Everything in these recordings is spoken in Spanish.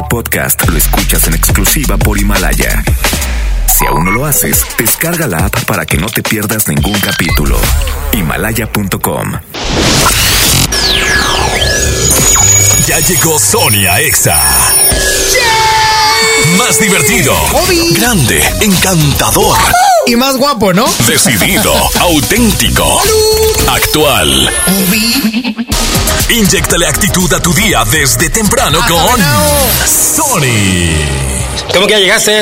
podcast lo escuchas en exclusiva por Himalaya. Si aún no lo haces, descarga la app para que no te pierdas ningún capítulo. Himalaya.com. Ya llegó Sony a Exa. Más divertido, grande, encantador y más guapo, ¿no? Decidido, auténtico, actual. Inyéctale actitud a tu día desde temprano con Sony. ¿Cómo que ya llegaste?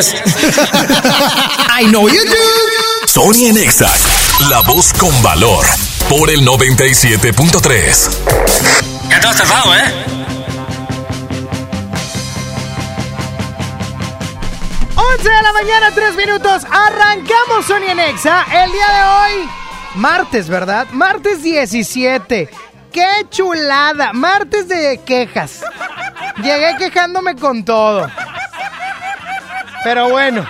I know you do. Sony en Exa, la voz con valor, por el 97.3. Ya te has tardado, ¿eh? 11 de la mañana, 3 minutos. Arrancamos Sony en Exa. El día de hoy, martes, ¿verdad? Martes 17. ¡Qué chulada! Martes de quejas. Llegué quejándome con todo. Pero bueno.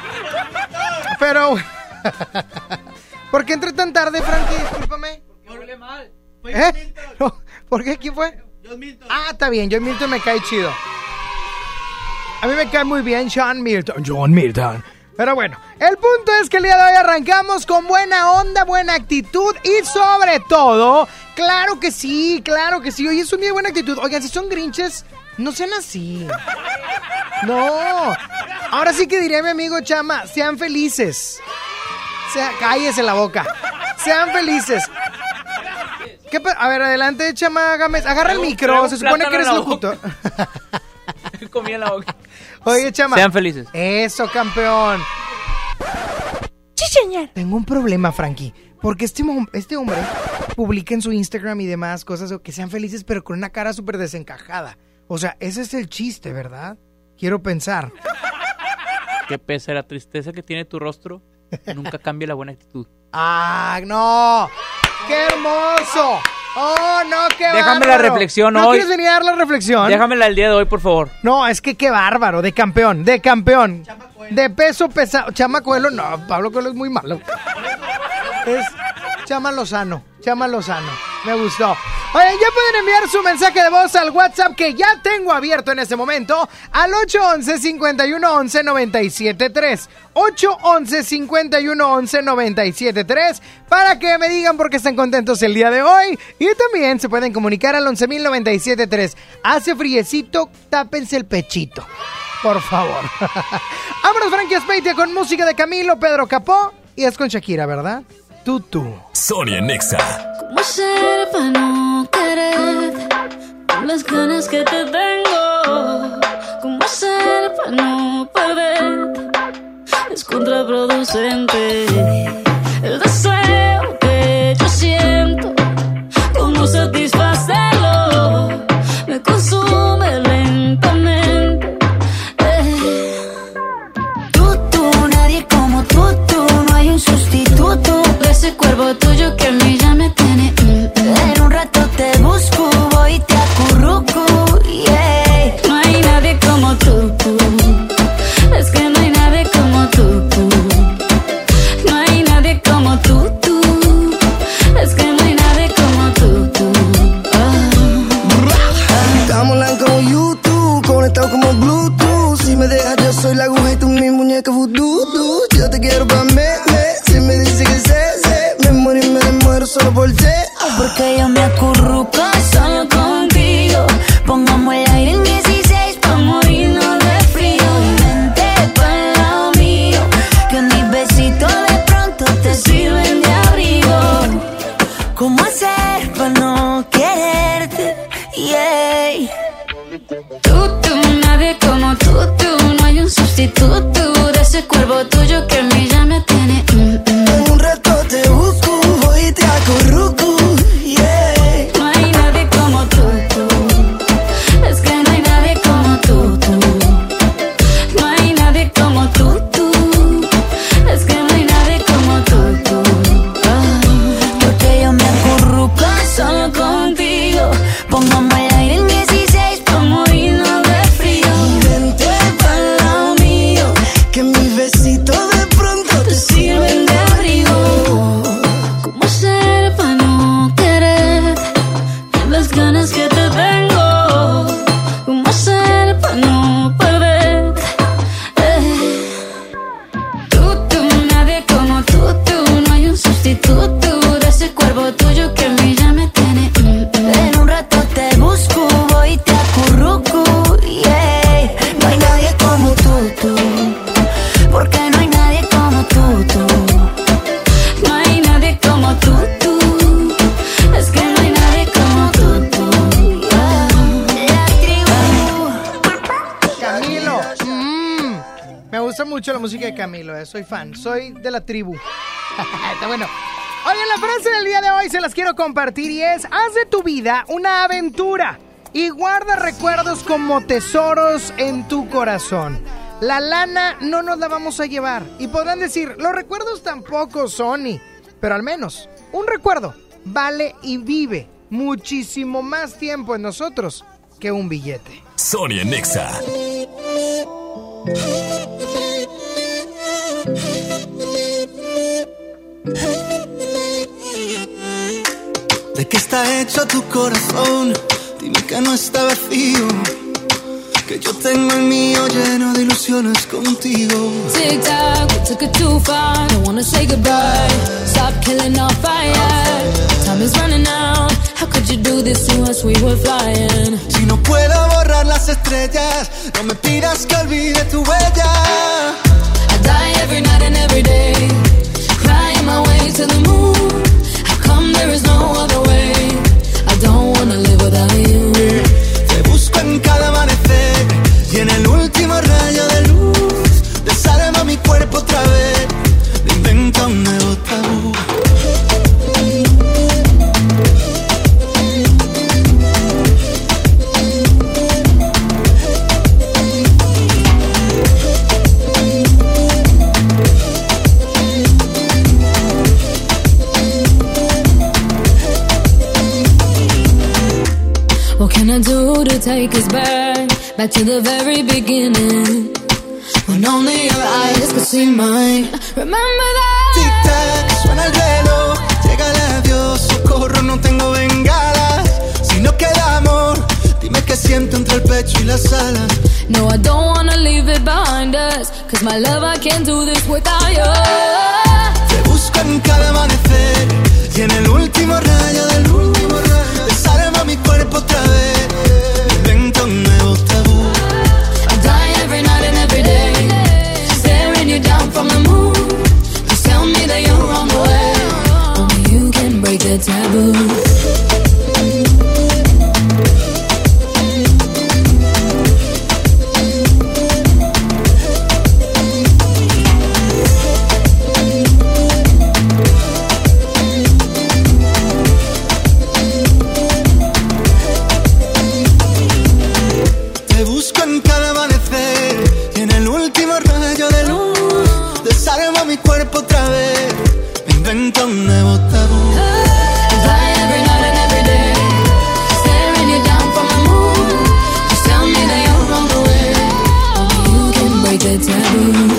¿Por qué entré tan tarde, Frankie? Discúlpame. Porque huele mal. No, ¿por qué? ¿Quién fue? John Milton. Ah, está bien. John Milton me cae chido. A mí me cae muy bien John Milton. Pero bueno, el punto es que el día de hoy arrancamos con buena onda, buena actitud y sobre todo, claro que sí. Hoy es un día de buena actitud. Oigan, si son grinches, no sean así. No. Ahora sí que diría mi amigo Chama, sean felices. Cállese la boca. Sean felices. A ver, adelante, Chama Gámez. Agarra el micro, se supone que eres locutor. Comí en la boca. Oye, Chama. Sean felices. Eso, campeón. Sí, señor. Tengo un problema, Frankie. Porque este hombre publica en su Instagram y demás cosas que sean felices, pero con una cara súper desencajada. O sea, ese es el chiste, ¿verdad? Quiero pensar. Que pese a la tristeza que tiene tu rostro, nunca cambia la buena actitud. ¡Ah, no! ¡Qué hermoso! ¡Oh, no, qué bárbaro! Déjame la reflexión hoy. ¿No quieres venir a dar la reflexión? Déjamela el día de hoy, por favor. No, es que qué bárbaro, de campeón. De peso pesado. Chama Coelho, no, Pablo Coelho es muy malo. Es Chama Lozano. Me gustó. Oigan, ya pueden enviar su mensaje de voz al WhatsApp que ya tengo abierto en este momento al 811-511-973. 811-511-973 para que me digan por qué están contentos el día de hoy. Y también se pueden comunicar al 11.097.3. Hace friecito, tápense el pechito, por favor. Vámonos, Frankie Speitia, con música de Camilo, Pedro Capó. Y es con Shakira, ¿verdad? Tú. Sony en Exa. ¿Cómo hacer para no querer con las ganas que te tengo? ¿Cómo hacer para no perder? Es contraproducente el deseo que yo siento. ¿Cómo satisfacerlo? Me consume lentamente. Tú, nadie como tú, no hay un sustituto. Ese cuerpo tuyo que a mí ya me tiene. En un rato te busco, voy y te acurruco. Yeah. No hay nadie como tú. Es que no hay nadie como tú. No hay nadie como tú. Es que no hay nadie como tú. Estamos online como YouTube, conectados como Bluetooth. Si me dejas yo soy la aguja y tú mi muñeca voodoo. Yo te quiero pa' si me dice que sé. Me muero y me muero solo por ti. Porque yo me acurruco solo contigo. Pongamos el aire en 16 pa' morirnos de frío. Vente pa'l lado mío, que mis besitos de pronto te sirven de abrigo. ¿Cómo hacer pa' no quererte? Yeah. Tú, nadie como tú. No hay un sustituto de ese cuerpo tuyo que a mí ya me tiene. En un rato te busco, voy y te acurruco. Yeah. No hay nadie como tú. Es que no hay nadie como tú. No hay nadie como tú. Es que no hay nadie como tú. Porque yo me acurruco solo contigo. Pongamos el aire en 16 pa' morirnos de frío. Vente pa'l lado mío, que mis besitos de pronto te sirven de abrigo. ¿Cómo hacer pa' no Me gusta mucho la música de Camilo, soy fan, soy de la tribu. Está bueno. Oye, la frase del día de hoy se las quiero compartir y es: haz de tu vida una aventura y guarda recuerdos como tesoros en tu corazón. La lana no nos la vamos a llevar. Y podrán decir, los recuerdos tampoco, Sony. Pero al menos, un recuerdo vale y vive muchísimo más tiempo en nosotros que un billete. Sony en Nexa. ¿De qué está hecho tu corazón? Dime que no está vacío, que yo tengo el mío lleno de ilusiones contigo. Tic tac, we took it too far. Don't wanna say goodbye. Stop killing our fire. Time is running out. How could you do this to us? We were flying. Si no puedo borrar las estrellas, no me pidas que olvide tu huella. I die every night and every day, crying my way to the moon. How come there is no other way? I don't wanna live without you. Te busco en cada amanecer y en el último rayo de luz desarma mi cuerpo otra vez. Me invento un nuevo tabú. What can I do to take us back to the very beginning, when only your eyes could see mine? Remember that. Tic tac, suena el reloj, llega el adiós, socorro, no tengo bengalas. Si no queda amor, dime qué siento entre el pecho y las alas. No, I don't wanna leave it behind us, 'cause my love, I can't do this without you. Te busco en cada amanecer y en el último rayo de luz desarma mi cuerpo otra vez. Invento un nuevo tabú. I die every night and every day, staring you down from the moon. Just tell me that you're on the way. Only you can break the taboo. Mi cuerpo otra vez, me invento un nuevo tabú. I die every night and every day, staring you down from the moon. Just tell me that you're on the way. Only you can break the taboo.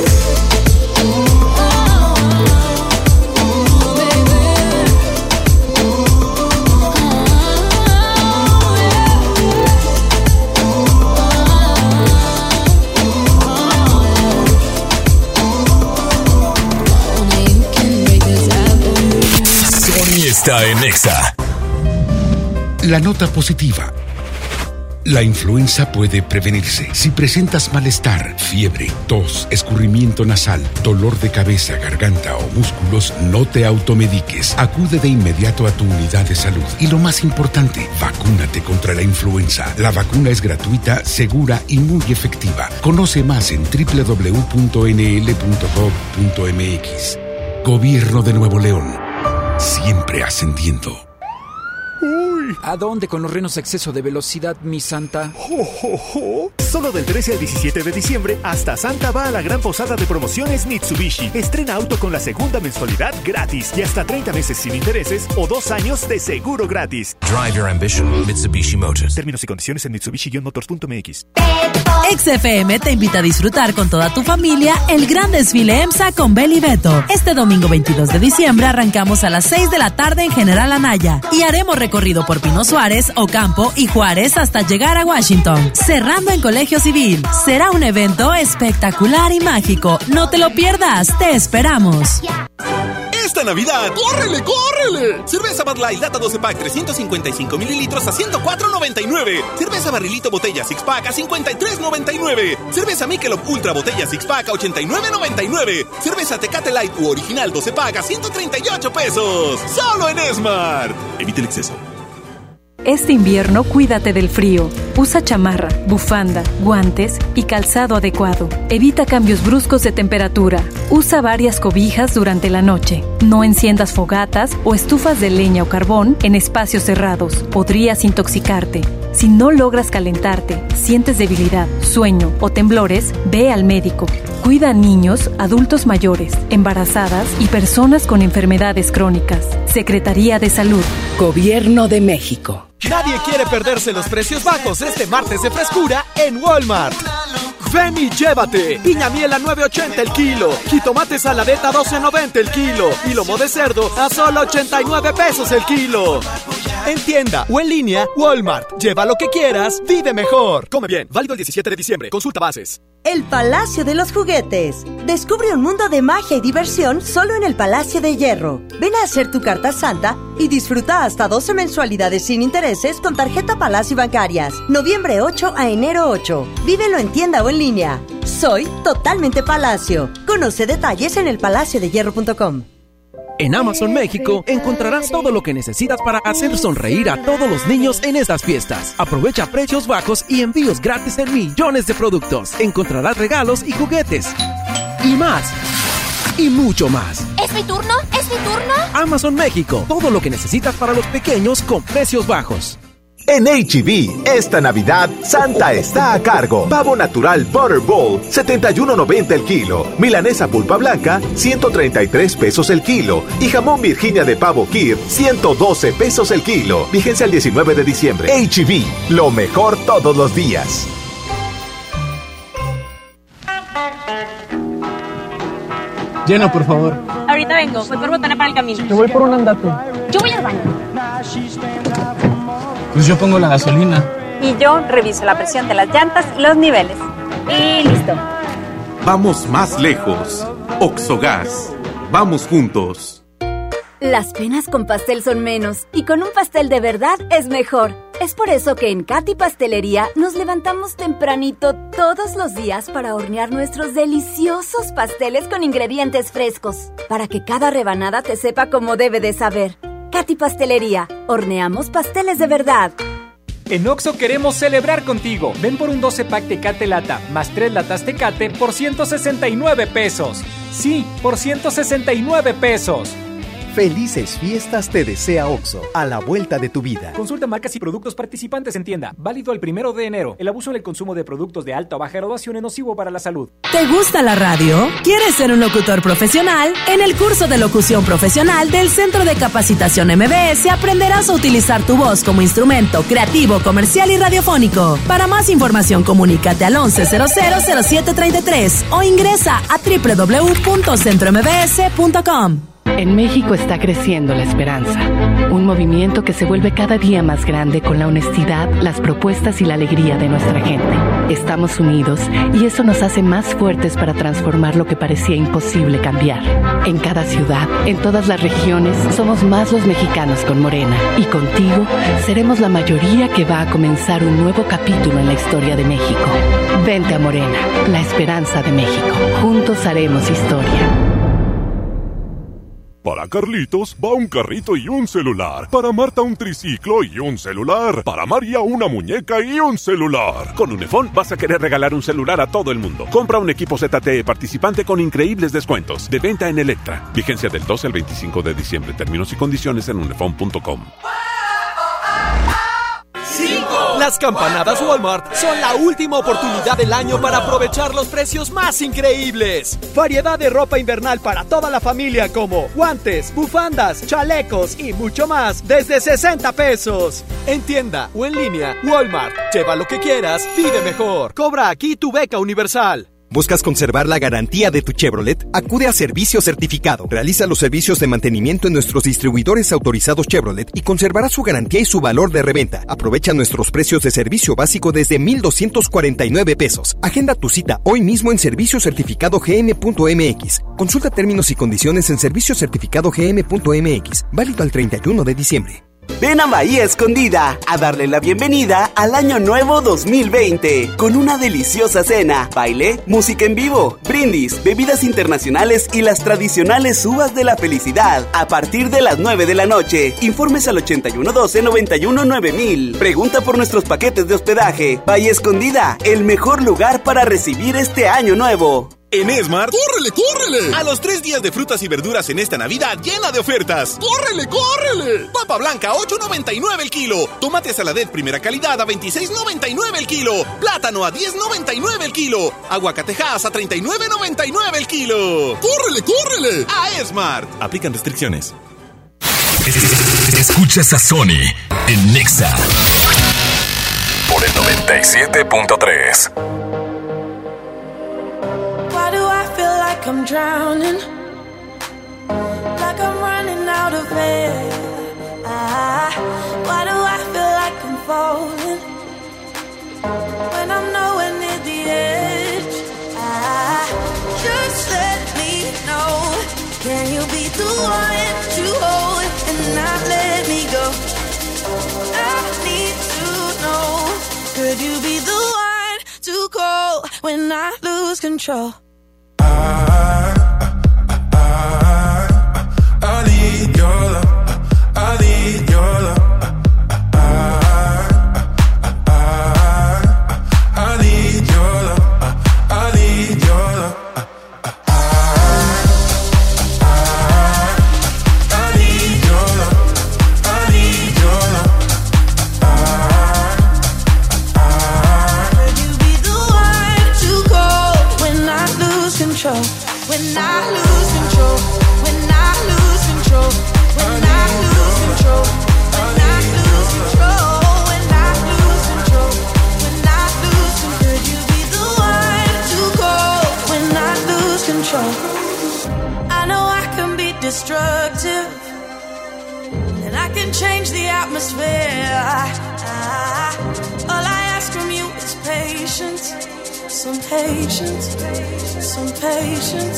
Está en Nexa. La nota positiva. La influenza puede prevenirse. Si presentas malestar, fiebre, tos, escurrimiento nasal, dolor de cabeza, garganta o músculos, no te automediques. Acude de inmediato a tu unidad de salud. Y lo más importante, vacúnate contra la influenza. La vacuna es gratuita, segura y muy efectiva. Conoce más en www.nl.gov.mx. Gobierno de Nuevo León. Siempre ascendiendo. ¿A dónde con los renos a exceso de velocidad, mi santa? Solo del 13 al 17 de diciembre, hasta Santa va a la gran posada de promociones Mitsubishi. Estrena auto con la segunda mensualidad gratis y hasta 30 meses sin intereses o 2 años de seguro gratis. Drive your ambition, Mitsubishi Motors. Términos y condiciones en Mitsubishi-motors.mx. XFM te invita a disfrutar con toda tu familia el gran desfile EMSA con Bel y Beto. Este domingo 22 de diciembre arrancamos a las 6 de la tarde en General Anaya y haremos recorrido por Pino Suárez, Ocampo y Juárez hasta llegar a Washington, cerrando en Colegio Civil. Será un evento espectacular y mágico. No te lo pierdas, te esperamos. Esta Navidad, ¡córrele, córrele! Cerveza Bud Light Lata 12 Pack 355 mililitros a $104.99. Cerveza Barrilito Botella Six Pack a $53.99. Cerveza Michelob Ultra Botella Six Pack a $89.99. Cerveza Tecate Light u Original 12 Pack a $138. Solo en Smart. Evite el exceso. Este invierno cuídate del frío. Usa chamarra, bufanda, guantes y calzado adecuado. Evita cambios bruscos de temperatura. Usa varias cobijas durante la noche. No enciendas fogatas o estufas de leña o carbón en espacios cerrados. Podrías intoxicarte. Si no logras calentarte, sientes debilidad, sueño o temblores, ve al médico. Cuida a niños, adultos mayores, embarazadas y personas con enfermedades crónicas. Secretaría de Salud. Gobierno de México. Nadie quiere perderse los precios bajos este martes de frescura en Walmart. Ven y llévate. Piña miel a 9.80 el kilo. Jitomate saladeta a 12.90 el kilo. Y lomo de cerdo a solo 89 pesos el kilo. En tienda o en línea, Walmart. Lleva lo que quieras, vive mejor. Come bien. Válido el 17 de diciembre. Consulta bases. El Palacio de los Juguetes. Descubre un mundo de magia y diversión solo en el Palacio de Hierro. Ven a hacer tu carta santa y disfruta hasta 12 mensualidades sin intereses con tarjeta Palacio Bancarias. Noviembre 8 a enero 8. Vívelo en tienda o en línea. Soy totalmente Palacio. Conoce detalles en elpalaciodehierro.com. En Amazon México encontrarás todo lo que necesitas para hacer sonreír a todos los niños en estas fiestas. Aprovecha precios bajos y envíos gratis en millones de productos. Encontrarás regalos y juguetes. Y más. Y mucho más. ¿Es mi turno? ¿Es mi turno? Amazon México. Todo lo que necesitas para los pequeños con precios bajos. En H-E-B, esta Navidad, Santa está a cargo. Pavo natural Butterball, 71.90 el kilo. Milanesa pulpa blanca, 133 pesos el kilo. Y jamón Virginia de pavo Kir, 112 pesos el kilo. Vigencia el 19 de diciembre. H-E-B, lo mejor todos los días. Llena, por favor. Ahorita vengo, voy por botana para el camino. Yo voy por un andate. Yo voy al baño. Pues yo pongo la gasolina. Y yo reviso la presión de las llantas y los niveles. Y listo. Vamos más lejos. Oxogas. Vamos juntos. Las penas con pastel son menos y con un pastel de verdad es mejor. Es por eso que en Katy Pastelería nos levantamos tempranito todos los días para hornear nuestros deliciosos pasteles con ingredientes frescos, para que cada rebanada te sepa como debe de saber. Katy Pastelería, horneamos pasteles de verdad. En Oxxo queremos celebrar contigo. Ven por un 12-pack Tecate Lata más 3 latas Tecate por 169 pesos. Sí, por 169 pesos. Felices fiestas te desea Oxxo, a la vuelta de tu vida. Consulta marcas y productos participantes en tienda. Válido el 1 de enero. El abuso en el consumo de productos de alta o baja graduación es nocivo para la salud. ¿Te gusta la radio? ¿Quieres ser un locutor profesional? En el curso de locución profesional del Centro de Capacitación MBS aprenderás a utilizar tu voz como instrumento creativo, comercial y radiofónico. Para más información, comunícate al 11000733 o ingresa a www.centrombs.com. En México está creciendo la esperanza, un movimiento que se vuelve cada día más grande con la honestidad, las propuestas y la alegría de nuestra gente. Estamos unidos y eso nos hace más fuertes para transformar lo que parecía imposible cambiar. En cada ciudad, en todas las regiones, somos más los mexicanos con Morena y contigo seremos la mayoría que va a comenzar un nuevo capítulo en la historia de México. Vente a Morena, la esperanza de México. Juntos haremos historia. Para Carlitos va un carrito y un celular. Para Marta un triciclo y un celular. Para María una muñeca y un celular. Con Unifón vas a querer regalar un celular a todo el mundo. Compra un equipo ZTE participante con increíbles descuentos. De venta en Electra. Vigencia del 12 al 25 de diciembre. Términos y condiciones en unifón.com. Las campanadas Walmart son la última oportunidad del año para aprovechar los precios más increíbles. Variedad de ropa invernal para toda la familia como guantes, bufandas, chalecos y mucho más desde 60 pesos. En tienda o en línea, Walmart. Lleva lo que quieras, vive mejor. Cobra aquí tu beca universal. ¿Buscas conservar la garantía de tu Chevrolet? Acude a Servicio Certificado. Realiza los servicios de mantenimiento en nuestros distribuidores autorizados Chevrolet y conservará su garantía y su valor de reventa. Aprovecha nuestros precios de servicio básico desde 1,249 pesos. Agenda tu cita hoy mismo en serviciocertificadogm.mx. Consulta términos y condiciones en serviciocertificadogm.mx. Válido al 31 de diciembre. Ven a Bahía Escondida a darle la bienvenida al Año Nuevo 2020 con una deliciosa cena, baile, música en vivo, brindis, bebidas internacionales y las tradicionales uvas de la felicidad a partir de las 9 de la noche. Informes al 8112-919000. Pregunta por nuestros paquetes de hospedaje. Bahía Escondida, el mejor lugar para recibir este Año Nuevo. En Esmart, ¡córrele, córrele! A los 3 días de frutas y verduras en esta Navidad llena de ofertas. ¡Córrele, córrele! Papa blanca, $8.99 el kilo. Tomate saladet primera calidad a $26.99 el kilo. Plátano a $10.99 el kilo. Aguacatejas a $39.99 el kilo. ¡Córrele, córrele! A Esmart. Aplican restricciones. Escuchas a Sony en Nexa por el 97.3. Why do I feel like I'm drowning? Like I'm running out of air. Why do I feel like I'm falling when I'm nowhere near the edge? Just let me know. Can you be the one to hold and not let me go? I need to know. Could you be the one to call when I lose control? I need your love. I need your love. I need your love. I need your love. I need your love. I need your love. Could you be the one to call when I lose control? When I lose control, when I lose control, when I lose control, when I lose control, when I lose control, when I lose control. Could you be the one to call when I lose control? I know I can be destructive, and I can change the atmosphere. All I ask from you is patience. Some patience, some patience.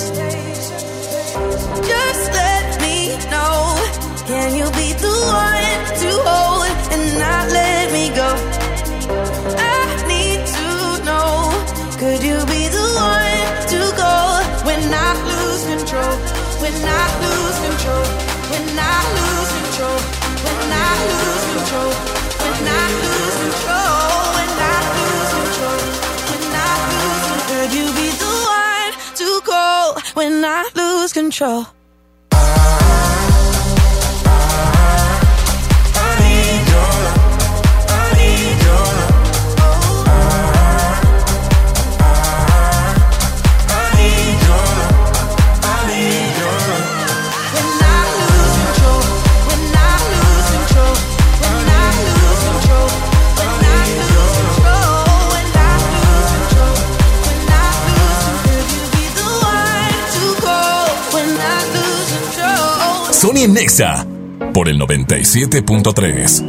Just let me know. Can you be the one to hold and not let me go? I need to know. Could you be the one to go when I lose control? When I lose control? When I lose control? When I lose control? When I lose control? When I lose control? Could you be the one to call when I lose control? Sony en Nexa por el 97.3.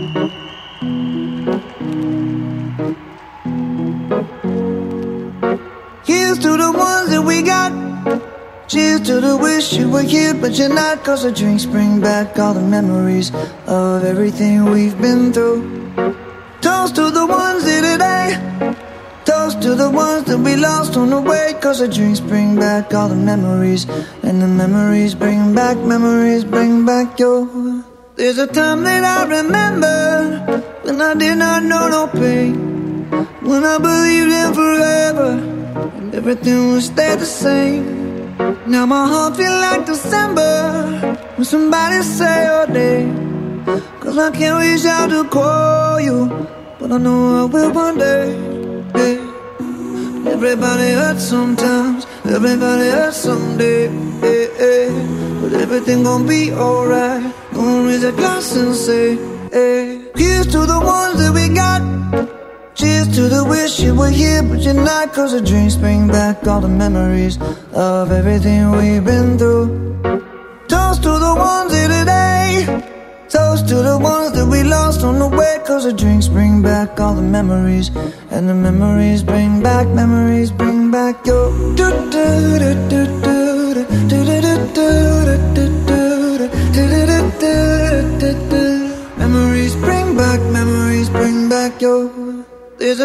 Here's to the ones that we got. Cheers to the wish you were here but you're not. Cause the drinks bring back all the memories of everything we've been through. Toast to the ones here today. Toast to the ones that we lost on the way. Cause the drinks bring back all the memories. And the memories bring back your. There's a time that I remember when I did not know no pain. When I believed in forever and everything would stay the same. Now my heart feel like December when somebody say your name. Cause I can't reach out to call you, but I know I will one day. Yeah. Everybody hurts sometimes, everybody hurts someday. Yeah, yeah. But everything gon' be alright. Gonna raise a glass and say, hey. Here's to the ones that we got. Cheers to the wish you were here but you're not. Cause the drinks bring back all the memories of everything we've been through. Toast to the ones here today. Toast to the ones that we lost on the way. Cause the drinks bring back all the memories. And the memories bring back your.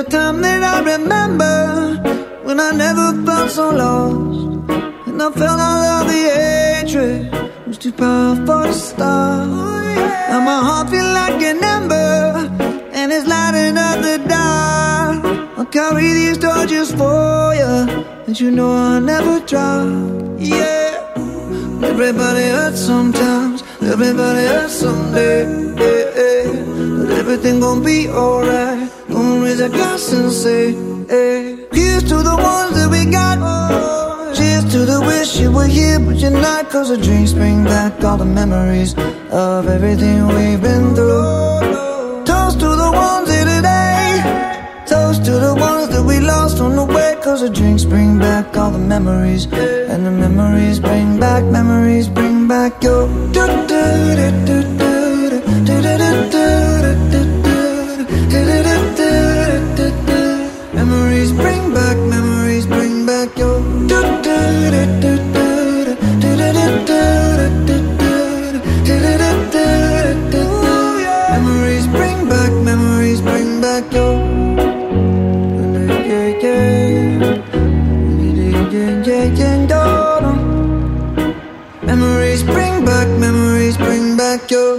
a time that I remember when I never felt so lost, and I felt all of the hatred was too powerful to stop. Now my heart feel like an ember, and it's lighting up the dark. I'll carry these torches for you, and you know I'll never drop. Yeah, everybody hurts sometimes, everybody hurts someday. Yeah, but everything gon' be alright. Gonna raise a glass and say, hey. Here's to the ones that we got. Cheers to the wish you were here, but you're not. Cause the drinks bring back all the memories of everything we've been through. Toast to the ones here today. Toast to the ones that we lost on the way. Cause the drinks bring back all the memories, and the memories bring back your memories bring back your memories bring back your memories bring back your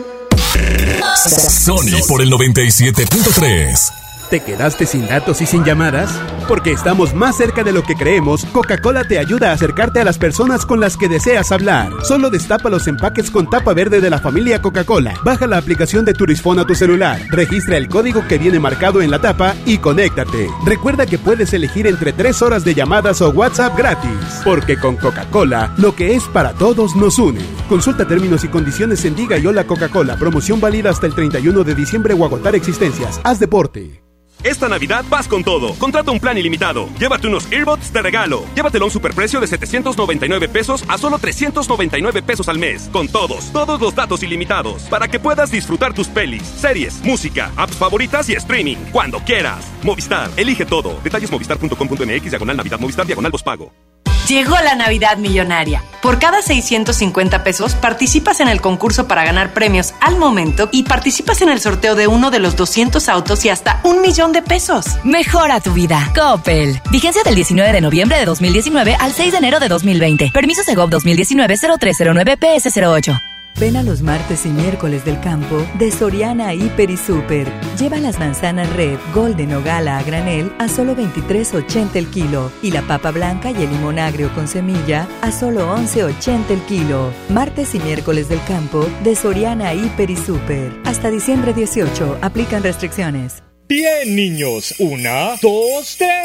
Sony por el 97.3. ¿Te quedaste sin datos y sin llamadas? Porque estamos más cerca de lo que creemos, Coca-Cola te ayuda a acercarte a las personas con las que deseas hablar. Solo destapa los empaques con tapa verde de la familia Coca-Cola. Baja la aplicación de Turisfón a tu celular, registra el código que viene marcado en la tapa y conéctate. Recuerda que puedes elegir entre 3 horas de llamadas o WhatsApp gratis. Porque con Coca-Cola, lo que es para todos nos une. Consulta términos y condiciones en Diga y Hola Coca-Cola. Promoción válida hasta el 31 de diciembre o agotar existencias. Haz deporte. Esta Navidad vas con todo. Contrata un plan ilimitado. Llévate unos earbuds de regalo. Llévatelo a un superprecio de 799 pesos a solo 399 pesos al mes. Con todos los datos ilimitados. Para que puedas disfrutar tus pelis, series, música, apps favoritas y streaming. Cuando quieras. Movistar, elige todo. Detalles movistar.com.mx/Navidad, Movistar/postpago. Llegó la Navidad Millonaria. Por cada 650 pesos participas en el concurso para ganar premios al momento y participas en el sorteo de uno de los 200 autos y hasta 1 millón de pesos. Mejora tu vida. Coppel. Vigencia del 19 de noviembre de 2019 al 6 de enero de 2020. Permiso Segov 2019-0309 PS08. Ven a los martes y miércoles del campo de Soriana Hiper y Super. Lleva las manzanas Red, Golden o Gala a granel a solo $23.80 el kilo y la papa blanca y el limón agrio con semilla a solo $11.80 el kilo. Martes y miércoles del campo de Soriana Hiper y Super. Hasta diciembre 18. Aplican restricciones. Bien, niños. 1, 2, 3.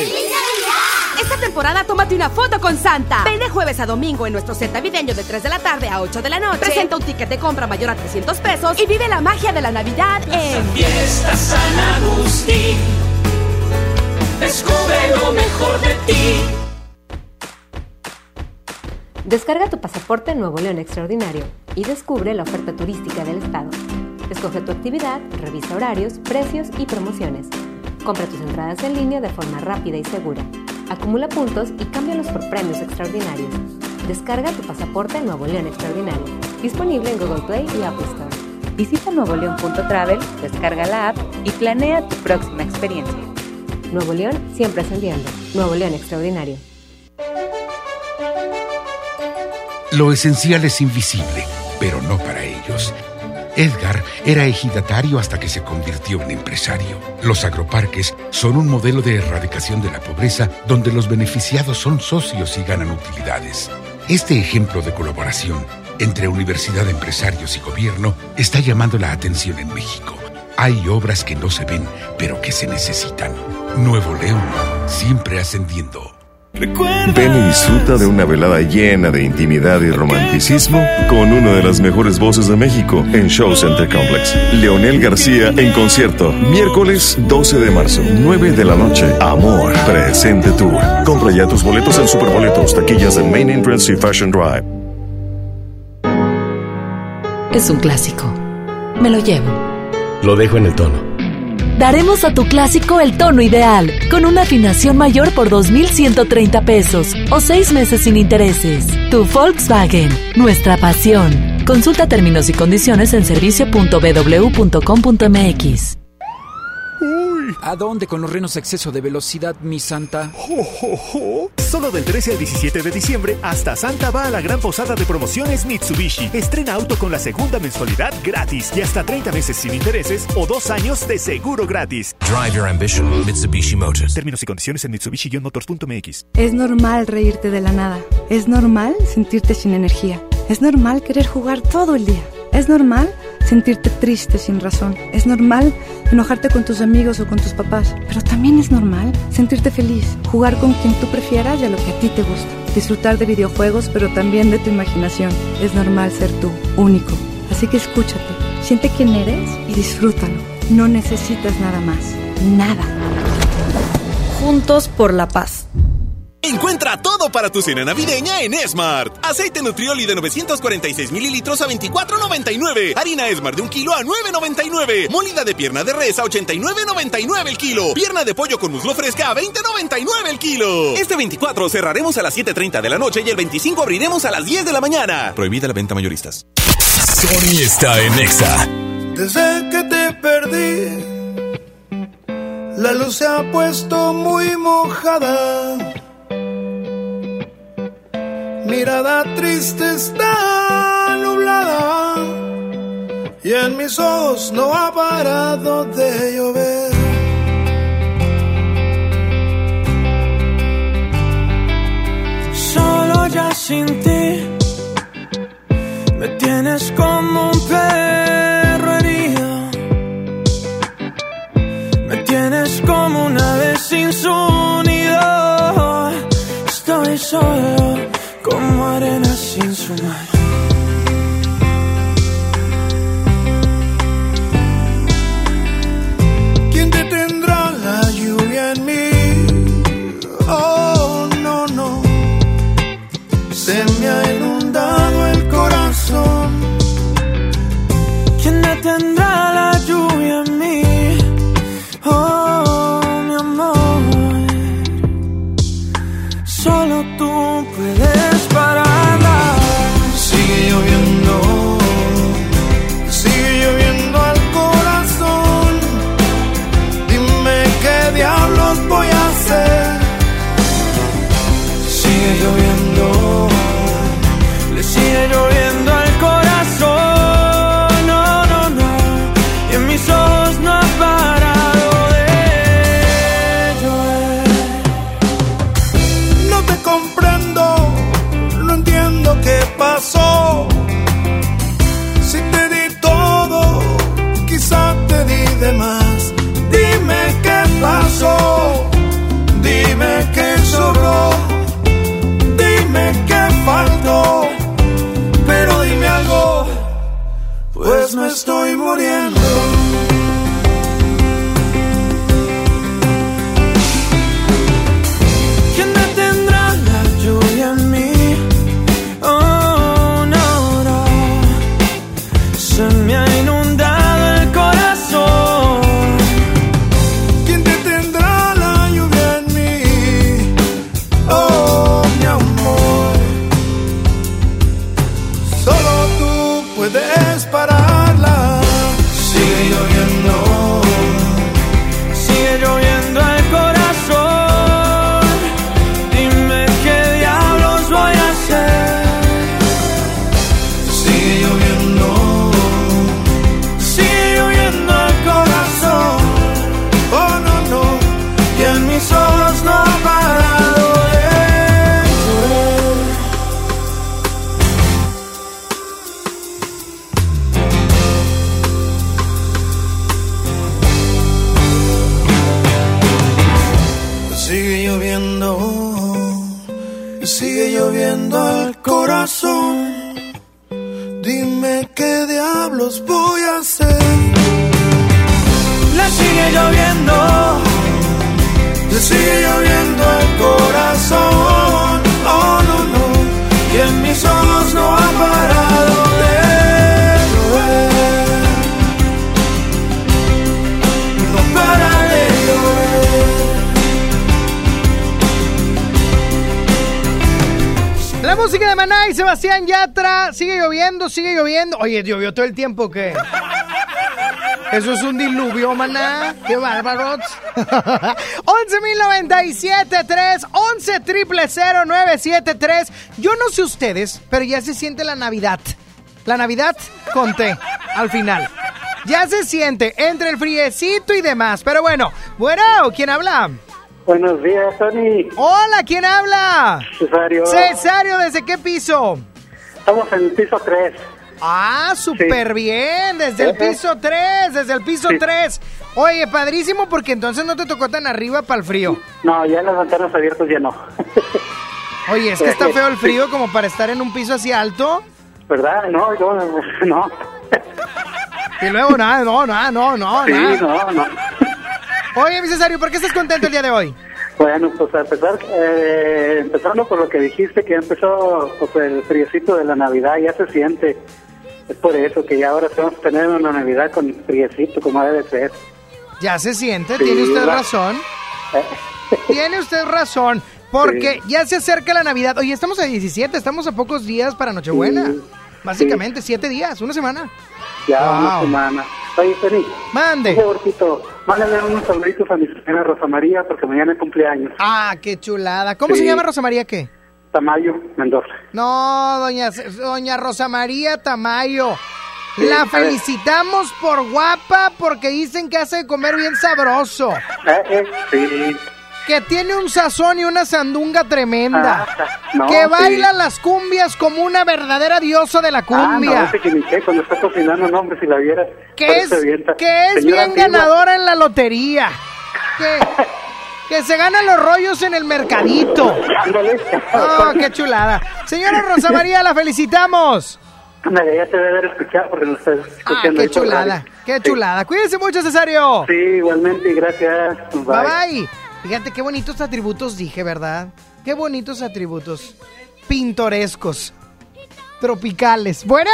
Esta temporada tómate una foto con Santa. Ven de jueves a domingo en nuestro set navideño de 3 de la tarde a 8 de la noche. Presenta un ticket de compra mayor a 300 pesos y vive la magia de la Navidad en Fiesta San Agustín. Descubre lo mejor de ti. Descarga tu pasaporte Nuevo León Extraordinario y descubre la oferta turística del estado. Escoge tu actividad, revisa horarios, precios y promociones. Compra tus entradas en línea de forma rápida y segura. Acumula puntos y cámbialos por premios extraordinarios. Descarga tu pasaporte Nuevo León Extraordinario. Disponible en Google Play y Apple Store. Visita nuevoleón.travel, descarga la app y planea tu próxima experiencia. Nuevo León siempre ascendiendo. Nuevo León Extraordinario. Lo esencial es invisible, pero no para ellos. Edgar era ejidatario hasta que se convirtió en empresario. Los agroparques son un modelo de erradicación de la pobreza donde los beneficiados son socios y ganan utilidades. Este ejemplo de colaboración entre universidad, empresarios y gobierno está llamando la atención en México. Hay obras que no se ven, pero que se necesitan. Nuevo León, siempre ascendiendo. Ven y disfruta de una velada llena de intimidad y romanticismo con una de las mejores voces de México en Show Center Complex. Leonel García en concierto, miércoles 12 de marzo, 9 de la noche. Amor, presente tour. Compra ya tus boletos en Superboletos, taquillas de Main Entrance y Fashion Drive. Es un clásico. Me lo llevo. Lo dejo en el tono. Daremos a tu clásico el tono ideal, con una afinación mayor por 2,130 pesos o 6 meses sin intereses. Tu Volkswagen, nuestra pasión. Consulta términos y condiciones en servicio.bw.com.mx. Uy, ¿A dónde con los renos a exceso de velocidad, mi Santa? Solo del 13 al 17 de diciembre, hasta Santa va a la gran posada de promociones Mitsubishi. Estrena auto con la segunda mensualidad gratis y hasta 30 meses sin intereses o 2 años de seguro gratis. Drive your ambition, Mitsubishi Motors. Términos y condiciones en Mitsubishi-motors.mx. Es normal reírte de la nada. Es normal sentirte sin energía. Es normal querer jugar todo el día. Es normal sentirte triste sin razón. Es normal enojarte con tus amigos o con tus papás. Pero también es normal sentirte feliz, jugar con quien tú prefieras y a lo que a ti te gusta. Disfrutar de videojuegos, pero también de tu imaginación. Es normal ser tú, único. Así que escúchate, siente quién eres y disfrútalo. No necesitas nada más. Nada. Juntos por la paz. Encuentra todo para tu cena navideña en Esmart. Aceite Nutrioli de 946 mililitros a $24.99. Harina Esmart de 1 kilo a $9.99. Molida de pierna de res a $89.99 el kilo. Pierna de pollo con muslo fresca a $20.99 el kilo. Este 24 cerraremos a las 7:30 de la noche y el 25 abriremos a las 10 de la mañana. Prohibida la venta mayoristas. Sony está en Nexa. Desde que te perdí, la luz se ha puesto muy mojada. Mirada triste está nublada y en mis ojos no ha parado de llover. Solo ya sin ti me tienes como un perro herido. Me tienes como una ave sin su nido. Estoy solo como arena sin su mar. ¿Quién detendrá la lluvia en mí? Oh, no, no. Se me ha inundado el corazón. ¿Quién detendrá la lluvia en mí? Oh, mi amor. Solo tú puedes pararla. Sigue lloviendo, sigue lloviendo al corazón. Dime qué diablos voy a hacer. Sigue lloviendo, le sigue lloviendo al corazón. No, no, no. Y en mis ojos no ha parado de llover. no te comprendo, no entiendo qué pasó. Si te di todo, quizá te di de más. Dime qué pasó, dime qué sobró, dime qué faltó. Pero dime algo, pues me estoy muriendo. ¿Quién detendrá la lluvia en mí? Oh, no, no. Se me ha inundado el corazón. ¿Quién detendrá la lluvia en mí? Oh, mi amor. Solo tú puedes pararla. Sigue lloviendo, Sigue lloviendo el corazón. Dime qué diablos voy a hacer. sigue lloviendo, Sigue lloviendo el corazón. oh no, no. Y en mis ojos no ha parado de llover. sigue lloviendo al corazón. Dime qué diablos voy a hacer. Le sigue lloviendo, le sigue lloviendo al corazón. Oh no, no. Y en mis ojos no ha parado de llover. No para de llover. La música de Maná y Sebastián Yatra. Sigue lloviendo, sigue lloviendo. Oye, ¿llovió todo el tiempo o qué? Eso es un diluvio, maná. ¡Qué bárbaros! 11,097.3, 11,000,973. Yo no sé ustedes, pero ya se siente la Navidad. La Navidad con T, al final. Ya se siente entre el friecito y demás. Pero bueno, ¿quién habla? Buenos días, Tony. Hola, ¿quién habla? Cesario. Cesario, ¿desde qué piso? Estamos en el piso 3. Ah, súper bien, desde el piso 3, Sí. 3. Oye, padrísimo, porque entonces no te tocó tan arriba para el frío. No, ya las ventanas abiertas ya no. Oye, es que está feo el frío como para estar en un piso así alto. ¿Verdad? No. Y luego nada. Sí, no. Oye, mi Cesario, ¿por qué estás contento el día de hoy? Bueno, pues a empezar, empezando por lo que dijiste, que ya empezó pues, el friecito de la Navidad, ya se siente. Es por eso que ya ahora vamos a tener una Navidad con friecito, como debe ser. Ya se siente, Sí, tiene usted ¿verdad? razón. Tiene usted razón, porque ya se acerca la Navidad. Oye, estamos a 17, estamos a pocos días para Nochebuena. Sí. Básicamente 7 días, una semana. Ya, Wow. una semana. Oye, Tony. Mande. Un favorcito, mándale unos saluditos a mi señora Rosa María, porque mañana es cumpleaños. Ah, qué chulada. ¿Cómo Sí. se llama Rosa María qué? Tamayo Mendoza. No, doña Rosa María Tamayo. Sí, La a ver. felicitamos por guapa porque dicen que hace de comer bien sabroso. Sí. Que tiene un sazón y una sandunga tremenda. no, que sí. baila las cumbias como una verdadera diosa de la cumbia. No, ese que ni qué, cuando está cocinando, no, hombre, si la vieras. que es Señora bien Silva. ganadora en la lotería. Que se gana los rollos en el mercadito. Ándale. Oh, qué chulada. Señora Rosa María, la felicitamos. Ándale, ya te debe haber escuchado porque nos estás escuchando. Qué ahí por chulada, radio. qué chulada. Cuídense mucho, Cesario. Sí, igualmente, gracias. Bye bye. Fíjate qué bonitos atributos dije, ¿verdad? Qué bonitos atributos. Pintorescos. Tropicales. Bueno.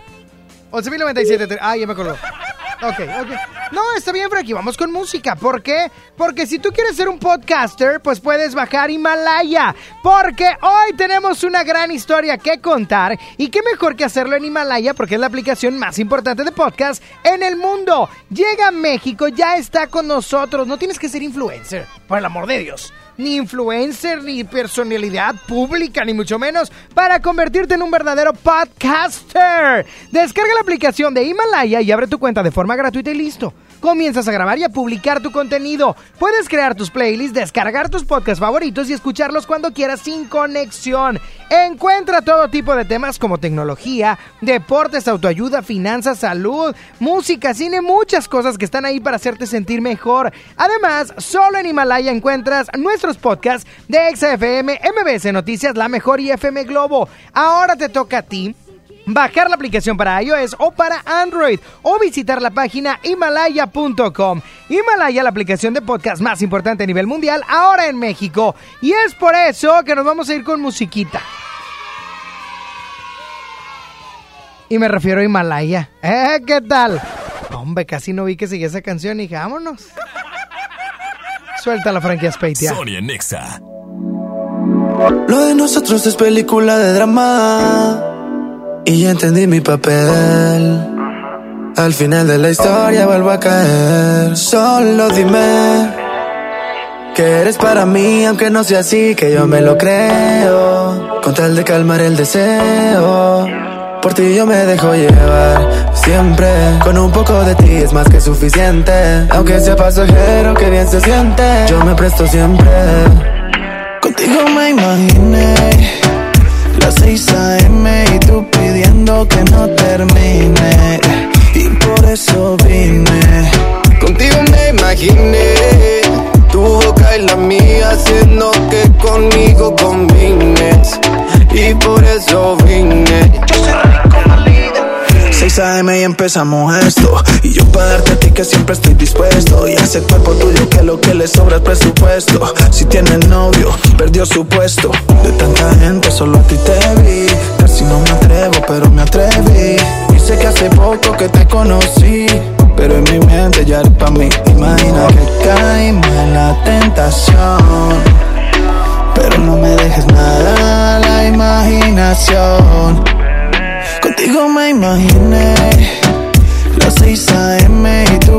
11,097. Ah, ya me acordó. Ok. No, está bien, Frankie, vamos con música. ¿Por qué? Porque si tú quieres ser un podcaster, pues puedes bajar Himalaya. Porque hoy tenemos una gran historia que contar. Y qué mejor que hacerlo en Himalaya, porque es la aplicación más importante de podcast en el mundo. Llega a México, ya está con nosotros. No tienes que ser influencer, por el amor de Dios. Ni influencer, ni personalidad pública, ni mucho menos, para convertirte en un verdadero podcaster. Descarga la aplicación de Himalaya y abre tu cuenta de forma gratuita y listo. Comienzas a grabar y a publicar tu contenido. Puedes crear tus playlists, descargar tus podcasts favoritos y escucharlos cuando quieras sin conexión. Encuentra todo tipo de temas como tecnología, deportes, autoayuda, finanzas, salud, música, cine, muchas cosas que están ahí para hacerte sentir mejor. Además, solo en Himalaya encuentras nuestros podcasts de Exa FM, MBS Noticias, La Mejor y FM Globo. Ahora te toca a ti bajar la aplicación para iOS o para Android o visitar la página Himalaya.com. Himalaya, la aplicación de podcast más importante a nivel mundial, ahora en México. Y es por eso que nos vamos a ir con musiquita. Y me refiero a Himalaya. ¿Qué tal? Hombre, casi no vi que seguía esa canción y dije, vámonos. Suelta la Frankie Azpeitia. Sonia Nexa. Lo de nosotros es película de drama. Y ya entendí mi papel. Al final de la historia vuelvo a caer. Solo dime que eres para mí, aunque no sea así, que yo me lo creo. Con tal de calmar el deseo, por ti yo me dejo llevar. Siempre con un poco de ti es más que suficiente. Aunque sea pasajero, que bien se siente. Yo me presto siempre. Contigo me imaginé las 6 a.m. y tú pidiendo que no termine. Y por eso vine. Contigo me imaginé tu boca y la mía, haciendo que conmigo combines. Y por eso vine. Yo soy rico, la líder. 6 a.m. y empezamos esto. Y yo para darte a ti que siempre estoy dispuesto. Y a ese cuerpo tuyo que lo que le sobra es presupuesto. Si tienes novio, perdió su puesto. De tanta gente solo a ti te vi. Casi no me atrevo, pero me atreví. Y sé que hace poco que te conocí, pero en mi mente ya eres pa' mí. Imagina que caímos en la tentación, pero no me dejes nada a la imaginación. Contigo me imaginé las 6 a.m. y tú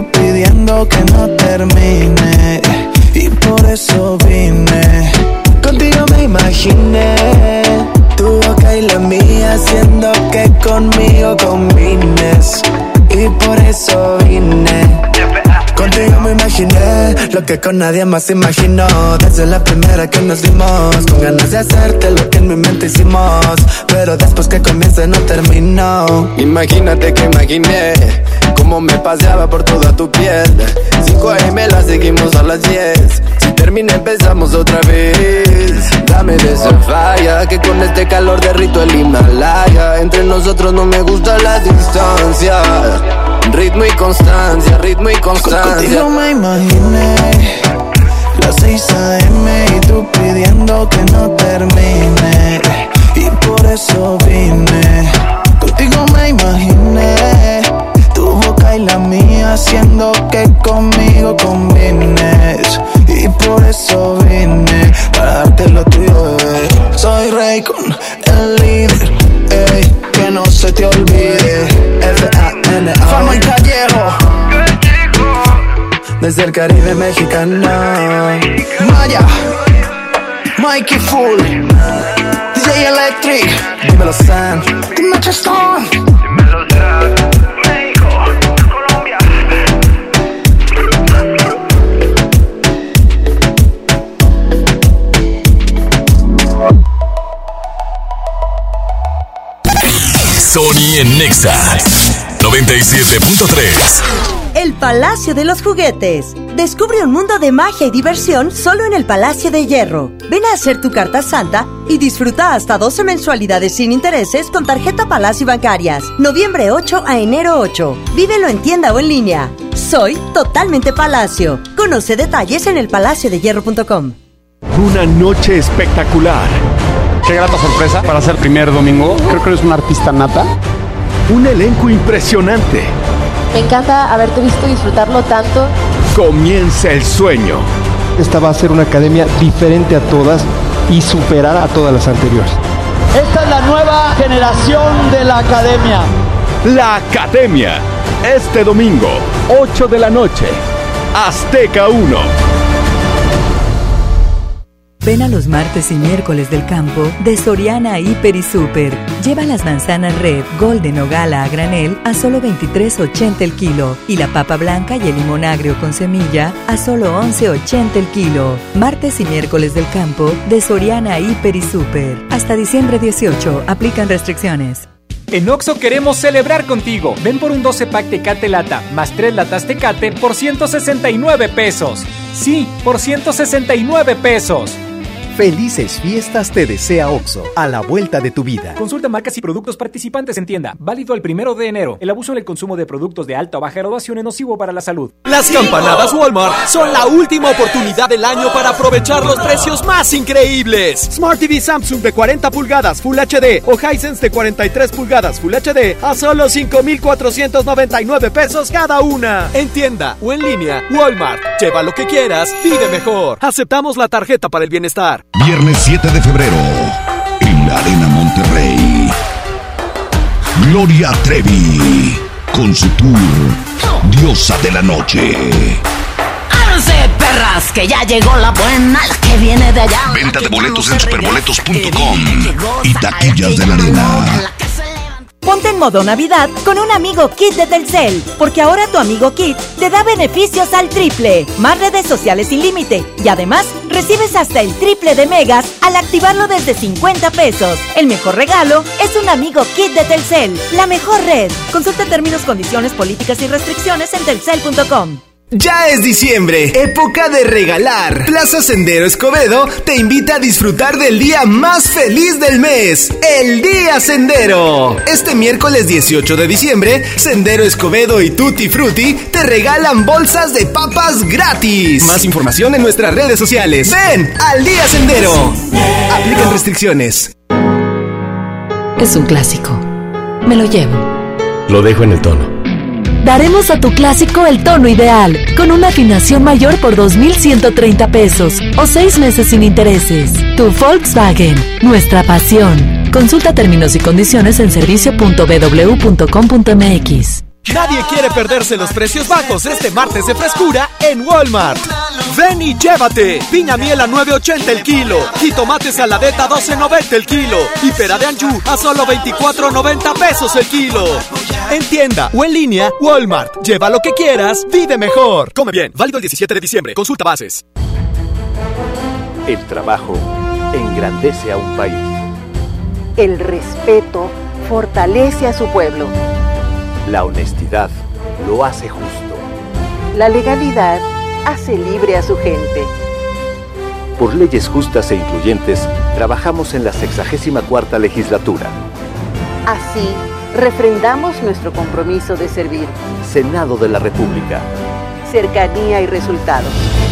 pidiendo que no termine y por eso vine. Contigo me imaginé tu boca y la mía, haciendo que conmigo combines y por eso vine. Contigo me imaginé lo que con nadie más imaginó. Desde la primera que nos vimos, con ganas de hacerte lo que en mi mente hicimos, pero después que comienza no terminó. Imagínate que imaginé cómo me paseaba por toda tu piel. 5 AM la seguimos a las 10. Si termina empezamos otra vez. Dame de esa falla, que con este calor derrito el Himalaya. Entre nosotros no me gusta la distancia. Ritmo y constancia, ritmo y constancia. Contigo me imaginé las 6 AM y tú pidiendo que no termine y por eso vine. Contigo me imaginé tu boca y la mía, haciendo que conmigo combines y por eso vine, para darte lo tuyo, bebé. Soy rey con el líder, ey, que no se te olvide. F-A-N-A Fama y Callejo, desde el Caribe mexicano. Maya, Mikey Full, DJ Electric, dímelo Sam, dime Chestón, dímelo Sam, México, Colombia. Sony en Nexa 97.3. El Palacio de los Juguetes. Descubre un mundo de magia y diversión solo en el Palacio de Hierro. Ven a hacer tu carta santa y disfruta hasta 12 mensualidades sin intereses con tarjeta Palacio Bancarias. Noviembre 8 a enero 8. Vívelo en tienda o en línea. Soy totalmente Palacio. Conoce detalles en elpalaciodehierro.com. Una noche espectacular. Qué grata sorpresa para ser primer domingo. Creo que eres un artista nata. Un elenco impresionante. Me encanta haberte visto disfrutarlo tanto. Comienza el sueño. Esta va a ser una academia diferente a todas y superar a todas las anteriores. Esta es la nueva generación de la academia. La Academia. Este domingo, 8 de la noche. Azteca 1. Ven a los martes y miércoles del campo de Soriana Hiper y Super. Lleva las manzanas Red, Golden o Gala a granel a solo $23.80 el kilo y la papa blanca y el limón agrio con semilla a solo $11.80 el kilo. Martes y miércoles del campo de Soriana Hiper y Super. Hasta diciembre 18. Aplican restricciones. En Oxxo queremos celebrar contigo. Ven por un 12-pack Tecate Lata más 3 latas Tecate por $169. Sí, por $169. Felices fiestas te desea Oxxo, a la vuelta de tu vida. Consulta marcas y productos participantes en tienda. Válido el 1 de enero. El abuso en el consumo de productos de alta o baja graduación es nocivo para la salud. Las campanadas Walmart son la última oportunidad del año para aprovechar los precios más increíbles. Smart TV Samsung de 40 pulgadas Full HD o Hisense de 43 pulgadas Full HD a solo $5,499 cada una. En tienda o en línea, Walmart. Lleva lo que quieras, vive mejor. Aceptamos la tarjeta para el bienestar. Viernes 7 de febrero, en la Arena Monterrey. Gloria Trevi, con su tour Diosa de la Noche. ¡Ábranse, perras! Que ya llegó la buena, la que viene de allá. Venta de boletos en superboletos.com y taquillas de la Arena. Ponte en modo Navidad con un amigo Kit de Telcel, porque ahora tu amigo Kit te da beneficios al triple, más redes sociales sin límite y además recibes hasta el triple de megas al activarlo desde $50. El mejor regalo es un amigo Kit de Telcel, la mejor red. Consulta términos, condiciones, políticas y restricciones en telcel.com. Ya es diciembre, época de regalar. Plaza Sendero Escobedo te invita a disfrutar del día más feliz del mes, el Día Sendero. Este miércoles 18 de diciembre, Sendero Escobedo y Tutti Frutti te regalan bolsas de papas gratis. Más información en nuestras redes sociales. ¡Ven al Día Sendero! Aplican restricciones. Es un clásico. Me lo llevo. Lo dejo en el tono. Daremos a tu clásico el tono ideal, con una afinación mayor por $2,130 o 6 meses sin intereses. Tu Volkswagen, nuestra pasión. Consulta términos y condiciones en servicio.bw.com.mx. Nadie quiere perderse los precios bajos este martes de frescura en Walmart. Ven y llévate. Piña miel a 9.80 el kilo. Jitomate saladeta a 12.90 el kilo. Y pera de anjú a solo 24.90 pesos el kilo. En tienda o en línea, Walmart. Lleva lo que quieras, vive mejor. Come bien. Válido el 17 de diciembre. Consulta bases. El trabajo engrandece a un país. El respeto fortalece a su pueblo. La honestidad lo hace justo. La legalidad hace libre a su gente. Por leyes justas e incluyentes, trabajamos en la 64ª legislatura. Así, refrendamos nuestro compromiso de servir. Senado de la República. Cercanía y resultados.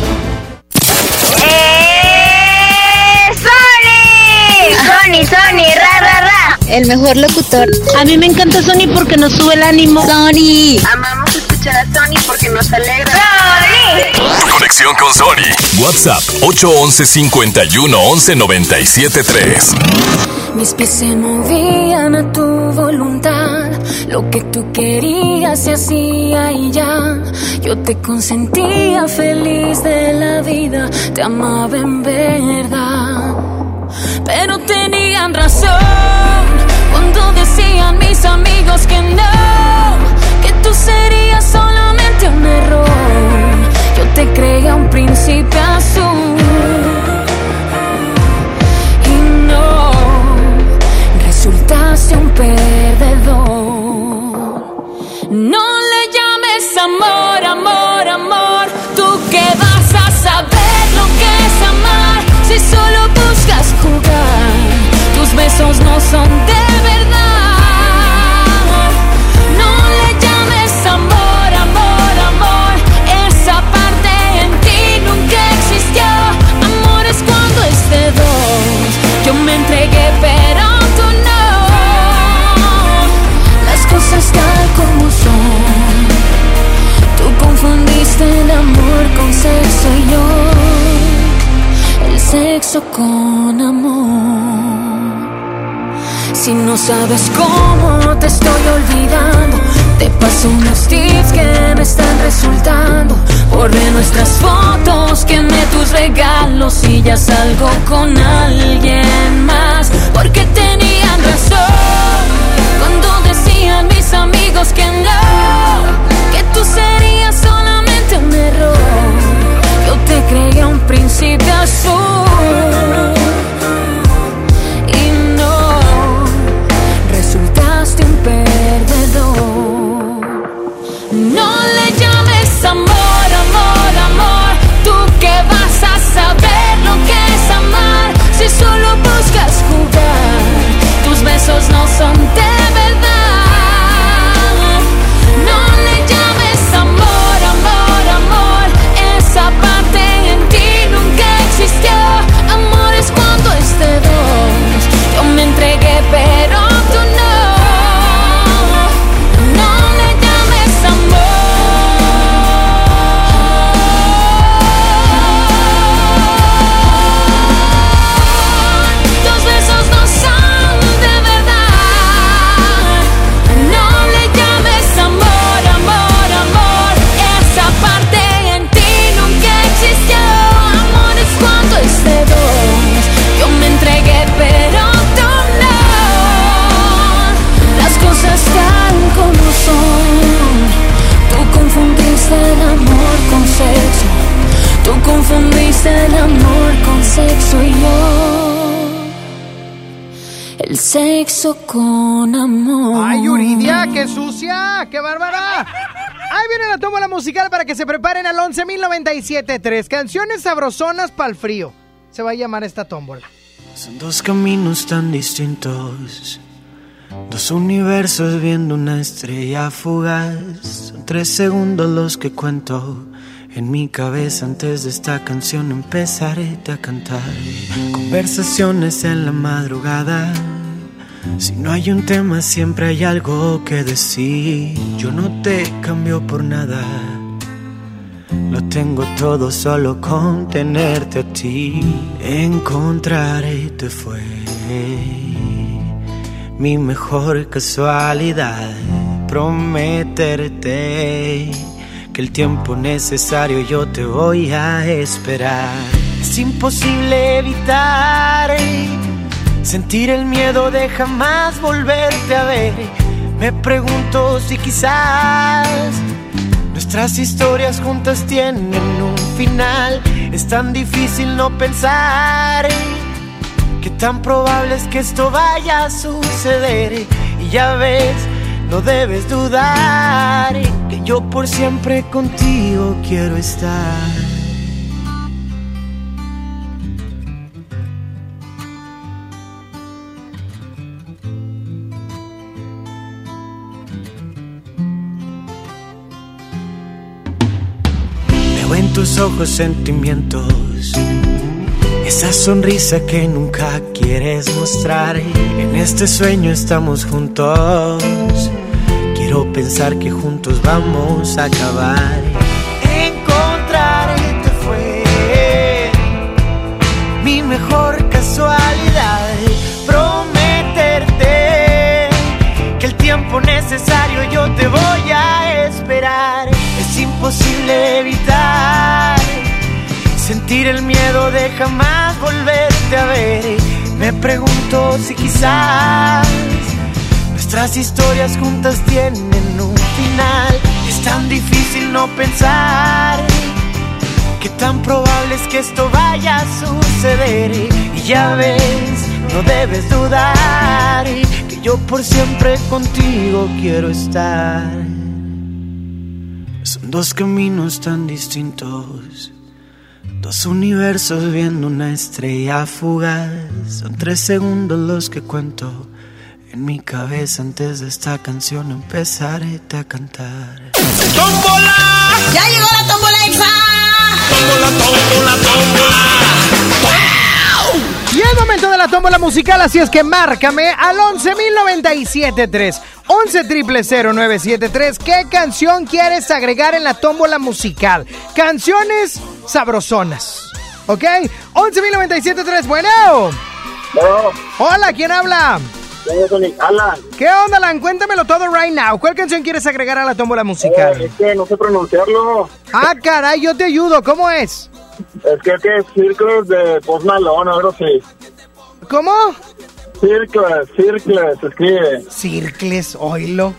Sony, ra, ra, ra. El mejor locutor. A mí me encanta Sony porque nos sube el ánimo. Sony. Amamos escuchar a Sony porque nos alegra. ¡Sony! Conexión con Sony. WhatsApp 811 51 11 97 3. Mis pies se movían a tu voluntad. Lo que tú querías se hacía y ya. Yo te consentía feliz de la vida. Te amaba en verdad. Pero tenían razón cuando decían mis amigos que no, que tú serías solamente un error. Yo te creía un príncipe azul y no, resultaste un perdedor. No le llames amor, amor, amor. Tú que vas a saber lo que es amar si solo buscas jugar. Tus besos no son de verdad. No le llames amor, amor, amor. Esa parte en ti nunca existió. Amor es cuando es de dos. Yo me entregué pero tú no. Las cosas tal como son. Tú confundiste el amor con sexo y yo el sexo con amor. Si no sabes cómo te estoy olvidando, te paso unos tips que me están resultando. Borré nuestras fotos, quemé tus regalos y ya salgo con alguien más. Porque tenían razón cuando decían mis amigos que no, que tú serías solamente un error. Yo te creía un príncipe azul y no, resultaste un perdedor. No le llames amor, amor, amor. Tú que vas a saber lo que es amar si solo buscas jugar. Tus besos no son de verdad. No le llames amor, amor, amor. Esa parte en ti nunca existió. Amor es cuando es de dos. Yo me entregué pero tú no. No le llames amor. Tus besos no son de verdad. No le llames amor, amor, amor. Esa parte en ti nunca existió. Amor es cuando es de dos. Yo me entregué pero tú no. Las cosas tal como son. Tú confundiste el amor con sexo. Tú confundiste el amor con sexo y yo el sexo con amor. ¡Ay, Yuridia! ¡Qué sucia! ¡Qué bárbara! Ahí viene la tómbola musical para que se preparen al 11.097.3. Canciones sabrosonas para el frío. Se va a llamar esta tómbola. Son dos caminos tan distintos, dos universos viendo una estrella fugaz. Son 3 segundos los que cuento en mi cabeza antes de esta canción empezaré a cantar. Conversaciones en la madrugada. Si no hay un tema siempre hay algo que decir. Yo no te cambio por nada. Lo tengo todo solo con tenerte a ti. Encontrarte fue mi mejor casualidad. prometerte que el tiempo necesario yo te voy a esperar. Es imposible evitar sentir el miedo de jamás volverte a ver. Me pregunto si quizás nuestras historias juntas tienen un final. Es tan difícil no pensar que tan probable es que esto vaya a suceder. Y ya ves, no debes dudar que yo por siempre contigo quiero estar. Veo en tus ojos sentimientos, esa sonrisa que nunca quieres mostrar. En este sueño estamos juntos. Quiero pensar que juntos vamos a acabar. Encontrarte fue mi mejor casualidad. Prometerte que el tiempo necesario yo te voy a esperar. Es imposible evitar sentir el miedo de jamás volverte a ver. Me pregunto si quizás nuestras historias juntas tienen un final. Es tan difícil no pensar que tan probable es que esto vaya a suceder. Y ya ves, no debes dudar que yo por siempre contigo quiero estar. Son dos caminos tan distintos, dos universos viendo una estrella fugaz. Son 3 segundos los que cuento en mi cabeza antes de esta canción empezaré a cantar. ¡Tómbola! ¡Ya llegó la tómbola exa! ¡Tómbola, tómbola, tómbola! ¡Wow! Y es momento de la tómbola musical, así es que márcame al 11.097.3, 11.000.973. ¿Qué canción quieres agregar en la tómbola musical? Canciones sabrosonas, ¿ok? 11.097.3, bueno. Hola, ¿quién habla? Alan. ¿Qué onda, Alan? Cuéntamelo todo right now. ¿Cuál canción quieres agregar a la tómbola musical? Es que no sé pronunciarlo. Ah, caray, yo te ayudo. ¿Cómo es? Es que es Circles de Post Malone, algo así. ¿Cómo? Circles, se escribe. Circles, oílo.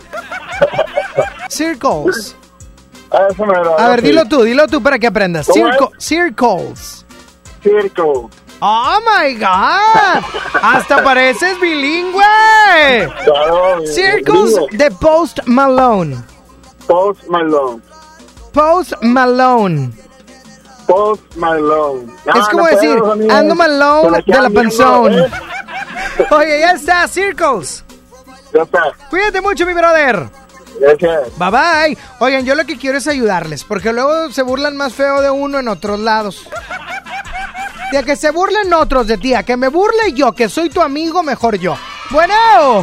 Circles. Eso me lo A ver, dilo tú para que aprendas. Circles. Circle. ¡Oh, my God! ¡Hasta pareces bilingüe! Claro, Circles de Post Malone. Post Malone. Post Malone. Post Malone. Es como decir, ando malone de la panzón. Oye, ya está, Circles. Ya está. Cuídate mucho, mi brother. Gracias. Bye bye. Oigan, yo lo que quiero es ayudarles, porque luego se burlan más feo de uno en otros lados. De que se burlen otros de ti, a que me burle yo, que soy tu amigo, mejor yo. Bueno.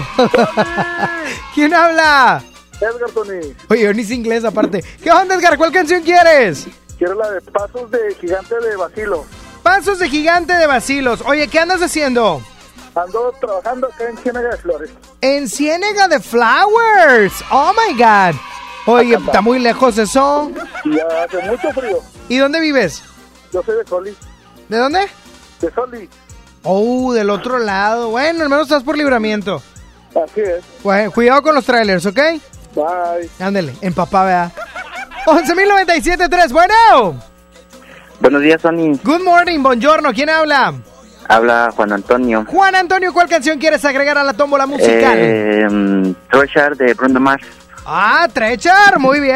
¿Quién habla? Edgar, Tony. Oye, yo ni sé inglés aparte. ¿Qué onda, Edgar? ¿Cuál canción quieres? Quiero la de Pasos de Gigante de Basilos. Pasos de Gigante de Basilos. Oye, ¿qué andas haciendo? Ando trabajando acá en Ciénega de Flores. En Ciénega de Flowers. Oh my God. Oye, está muy lejos eso. Y hace mucho frío. ¿Y dónde vives? Yo soy de Soli. ¿De dónde? De Soli. Oh, del otro lado. Bueno, al menos estás por Libramiento. Así es. Bueno, cuidado con los trailers, ¿ok? Bye. Ándale, en papá, vea. 11.097.3, bueno. Buenos días, Sony. Good morning, buongiorno. ¿Quién habla? Habla Juan Antonio. Juan Antonio, ¿cuál canción quieres agregar a la tómbola musical? Treasure de Bruno Mars. Ah, Treasure, muy bien.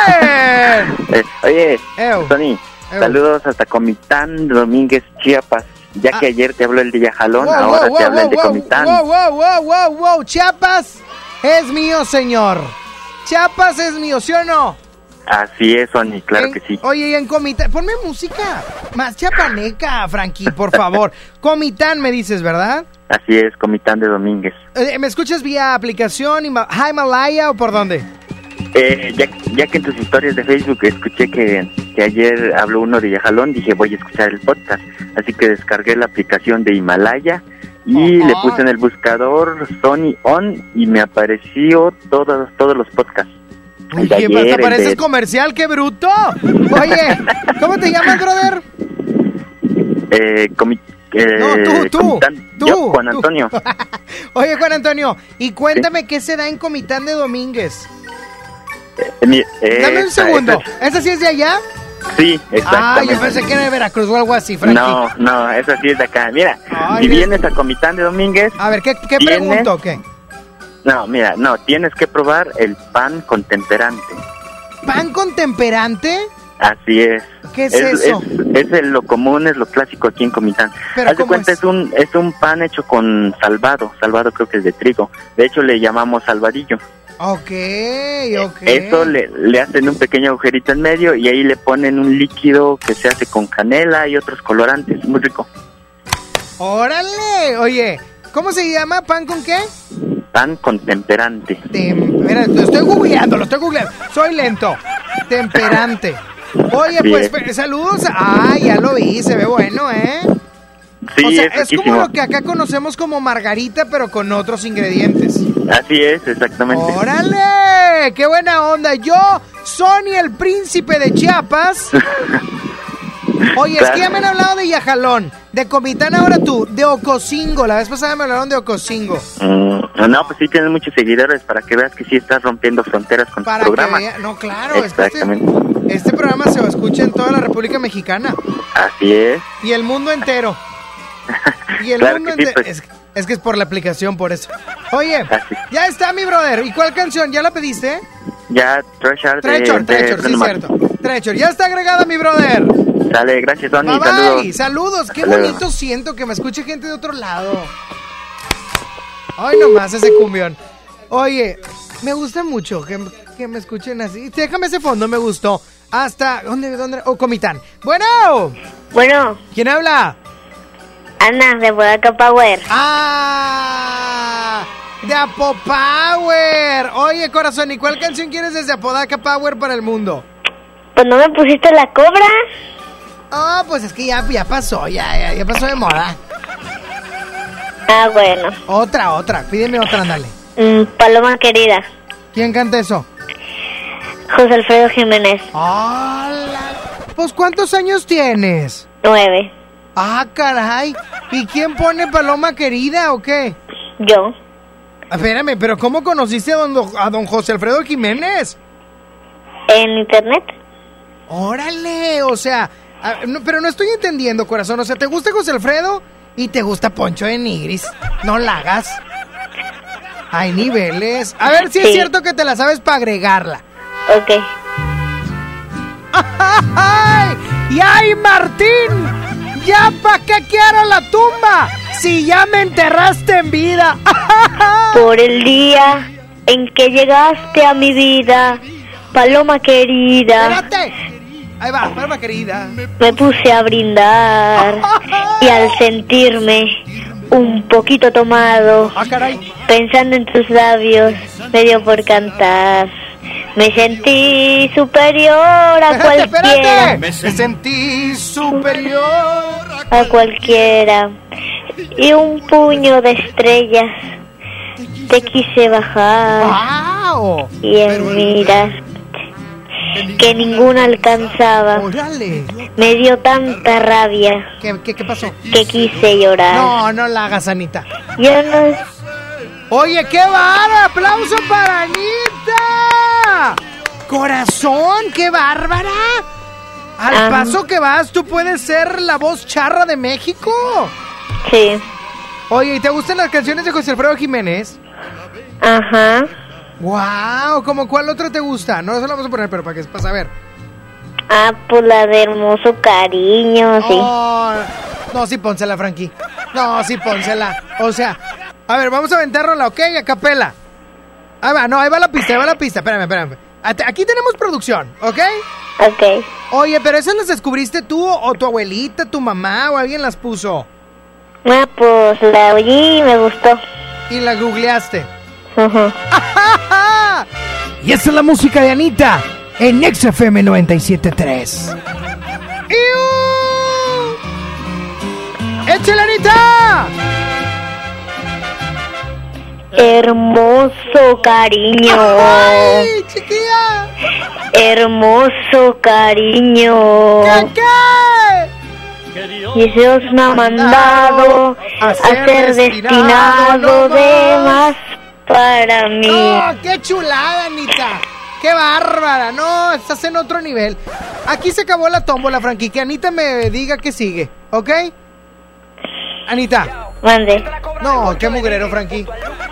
Oye, Sony, saludos hasta Comitán, Domínguez, Chiapas. Ya que ayer te habló el de Yajalón, ahora te habla el de Comitán. Wow, Chiapas es mío, señor. Chiapas es mío, ¿sí o no? Así es, Sony, claro que sí. Oye, y en Comitán, ponme música más chiapaneca, Frankie, por favor. Comitán me dices, ¿verdad? Así es, Comitán de Domínguez. ¿Me escuchas vía aplicación Himalaya o por dónde? Ya que en tus historias de Facebook escuché que ayer habló uno de Yajalón, dije voy a escuchar el podcast. Así que descargué la aplicación de Himalaya y le puse en el buscador Sony On y me apareció todos los podcasts. Oye, hasta pareces comercial, qué bruto. Oye, ¿cómo te llamas, brother? Tú. Yo, Juan Antonio. Oye, Juan Antonio, y cuéntame qué se da en Comitán de Domínguez. Dame un segundo. ¿Esa sí es de allá? Sí, exactamente. Yo pensé que era de Veracruz o algo así, Frankie. No, esa sí es de acá. Mira, si vienes a Comitán de Domínguez... A ver, ¿qué pregunto o qué? No, mira, tienes que probar el pan con temperante. ¿Pan con temperante? Así es. ¿Qué es eso? Es lo común, es lo clásico aquí en Comitán. ¿Pero haz de cuenta, es un pan hecho con salvado creo que es de trigo. De hecho, le llamamos salvadillo. Ok. Eso le hacen un pequeño agujerito en medio y ahí le ponen un líquido que se hace con canela y otros colorantes, muy rico. ¡Órale! Oye, ¿cómo se llama? ¿Pan con qué? Pan con temperante. Mira, lo estoy googleando. Soy lento. Temperante. Oye, pues, saludos. Ya lo vi, se ve bueno, ¿eh? Sí, o sea, es como lo que acá conocemos como margarita, pero con otros ingredientes. Así es, exactamente. ¡Órale! ¡Qué buena onda! Yo, Sony, el príncipe de Chiapas. Oye, claro. Es que ya me han hablado de Yajalón, de Comitán, ahora tú, de Ocosingo. La vez pasada me hablaron de Ocosingo. No, pues sí tienes muchos seguidores para que veas que sí estás rompiendo fronteras con tu programa. No, claro. Exactamente. Este programa se escucha en toda la República Mexicana. Así es. Y el mundo entero. Y el claro mundo que entero. Sí, pues. Es que es por la aplicación, por eso. Oye, ya está, mi brother. ¿Y cuál canción? ¿Ya la pediste? Ya, Treasure, sí, cierto. Treasure, ya está agregada, mi brother. Dale, gracias, Tony. Saludos. Qué bonito siento que me escuche gente de otro lado. Ay, nomás ese cumbión. Oye, me gusta mucho que me escuchen así. Déjame ese fondo, me gustó. Hasta, ¿dónde? Comitán. Bueno. ¿Quién habla? Ana, de Apodaca Power. De Apopower. Oye, corazón, ¿y cuál canción quieres desde Apodaca Power para el mundo? Pues no me pusiste La Cobra. Pues es que ya pasó, ya pasó de moda. Bueno. Otra, pídeme otra, ándale. Paloma Querida. ¿Quién canta eso? José Alfredo Jiménez. ¡Hola! Pues, ¿cuántos años tienes? 9. Caray. ¿Y quién pone Paloma Querida o qué? Yo. Espérame, ¿pero cómo conociste a don José Alfredo Jiménez? En internet. Órale, o sea, pero no estoy entendiendo, corazón. O sea, ¿te gusta José Alfredo y te gusta Poncho de Nigris? No la hagas. Hay niveles. A ver si es cierto que te la sabes para agregarla. Ok. ¡Ay! ¡Y ay, Martín! ¿Ya pa' qué quiero la tumba? Si ya me enterraste en vida. Por el día en que llegaste a mi vida, Paloma Querida. Espérate. Ahí va, Paloma Querida. Me puse a brindar y al sentirme un poquito tomado, caray, pensando en tus labios, me dio por cantar. Me sentí superior a cualquiera. Me sentí superior a cualquiera. Y un puño de estrellas te quise bajar. ¡Wow! Y en miras que ninguna alcanzaba. ¡Órale! Me dio tanta rabia. ¿Qué pasó? Que quise llorar. No la hagas, Anita. Yo no... Oye, qué bárbara, aplauso para Anita. Corazón, qué bárbara. Al paso que vas, tú puedes ser la voz charra de México. Sí. Oye, ¿y te gustan las canciones de José Alfredo Jiménez? Ajá. Wow, ¿cómo cuál otra te gusta? No, eso lo vamos a poner, pero para saber. Pues la de Hermoso Cariño, sí. No, sí, pónsela, Frankie. No, sí, pónsela. O sea, a ver, vamos a aventárnosla, ¿ok? A capela. Ahí va la pista, espérame. Aquí tenemos producción, ¿ok? Ok. Oye, pero ¿esas las descubriste tú o tu abuelita, tu mamá o alguien las puso? Pues la oí y me gustó. ¿Y la googleaste? Ajá. Y esa es la música de Anita en XFM 97.3. ¡Échale, Anita! Hermoso cariño. ¡Ay, chiquilla! Hermoso cariño. ¿Qué? Y Dios me ha mandado a ser destinado de más para mí. ¡Oh, qué chulada, Anita! ¡Qué bárbara! No, estás en otro nivel. Aquí se acabó la tómbola, Frankie. Que Anita me diga qué sigue, ¿ok? Anita. Mande. No, qué mugrero, Frankie.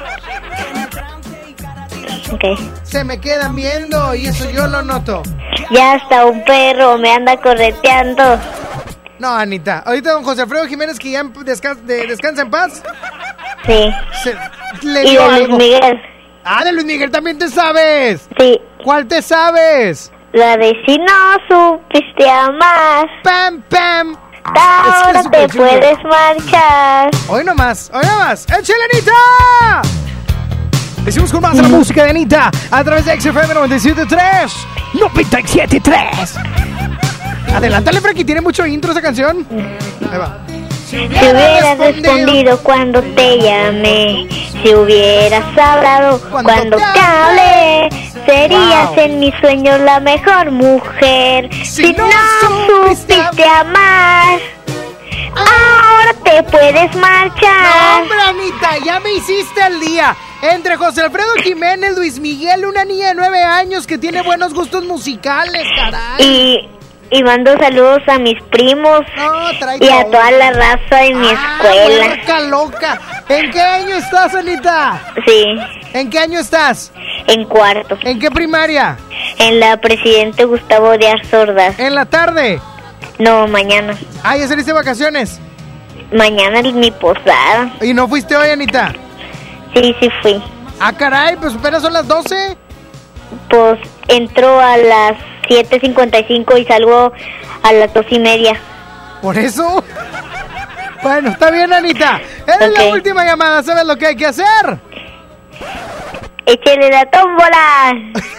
Ok. Se me quedan viendo y eso yo lo noto. Ya hasta un perro me anda correteando. No, Anita. Ahorita don José Alfredo Jiménez, que ya descansa en paz. Sí. Le y dio de Luis algo. Miguel. Ah, de Luis Miguel también te sabes. Sí. ¿Cuál te sabes? La de si no supiste amar. ¡Pam, pam! Ahora te puedes marchar. Hoy nomás. ¡Échale, Anita! Decimos con más de la música de Anita a través de XFM 97.3. 97.3. Adelántale, Frankie, tiene mucho intro esa canción. Ahí va. Si hubieras respondido cuando te llamé, si hubieras hablado cuando te hablé, serías en mis sueños la mejor mujer. Si no supiste amar, ahora te puedes marchar. No, hombre, Anita, ya me hiciste el día. Entre José Alfredo Jiménez, Luis Miguel, una niña de 9 años que tiene buenos gustos musicales, caray. Y mando saludos a mis primos y a toda la raza de mi escuela. Loca. ¿En qué año estás, Anita? Sí. ¿En qué año estás? En cuarto. ¿En qué primaria? En la Presidente Gustavo Díaz Ordaz. ¿En la tarde? No, mañana. Ah, ¿ya saliste de vacaciones? Mañana es mi posada. ¿Y no fuiste hoy, Anita? Sí fui. Ah, caray, pues apenas son las 12. Pues entro a las 7:55 y salgo a las 2:30. ¿Por eso? Bueno, está bien, Anita. Es la última llamada, ¿sabes lo que hay que hacer? ¡Échale la tómbola!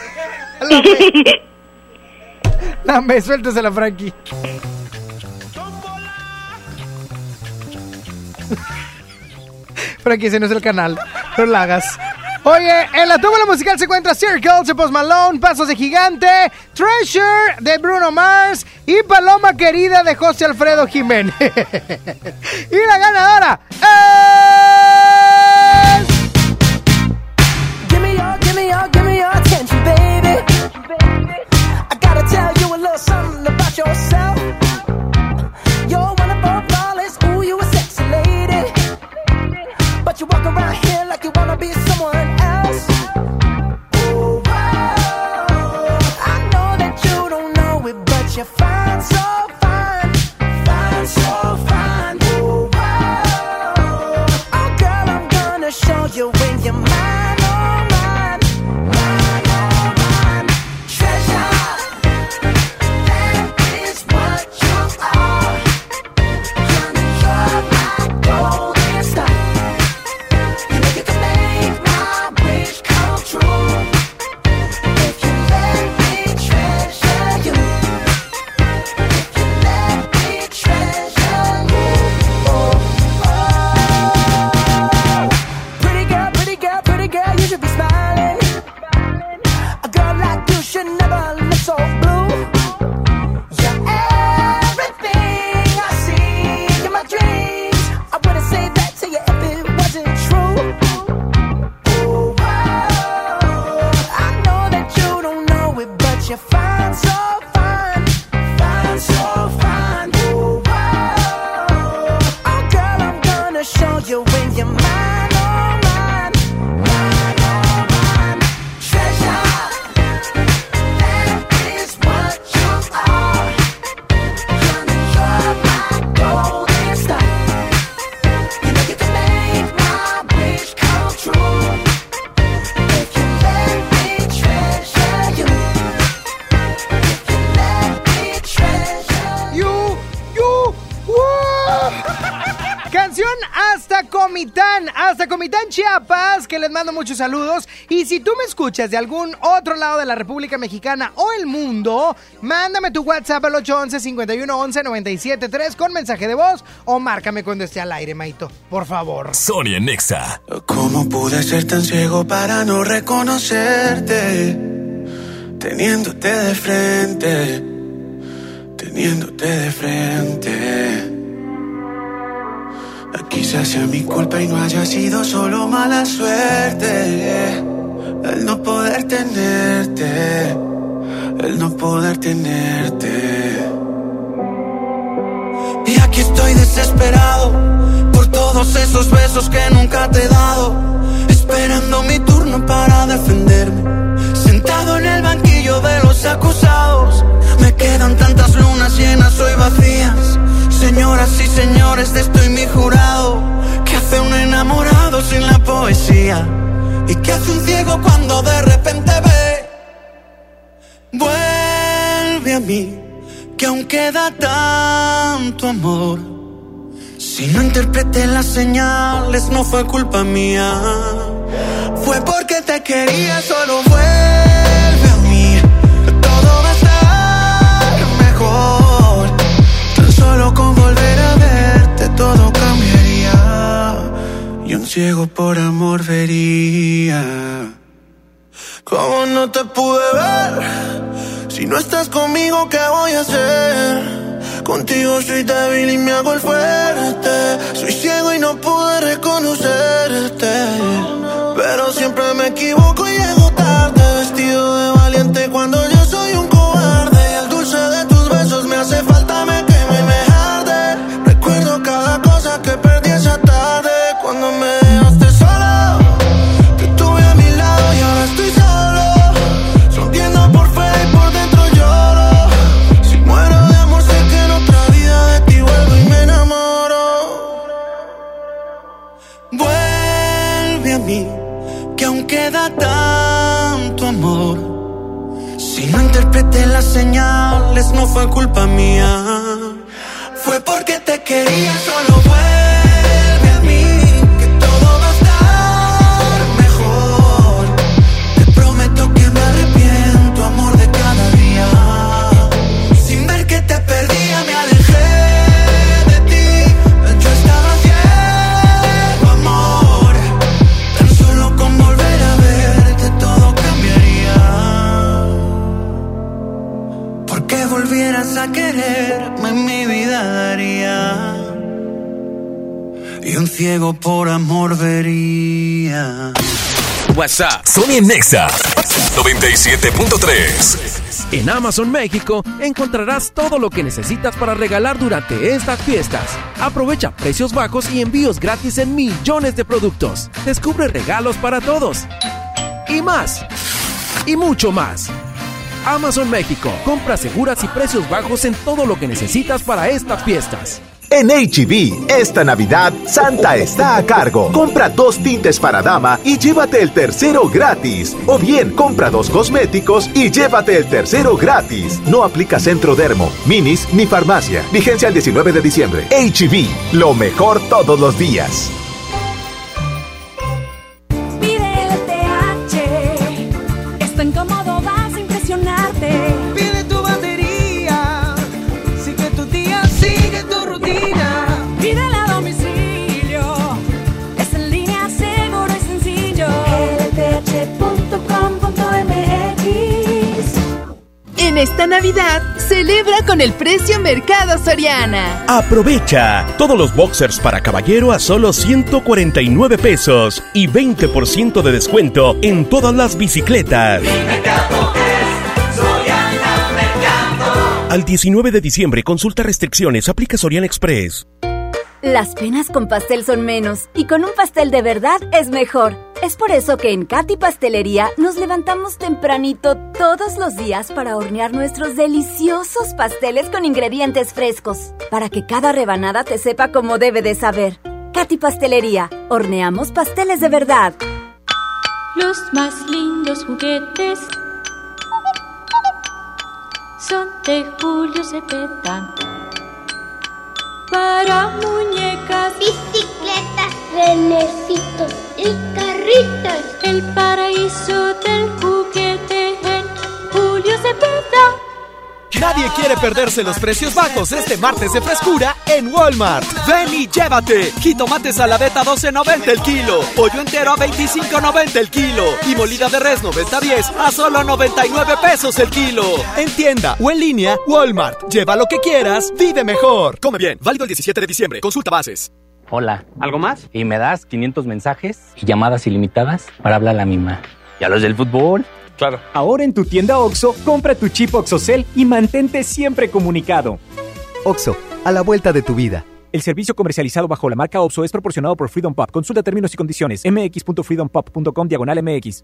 Dame, suéltasela, Frankie. Frankie, ese no es el canal. No la hagas. Oye, en la tómbola musical se encuentra Circles de Post Malone, Pasos de Gigante, Treasure de Bruno Mars y Paloma Querida de José Alfredo Jiménez. Y la ganadora es... Give me your attention, baby. I gotta tell you a little something about yourself. You're wonderful, flawless, ooh, you a sexy lady. But you walk around here like you wanna be someone else. Ooh, I know that you don't know it, but you're fine, so fine, fine, so fine. Ooh, oh girl, I'm gonna show you when you're mine, oh mine, mine, oh mine. Treasure, that is what you are. You're my golden star. You're fine, so fine, fine, so fine. Ooh, oh girl, I'm gonna show you when you're mine, oh mine, mine, oh mine. Treasure, that is what you are. You're my golden star. You know you can make my wish come true. If you let me treasure you. Canción hasta Comitán hasta Comitán, Chiapas, que les mando muchos saludos. Y si tú me escuchas de algún otro lado de la República Mexicana o el mundo, mándame tu WhatsApp al 811-511-973 con mensaje de voz o márcame cuando esté al aire, Maito, por favor. Sonia Nexa. ¿Cómo pude ser tan ciego para no reconocerte? Teniéndote de frente, teniéndote de frente. Quizás sea mi culpa y no haya sido solo mala suerte. El no poder tenerte, el no poder tenerte. Y aquí estoy desesperado por todos esos besos que nunca te he dado, esperando mi turno para defenderme. Sentado en el banquillo de los acusados, me quedan tantas lunas llenas hoy vacías. Señoras y señores, de esto y mi jurado. ¿Qué hace un enamorado sin la poesía? ¿Y qué hace un ciego cuando de repente ve? Vuelve a mí, que aún queda tanto amor. Si no interpreté las señales, no fue culpa mía. Fue porque te quería, solo vuelve a mí. Todo va a estar mejor. Tan solo con volver a verte todo cambiaría. Y un ciego por amor vería. ¿Cómo no te pude ver? Si no estás conmigo, ¿qué voy a hacer? Contigo soy débil y me hago el fuerte. Soy ciego y no pude reconocerte. Pero siempre me equivoco y llego tarde, vestido de valiente cuando yo soy un cobarde. Y el dulce de tus besos me hace falta, me quema y me arde. Recuerdo cada cosa que perdí esa tarde, cuando me dejaste solo. Te tuve a mi lado y ahora estoy solo, sonriendo por fuera y por dentro lloro. Si muero de amor sé que en otra vida de ti vuelvo y me enamoro. Vuelve a mí, que aún queda tanto amor. Si no interpreté las señales, no fue culpa mía. Fue porque te quería, solo vuelve a mí, que todo va a estar mejor. Te prometo que me arrepiento, amor, de cada día. Sin ver que te perdía, me alejé de ti. Yo estaba ciego, amor. Tan solo con volver a verte todo cambiaría. Porque volvieras a quererme, mi vida daría. Y un ciego por amor vería. WhatsApp. Sonia Nexa 97.3. En Amazon México encontrarás todo lo que necesitas para regalar durante estas fiestas. Aprovecha precios bajos y envíos gratis en millones de productos. Descubre regalos para todos. Y más. Y mucho más. Amazon México. Compras seguras y precios bajos en todo lo que necesitas para estas fiestas. En H-E-B, esta Navidad, Santa está a cargo. Compra 2 tintes para dama y llévate el tercero gratis. O bien, compra 2 cosméticos y llévate el tercero gratis. No aplica Centro Dermo, Minis ni farmacia. Vigencia el 19 de diciembre. H-E-B, lo mejor todos los días. Pide LTH, es tan cómodo, vas a impresionarte. Pide tu batería, sigue tu día, sigue tu rutina. Pídela a domicilio, es en línea, seguro y sencillo. lth.com.mx. En esta Navidad, celebra con el precio Mercado Soriana. Aprovecha todos los boxers para caballero a solo 149 pesos y 20% de descuento en todas las bicicletas. Al 19 de diciembre, consulta restricciones, aplica Soriana Express. Las penas con pastel son menos y con un pastel de verdad es mejor. Es por eso que en Katy Pastelería nos levantamos tempranito todos los días para hornear nuestros deliciosos pasteles con ingredientes frescos, para que cada rebanada te sepa como debe de saber. Katy Pastelería, horneamos pasteles de verdad. Los más lindos juguetes son de Julio Cepeda. Para muñecas, bicicletas, trenecitos y carritos. El paraíso del juguete en Julio Cepeda. Nadie quiere perderse los precios bajos este martes de frescura en Walmart. Ven y llévate. Jitomates a la beta 12.90 el kilo. Pollo entero a 25.90 el kilo. Y molida de res 90-10 a solo 99 pesos el kilo. En tienda o en línea, Walmart. Lleva lo que quieras, vive mejor. Come bien. Válido el 17 de diciembre. Consulta bases. Hola. ¿Algo más? Y me das 500 mensajes y llamadas ilimitadas para hablar a la misma. ¿Y a los del fútbol? Claro. Ahora en tu tienda OXXO, compra tu chip OXXOCEL y mantente siempre comunicado. OXXO, a la vuelta de tu vida. El servicio comercializado bajo la marca OXXO es proporcionado por Freedom Pop. Consulta términos y condiciones. mx.freedompop.com/MX.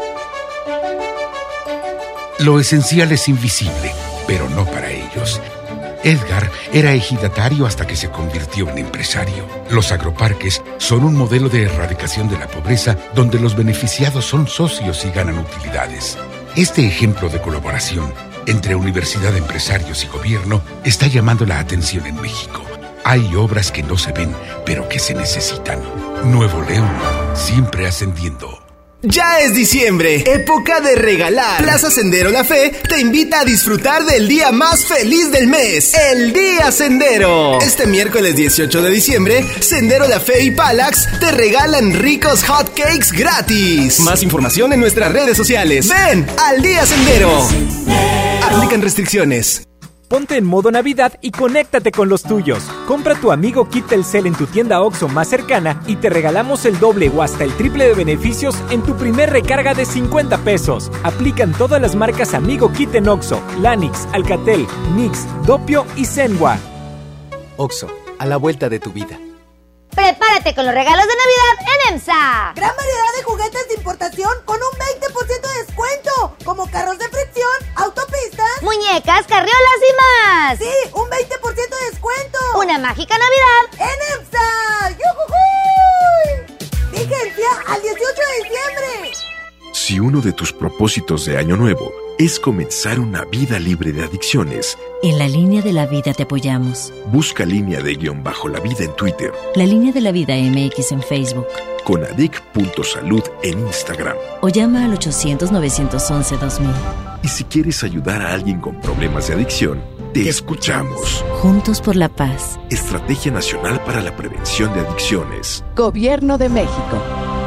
Lo esencial es invisible, pero no para ellos. Edgar era ejidatario hasta que se convirtió en empresario. Los agroparques son un modelo de erradicación de la pobreza donde los beneficiados son socios y ganan utilidades. Este ejemplo de colaboración entre universidad, empresarios y gobierno está llamando la atención en México. Hay obras que no se ven, pero que se necesitan. Nuevo León, siempre ascendiendo. Ya es diciembre, época de regalar. Plaza Sendero La Fe te invita a disfrutar del día más feliz del mes, el Día Sendero. Este miércoles 18 de diciembre, Sendero La Fe y Palax te regalan ricos hot cakes gratis. Más información en nuestras redes sociales. Ven al Día Sendero. Aplican restricciones. Ponte en modo Navidad y conéctate con los tuyos. Compra tu amigo Kit Telcel en tu tienda OXXO más cercana y te regalamos el doble o hasta el triple de beneficios en tu primer recarga de 50 pesos. Aplican todas las marcas Amigo Kit en OXXO, Lanix, Alcatel, Nix, Doppio y Zenwa. OXXO, a la vuelta de tu vida. Prepárate con los regalos de Navidad en EMSA. Gran variedad de juguetes de importación con un 20% de descuento, como carros de fricción, autopistas, muñecas, carriolas y más. Sí, un 20% de descuento. Una mágica Navidad en EMSA. ¡Yujujuy! Vigencia al 18 de diciembre. Si uno de tus propósitos de Año Nuevo es comenzar una vida libre de adicciones, en La Línea de la Vida te apoyamos. Busca Línea de _la vida en Twitter, La Línea de la Vida MX en Facebook, con adic.salud en Instagram, o llama al 800-911-2000. Y si quieres ayudar a alguien con problemas de adicción, te escuchamos. Juntos por la paz. Estrategia Nacional para la Prevención de Adicciones. Gobierno de México.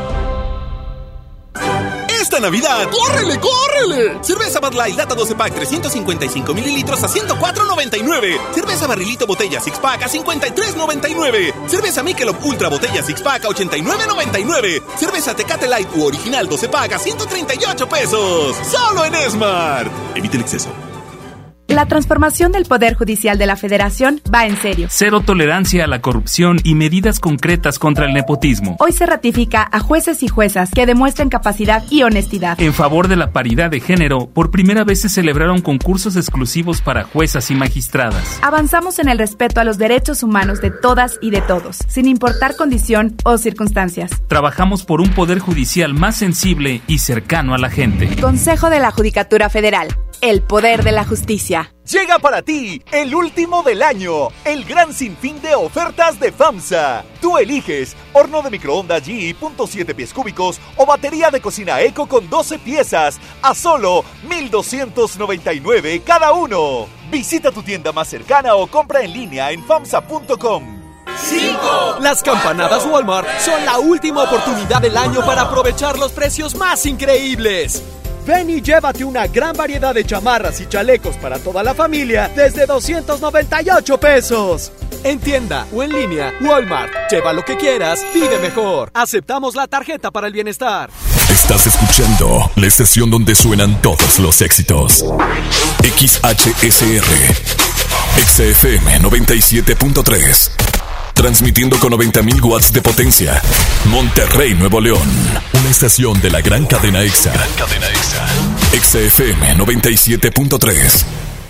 Esta Navidad, ¡córrele, córrele! Cerveza Bud Light Lata 12 Pack 355 mililitros a $104.99. Cerveza Barrilito Botella Six Pack a $53.99. Cerveza Michelob Ultra Botella Six Pack a $89.99. Cerveza Tecate Light u Original 12 Pack a $138 pesos. ¡Solo en Smart! Evite el exceso. La transformación del Poder Judicial de la Federación va en serio. Cero tolerancia a la corrupción y medidas concretas contra el nepotismo. Hoy se ratifica a jueces y juezas que demuestren capacidad y honestidad. En favor de la paridad de género, por primera vez se celebraron concursos exclusivos para juezas y magistradas. Avanzamos en el respeto a los derechos humanos de todas y de todos, sin importar condición o circunstancias. Trabajamos por un Poder Judicial más sensible y cercano a la gente. Consejo de la Judicatura Federal. El poder de la justicia. Llega para ti el último del año, el gran sinfín de ofertas de FAMSA. Tú eliges horno de microondas GE .7 pies cúbicos o batería de cocina Eco con 12 piezas a solo $1,299 cada uno. Visita tu tienda más cercana o compra en línea en FAMSA.com. 5. Las campanadas Walmart son la última oportunidad del año para aprovechar los precios más increíbles. Ven y llévate una gran variedad de chamarras y chalecos para toda la familia desde 298 pesos. En tienda o en línea, Walmart. Lleva lo que quieras, vive mejor. Aceptamos la tarjeta para el bienestar. Estás escuchando la estación donde suenan todos los éxitos. XHSR. XFM 97.3. Transmitiendo con 90.000 watts de potencia. Monterrey, Nuevo León. Una estación de la gran cadena EXA. XFM 97.3.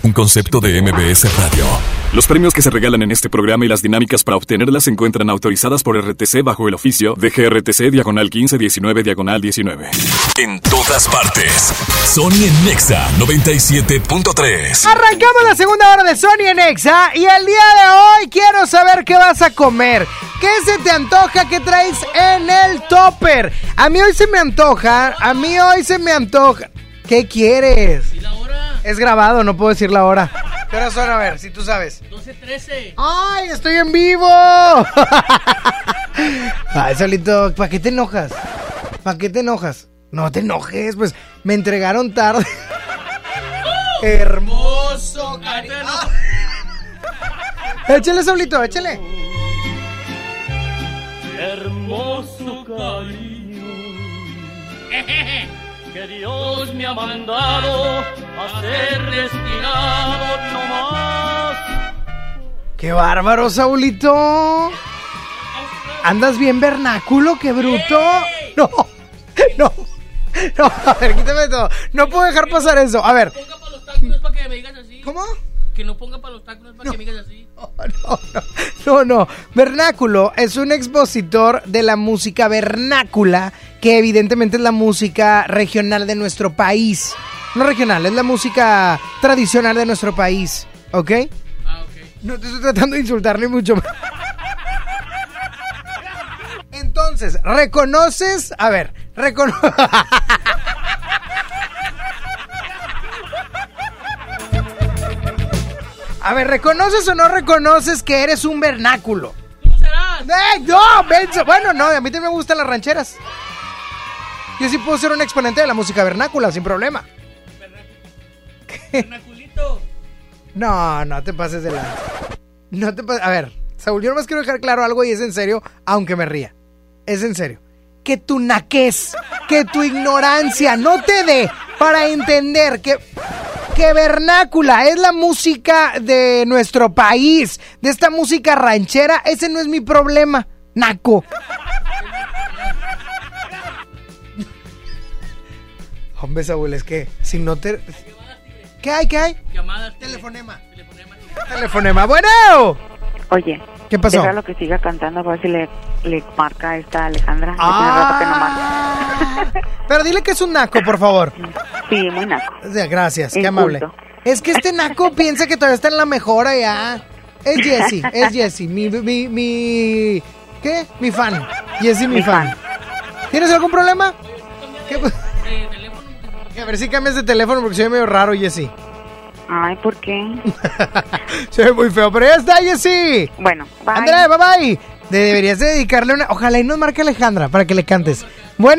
un concepto de MBS Radio. Los premios que se regalan en este programa y las dinámicas para obtenerlas se encuentran autorizadas por RTC bajo el oficio de GRTC /1519/19. En todas partes. Sony en Nexa 97.3. Arrancamos la segunda hora de Sony en Nexa y el día de hoy quiero saber qué vas a comer. ¿Qué se te antoja? ¿Qué traes en el topper? A mí hoy se me antoja. ¿Qué quieres? ¿Y la hora? Es grabado, no puedo decir la hora. ¿Qué hora son? A ver, si tú sabes. 12:13. ¡Ay, estoy en vivo! Ay, Solito, ¿para qué te enojas? No te enojes, pues me entregaron tarde. Hermoso cariño. Échale, Solito, échale. Hermoso cariño que Dios me ha mandado a ser destinado nomás. ¡Qué bárbaro, Saulito! ¿Andas bien vernáculo? ¡Qué bruto! No, a ver, quítame todo. No puedo dejar pasar eso. A ver. Que no ponga para los tacos, no es para que me digas así. ¿Cómo? Que no ponga para los tacos, no es para que me digas así. No. Vernáculo es un expositor de la música vernácula, que evidentemente es la música regional de nuestro país. No regional, es la música tradicional de nuestro país. ¿Ok? Ah, ok. No te estoy tratando de insultar ni mucho más. Entonces, ¿reconoces? A ver, ¿reconoces o no reconoces que eres un vernáculo? ¿Tú no serás? No, menso. Bueno, no, a mí también me gustan las rancheras. Yo sí puedo ser un exponente de la música vernácula, sin problema. Vernaculito. No te pases de la... A ver, Saúl, yo nomás quiero dejar claro algo y es en serio, aunque me ría. Es en serio. Que tu naquez, que tu ignorancia no te dé para entender que vernácula es la música de nuestro país, de esta música ranchera. Ese no es mi problema, naco. Hombre, Saúl, es que si no te... ¿Qué hay? Llamadas. Telefonema. Bueno. Oye, ¿qué pasó? Déjalo que siga cantando, a ver si le marca a esta Alejandra. Tiene rato que no marca. Pero dile que es un naco, por favor. Sí, muy naco. Gracias, qué amable. Es que este naco piensa que todavía está en la mejora ya. Es Jessy, mi ¿qué? Mi fan. Jessy, mi fan. ¿Tienes algún problema? ¿Qué? A ver si cambias de teléfono porque se ve medio raro, Jessy. Ay, ¿por qué? Se ve muy feo, pero ya está, Jessy. Bueno, bye. Andrea, bye. Deberías dedicarle una... Ojalá y nos marque Alejandra para que le cantes. Bueno.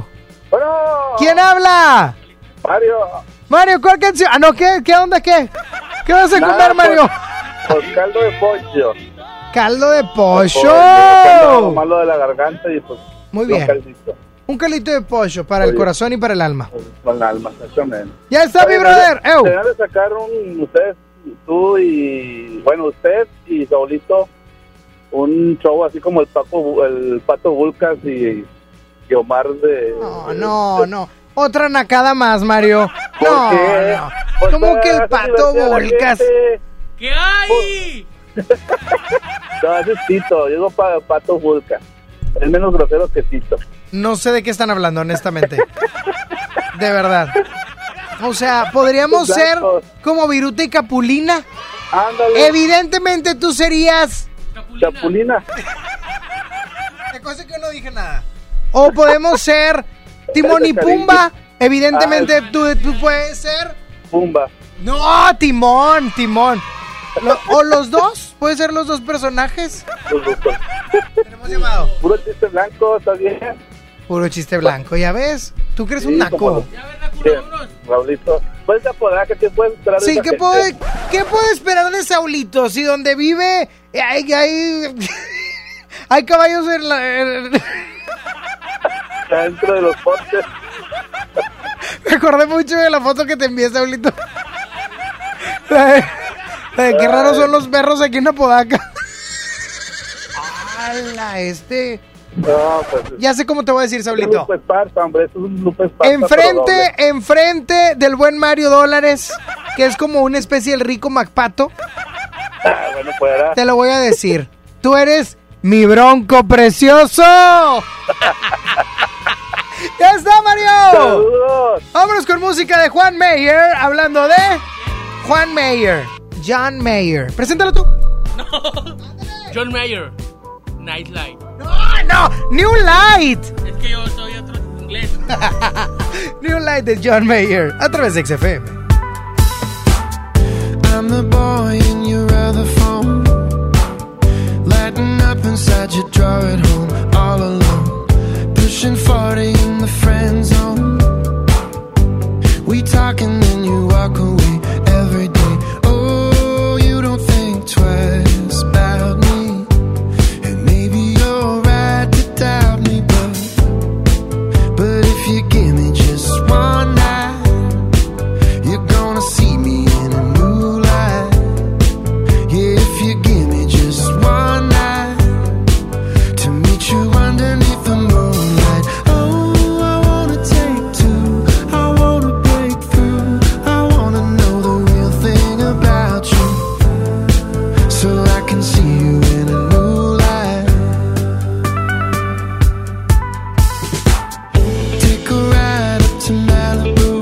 ¿Quién habla? Mario, ¿cuál canción? Ah, no, ¿qué onda, qué? ¿Qué vas a comer, Mario? Pues caldo de pollo. ¡Caldo de pollo! Malo de la garganta y pues... Muy bien. Un caldito de pollo para el corazón y para el alma. Con el alma, exactamente. ¡Ya está, mi brother! Deberían de sacar ustedes, tú y... Bueno, usted y Saulito, un show así como el Pato Bulcas y Omar de... No. Otra nacada más, Mario. ¿Por qué? Pues ¿cómo que el Pato Bulcas? ¿Qué hay? No, ese es Tito. Yo digo Pato Bulcas. Es menos grosero que Tito. No sé de qué están hablando, honestamente. De verdad. O sea, podríamos ser como Viruta y Capulina. Ándale. Evidentemente tú serías... Chapulina. De cosa que no dije nada. O podemos ser Timón y Pumba. Evidentemente tú puedes ser... Pumba. No, Timón. O los dos. ¿Pueden ser los dos personajes? Tenemos llamado. Puro chiste blanco, ¿está bien? Puro chiste blanco, ya ves. ¿Tú crees un naco? Raulito, ¿puedes apodar? ¿Qué te puedes esperar? Sí, ¿qué puede esperar de Saulito? Si donde vive hay caballos dentro de los postes. Me acordé mucho de la foto que te envié, Saulito. Qué raros son los perros aquí en Apodaca. ¡Hala, No, pues... Ya sé cómo te voy a decir, Saulito. Es un Lupe Esparza, hombre, es un Lupe Esparza. Enfrente del buen Mario Dólares que es como una especie del Rico McPato. Bueno, fuera. Te lo voy a decir. Tú eres mi Bronco precioso. ¡Ya está, Mario! ¡Saludos! Vámonos con música de Juan Mayer. Hablando de Juan Mayer. John Mayer. Preséntalo tú. No. John Mayer. Nightlight. No, New Light. Es que yo soy otro inglés. New Light de John Mayer. A través de XFM. I'm the boy in your other phone, lighting up inside your drawer at home, all alone, pushing 40 in the friend zone. We talk and then you walk away every day. Oh, you don't think twice about me, and maybe you're right to doubt me, but if you give me just one night, you're gonna see me in a new light. Yeah, if you give me just one night to meet you underneath the moonlight. Oh, I wanna take two, I wanna break through, I wanna know the real thing about you, so I can see you in a new light. Take a ride up to Malibu,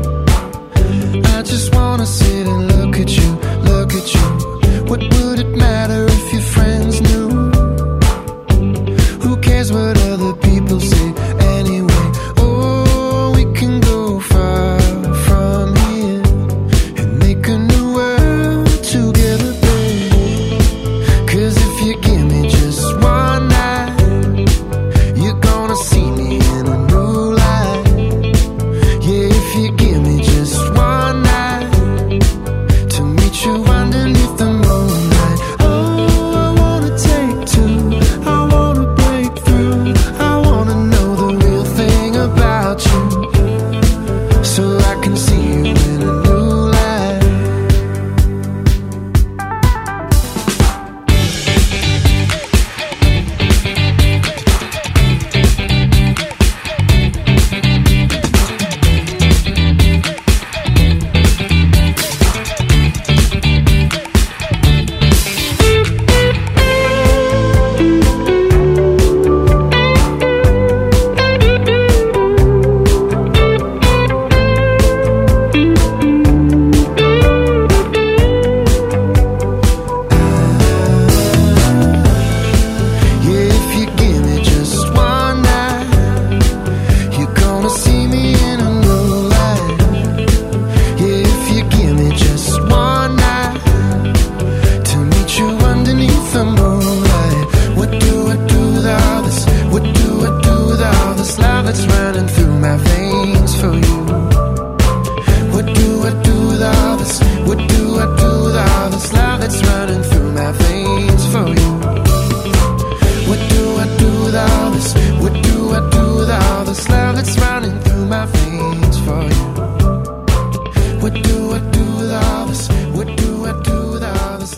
I just wanna sit and look at you, look at you. What would it matter if your friends knew? Who cares what other people say anyway? Oh, we can go far from here and make a new world together, babe. 'Cause if you give me just one night, you're gonna see me in a new light. Yeah, if you give me just one night to meet you underneath the moonlight. Oh, I wanna take two, I wanna break through, I wanna know the real thing about you, so I can see you in a new light. Yeah, if you give me just one night, you're gonna see me in a new light. Yeah, if you give me just one night to meet you underneath the moonlight. What do I do with all this? What do I do with all this love that's running through my veins for you? What do I do with all this? What do I do with all this love that's running through my veins for you? What do I do with all this? What do I do with all this love that's running through my veins for you? What do I do with all this? What do I do with all this?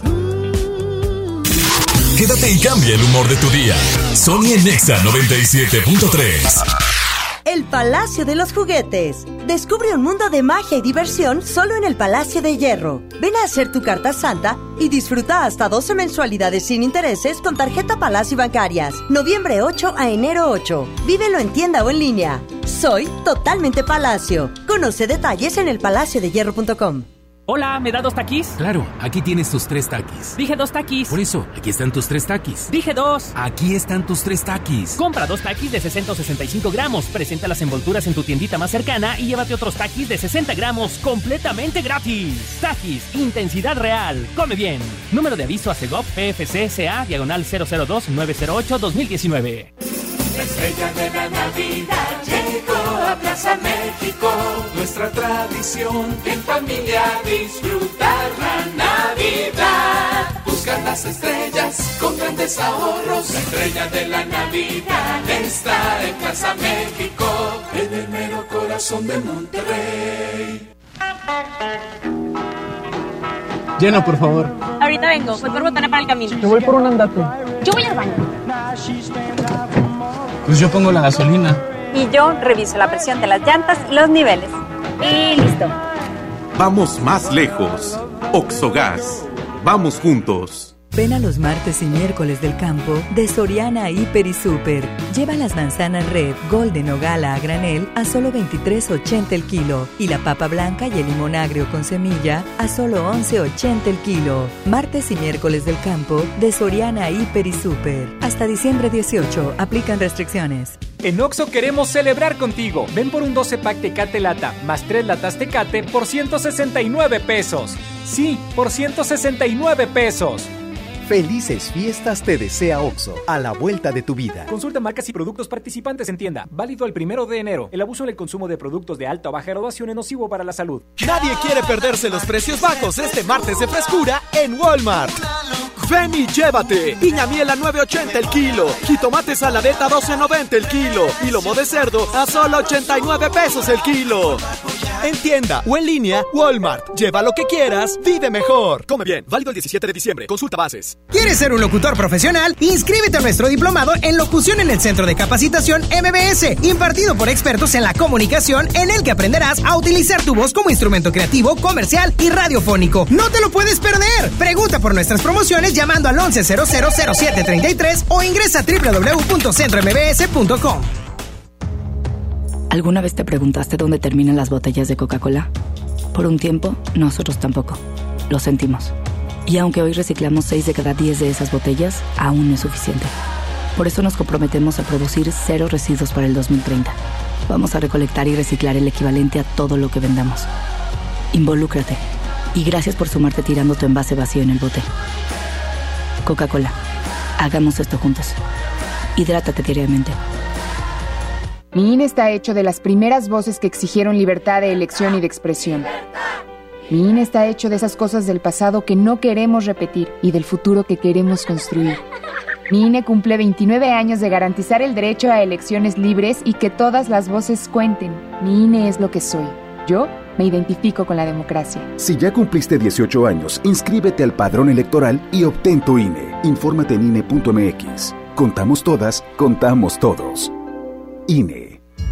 Quédate y cambia el humor de tu día. Sony en Nexa 97.3. El Palacio de los Juguetes. Descubre un mundo de magia y diversión solo en el Palacio de Hierro. Ven a hacer tu carta santa y disfruta hasta 12 mensualidades sin intereses con tarjeta Palacio y bancarias. Noviembre 8 a enero 8. Vívelo en tienda o en línea. Soy totalmente Palacio. Conoce detalles en elpalaciodehierro.com. Hola, ¿me da 2 taquis? Claro, aquí tienes tus 3 taquis. Dije 2 taquis. Por eso, aquí están tus 3 taquis. Dije 2. Aquí están tus 3 taquis. Compra 2 taquis de 665 gramos. Presenta las envolturas en tu tiendita más cercana y llévate otros taquis de 60 gramos completamente gratis. Taquis, intensidad real. Come bien. Número de aviso a Segov PFCSA /002-908-2019. La estrella de la Navidad llegó a Plaza México. Nuestra tradición en familia disfrutar la Navidad. Buscar las estrellas con grandes ahorros. La estrella de la Navidad está en Plaza México, en el mero corazón de Monterrey. Llena, por favor. Ahorita vengo, voy por botana para el camino. Yo voy por un andate. Yo voy al baño. Pues yo pongo la gasolina. Y yo reviso la presión de las llantas y los niveles. Y listo. vamos más lejos. Oxogas, vamos juntos. Ven a los martes y miércoles del campo de Soriana Hiper y Super. Lleva las manzanas Red, Golden o Gala a granel a solo $23.80 el kilo y la papa blanca y el limón agrio con semilla a solo $11.80 el kilo. Martes y miércoles del campo de Soriana Hiper y Super. Hasta diciembre 18. Aplican restricciones. En Oxxo queremos celebrar contigo. Ven por un 12-pack Tecate Lata más 3 latas Tecate por $169. Sí, por $169. Felices fiestas te desea Oxxo, a la vuelta de tu vida. Consulta marcas y productos participantes en tienda. Válido el 1 de enero. El abuso en el consumo de productos de alta o baja graduación es nocivo para la salud. Nadie quiere perderse los precios bajos este martes de frescura en Walmart. Ven y llévate. Piña miel a $9.80 el kilo. Jitomate saladeta a $12.90 el kilo. Y lomo de cerdo a solo $89 el kilo. En tienda o en línea, Walmart. Lleva lo que quieras, vive mejor. Come bien. Válido el 17 de diciembre. Consulta bases. ¿Quieres ser un locutor profesional? Inscríbete a nuestro diplomado en locución en el Centro de Capacitación MBS, impartido por expertos en la comunicación, en el que aprenderás a utilizar tu voz como instrumento creativo, comercial y radiofónico. ¡No te lo puedes perder! Pregunta por nuestras promociones llamando al 11000733 o ingresa a www.centrombs.com. ¿Alguna vez te preguntaste dónde terminan las botellas de Coca-Cola? Por un tiempo, nosotros tampoco. Lo sentimos. Y aunque hoy reciclamos 6 de cada 10 de esas botellas, aún no es suficiente. Por eso nos comprometemos a producir 0 residuos para el 2030. Vamos a recolectar y reciclar el equivalente a todo lo que vendamos. Involúcrate. Y gracias por sumarte tirando tu envase vacío en el bote. Coca-Cola. Hagamos esto juntos. Hidrátate diariamente. Mi INE está hecho de las primeras voces que exigieron libertad de elección y de expresión. Mi INE está hecho de esas cosas del pasado que no queremos repetir y del futuro que queremos construir. Mi INE cumple 29 años de garantizar el derecho a elecciones libres y que todas las voces cuenten. Mi INE es lo que soy. Yo me identifico con la democracia. Si ya cumpliste 18 años, inscríbete al padrón electoral y obtén tu INE. Infórmate en INE.mx. Contamos todas, contamos todos. INE.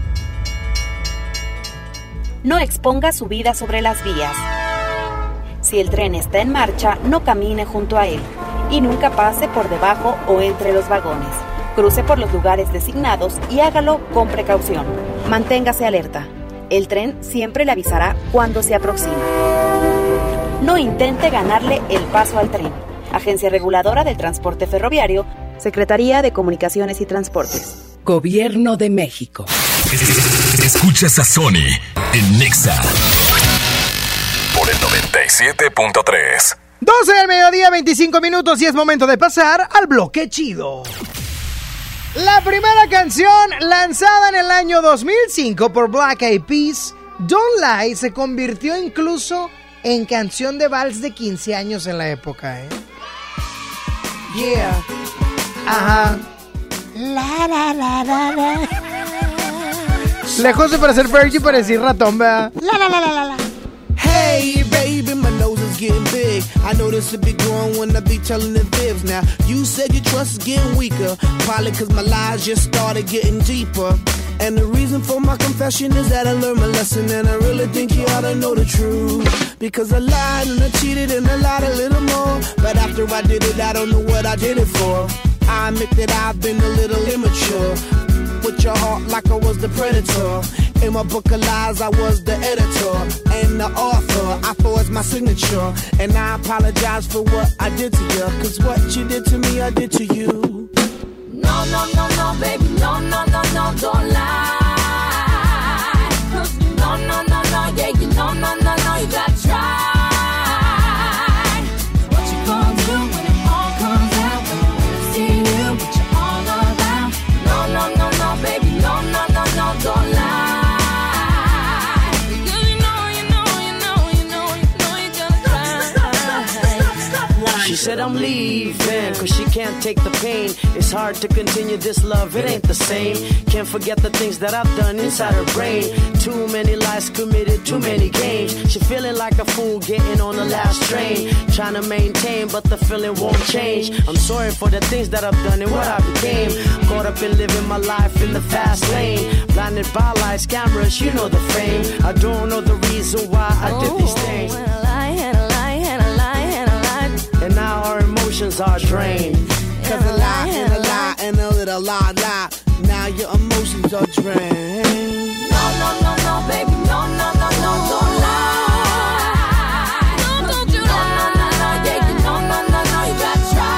No exponga su vida sobre las vías. Si el tren está en marcha, no camine junto a él y nunca pase por debajo o entre los vagones. Cruce por los lugares designados y hágalo con precaución. Manténgase alerta. El tren siempre le avisará cuando se aproxima. No intente ganarle el paso al tren. Agencia Reguladora del Transporte Ferroviario, Secretaría de Comunicaciones y Transportes. Gobierno de México. Escuchas a Sony en Nexa por el 97.3. 12 del mediodía, 25 minutos y es momento de pasar al bloque chido. La primera canción lanzada en el año 2005 por Black Eyed Peas, Don't Lie, se convirtió incluso en canción de vals de 15 años en la época, Yeah. Ajá. La, la, la, la, la. Lejos de parecer Fergie, parecía ratón, ¿verdad? La, la, la, la, la, la. Hey, baby, my nose is getting big. I know this will be growing when I be telling the fibs. Now, you said your trust is getting weaker. Probably cause my lies just started getting deeper. And the reason for my confession is that I learned my lesson. And I really think you ought to know the truth. Because I lied and I cheated and I lied a little more. But after I did it, I don't know what I did it for. I admit that I've been a little immature. With your heart like I was the predator. In my book of lies, I was the editor and the author. I forged my signature, and I apologize for what I did to you. Cause what you did to me, I did to you. No, no, no, no, baby, no, no, no, no, don't lie. No, no, no, no, yeah, you no, no, no, no, you gotta try. What you gonna do when it all comes out? When you see you, but you're all around. No, no, no, no, baby, no, no, no, no, don't lie. She said I'm leaving, cause she can't take the pain. It's hard to continue this love, it ain't the same. Can't forget the things that I've done inside her brain. Too many lies committed, too many games. She feeling like a fool getting on the last train. Trying to maintain, but the feeling won't change. I'm sorry for the things that I've done and what I became. Caught up in living my life in the fast lane. Blinded Spotlights, cameras, you know the fame. I don't know the reason why I did these things. And a lie, and a lie, and a lie, and a lie. And now our emotions are drained. Cause a lie, and a lie, and a little lie. Now your emotions are drained. No, no, no, no, baby, no, no, no, no, don't lie. No, don't you lie. No, no, no, no, yeah, no, no, no, no, you gotta try.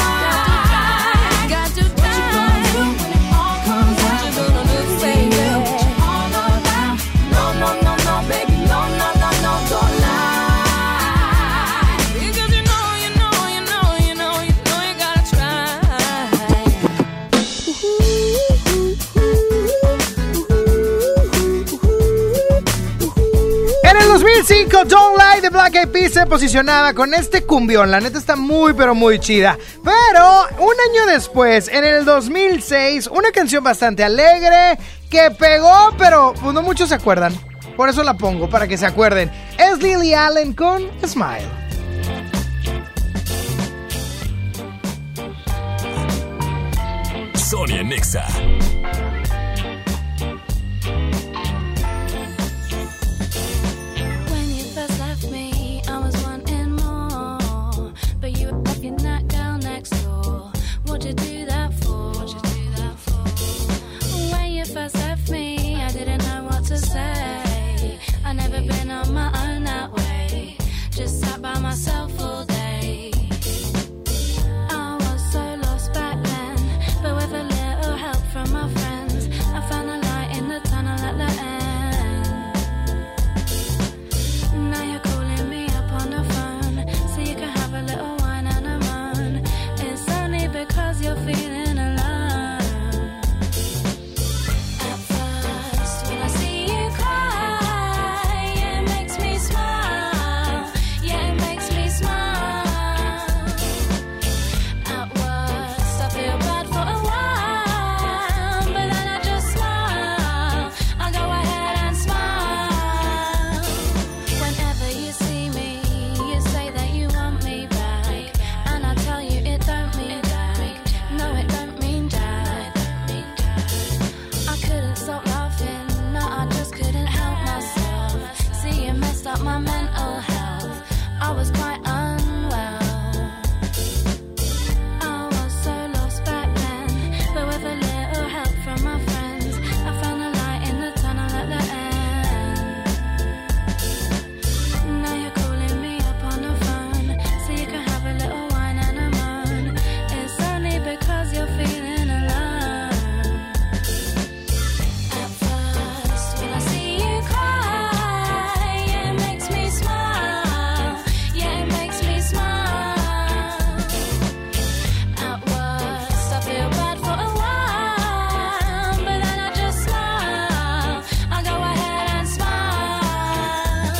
Got to try. What you gonna do when it all comes out? What you gonna do, baby? What you all about? No, no, no, no, baby, no, no, no, no, don't lie. Because you know, you know, you know, you know, you know you gotta try. En el 2005, Don't Lie de Black Eyed Peas se posicionaba con este cumbión. La neta está muy, pero muy chida. Pero un año después, en el 2006, una canción bastante alegre que pegó, pero pues, no muchos se acuerdan. Por eso la pongo, para que se acuerden. Es Lily Allen con Smile. Sonia Nexa. When you first left me, I was wanting more. But you were up your nightgown next door. What'd you do that for? What'd you do that for? When you first left me, I didn't know what to say. I never been on my own that way. Just sat by myself all day. I was so lost back then, but with a little help from my friends, I found a light in the tunnel at the end. Now you're calling me up on the phone, so you can have a little wine and a moan. It's only because you're feeling alone. At first, when I see you cry, it makes me smile. Yeah, it makes me smile. At worst, I feel bad for a while, but then I just smile. I go ahead and smile. Whenever you see me, you say that you want me back, and I tell you it don't mean that. No, it don't mean that. I couldn't stop laughing, no, I just couldn't help myself. See, you messed up my mental health. I was quite unwell. I was so lost back then, but with a little help from my friends, I found a light in the tunnel at the end. Now you're calling me up on the phone, so you can have a little wine and a moan. It's only because you're feeling alone. At first, when I see you cry, it makes me smile. Yeah, it makes me smile. At worst, I feel bad for a while, but then I just smile. I go ahead and smile.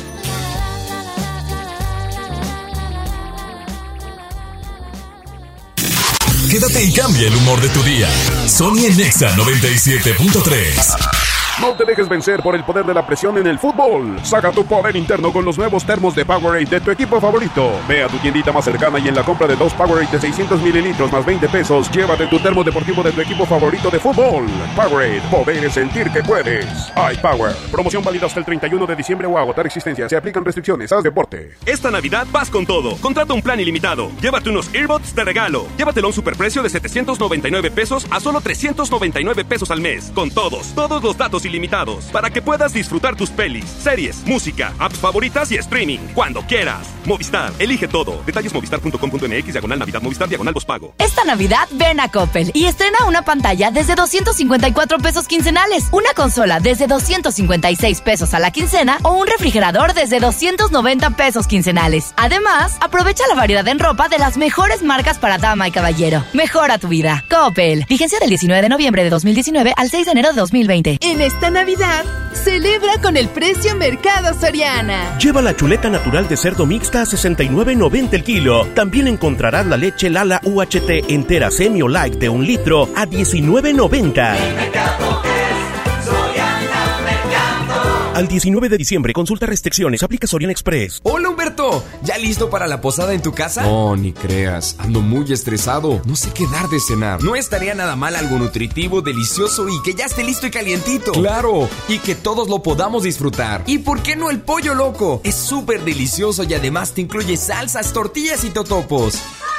Quédate y cambia el humor de tu día. Sonia Nexa 97.3. No te dejes vencer por el poder de la presión en el fútbol. Saca tu poder interno con los nuevos termos de Powerade de tu equipo favorito. Ve a tu tiendita más cercana y en la compra de 2 Powerade de 600 mililitros más 20 pesos, llévate tu termo deportivo de tu equipo favorito de fútbol. Powerade, poder es sentir que puedes. iPower, promoción válida hasta el 31 de diciembre o agotar existencia. Se aplican restricciones. Haz deporte. Esta Navidad vas con todo. Contrata un plan ilimitado. Llévate unos earbuds de regalo. Llévatelo a un superprecio de 799 pesos a solo 399 pesos al mes. Con todos los datos ilimitados. Para que puedas disfrutar tus pelis, series, música, apps favoritas y streaming. Cuando quieras. Movistar, elige todo. Detalles movistar.com.mx/Navidad, Movistar/postpago. Esta Navidad ven a Coppel y estrena una pantalla desde 254 pesos quincenales, una consola desde 256 pesos a la quincena o un refrigerador desde 290 pesos quincenales. Además, aprovecha la variedad en ropa de las mejores marcas para dama y caballero. Mejora tu vida. Coppel. Vigencia del 19 de noviembre de 2019 al 6 de enero de 2020. En esta Navidad, celebra con el precio Mercado Soriana. Lleva la chuleta natural de cerdo mixta a $69.90 el kilo. También encontrarás la leche Lala UHT entera semi o light de 1 litro a $19.90. Mercado es Soriana Mercado. Al 19 de diciembre, consulta restricciones, aplica Soriana Express. Hola Humberto, ¿ya listo para la posada en tu casa? No, ni creas, ando muy estresado, no sé qué dar de cenar. No estaría nada mal algo nutritivo, delicioso y que ya esté listo y calientito. Claro, y que todos lo podamos disfrutar. ¿Y por qué no el pollo loco? Es súper delicioso y además te incluye salsas, tortillas y totopos.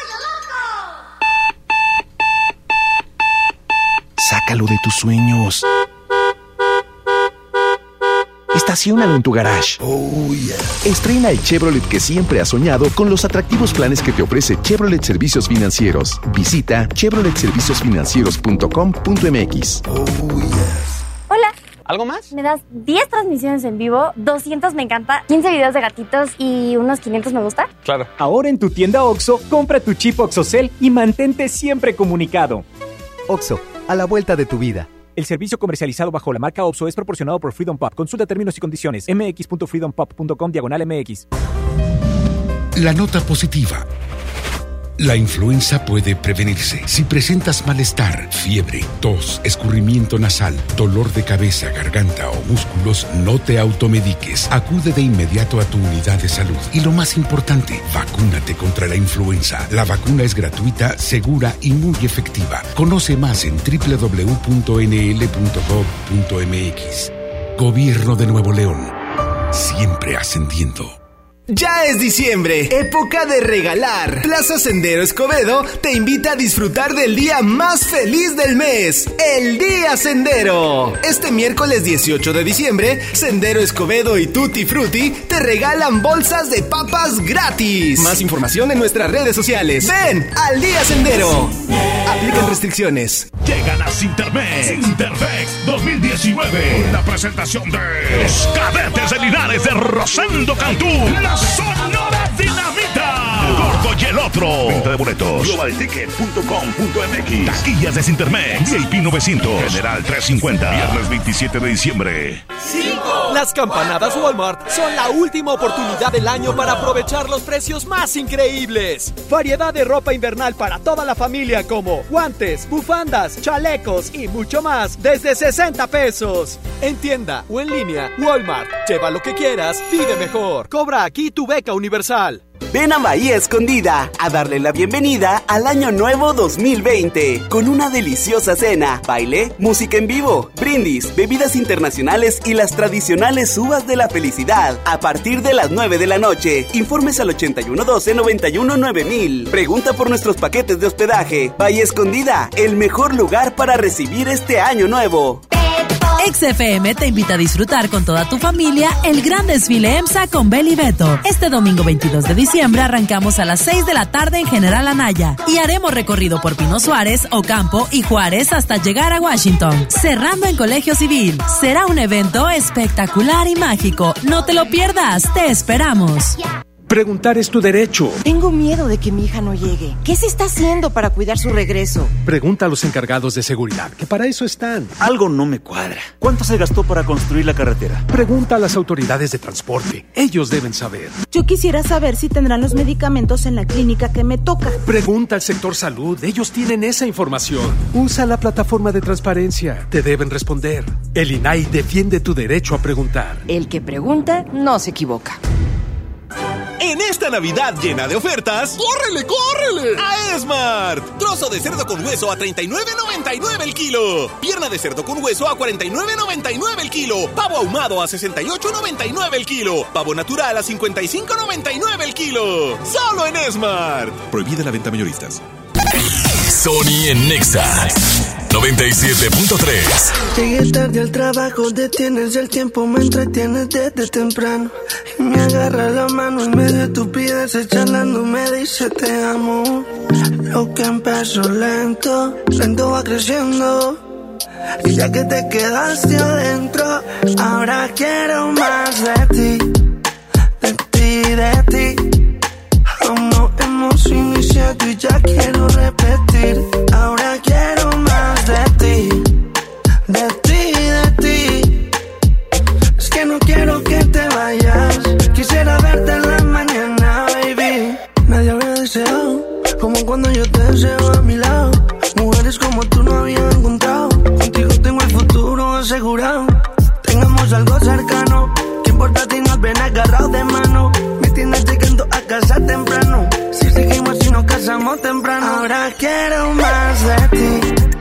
Sácalo de tus sueños. Estaciónalo en tu garage. Oh, yeah. Estrena el Chevrolet que siempre has soñado con los atractivos planes que te ofrece Chevrolet Servicios Financieros. Visita chevroletserviciosfinancieros.com.mx. Oh, yeah. Hola. ¿Algo más? Me das 10 transmisiones en vivo, 200 me encanta, 15 videos de gatitos y unos 500 me gusta. Claro. Ahora en tu tienda OXXO, compra tu chip OXXOCEL y mantente siempre comunicado. OXXO, a la vuelta de tu vida. El servicio comercializado bajo la marca OXXO es proporcionado por Freedom Pop. Consulta términos y condiciones. mx.freedompop.com/MX. La nota positiva. La influenza puede prevenirse. Si presentas malestar, fiebre, tos, escurrimiento nasal, dolor de cabeza, garganta o músculos, no te automediques. Acude de inmediato a tu unidad de salud. Y lo más importante, vacúnate contra la influenza. La vacuna es gratuita, segura y muy efectiva. Conoce más en www.nl.gov.mx. Gobierno de Nuevo León. Siempre ascendiendo. Ya es diciembre, época de regalar. Plaza Sendero Escobedo te invita a disfrutar del día más feliz del mes, el Día Sendero. Este miércoles 18 de diciembre, Sendero Escobedo y Tutti Frutti te regalan bolsas de papas gratis. Más información en nuestras redes sociales. ¡Ven al Día Sendero! Aplican restricciones. Llegan a Cintermex 2019. La presentación de los Cadetes de Linares de Rosendo Cantú. La Sonora Dinamita. Gordo y el otro. Venta de boletos. globalticket.com.mx. Taquillas de Cintermex. VIP 900. General 350. Viernes 27 de diciembre. 5. Las campanadas Walmart son la última oportunidad del año para aprovechar los precios más increíbles. Variedad de ropa invernal para toda la familia como guantes, bufandas, chalecos y mucho más desde 60 pesos. En tienda o en línea, Walmart. Lleva lo que quieras, vive mejor. Cobra aquí tu beca universal. Ven a Bahía Escondida a darle la bienvenida al Año Nuevo 2020 con una deliciosa cena, baile, música en vivo, brindis, bebidas internacionales y las tradicionales uvas de la felicidad a partir de las 9 de la noche. Informes al 8112-919000. Pregunta por nuestros paquetes de hospedaje. Bahía Escondida, el mejor lugar para recibir este Año Nuevo. XFM te invita a disfrutar con toda tu familia el gran desfile EMSA con Bel y Beto. Este domingo 22 de diciembre arrancamos a las 6 de la tarde en General Anaya y haremos recorrido por Pino Suárez, Ocampo y Juárez hasta llegar a Washington, cerrando en Colegio Civil. Será un evento espectacular y mágico. No te lo pierdas, te esperamos. Preguntar es tu derecho. Tengo miedo de que mi hija no llegue. ¿Qué se está haciendo para cuidar su regreso? Pregunta a los encargados de seguridad, que para eso están. Algo no me cuadra. ¿Cuánto se gastó para construir la carretera? Pregunta a las autoridades de transporte. Ellos deben saber. Yo quisiera saber si tendrán los medicamentos en la clínica que me toca. Pregunta al sector salud. Ellos tienen esa información. Usa la plataforma de transparencia. Te deben responder. El INAI defiende tu derecho a preguntar. El que pregunta no se equivoca. En esta Navidad llena de ofertas, ¡córrele, córrele! A Esmart. Trozo de cerdo con hueso a $39.99 el kilo. Pierna de cerdo con hueso a $49.99 el kilo. Pavo ahumado a $68.99 el kilo. Pavo natural a $55.99 el kilo. Solo en Esmart. Prohibida la venta mayoristas. Sony en Nexa 97.3. Llegué tarde al trabajo, detienes el tiempo, me entretienes desde temprano. Y me agarra la mano en medio de estupideces, charlando me dice te amo. Lo que empezó lento, lento va creciendo. Y ya que te quedaste adentro, ahora quiero más de ti, de ti, de ti. Como hemos iniciado y ya quiero repetir. Ahora quiero más de ti, de ti, de ti. Es que no quiero que te vayas. Quisiera verte en la mañana, baby. Nadie había deseado como cuando yo te deseo a mi lado. Mujeres como tú no había encontrado. Contigo tengo el futuro asegurado. tengamos algo cercano. ¿Qué importa si nos ven agarrados de mano? Me tienes llegando a casa temprano. Si seguimos y nos casamos temprano. Ahora quiero más de ti,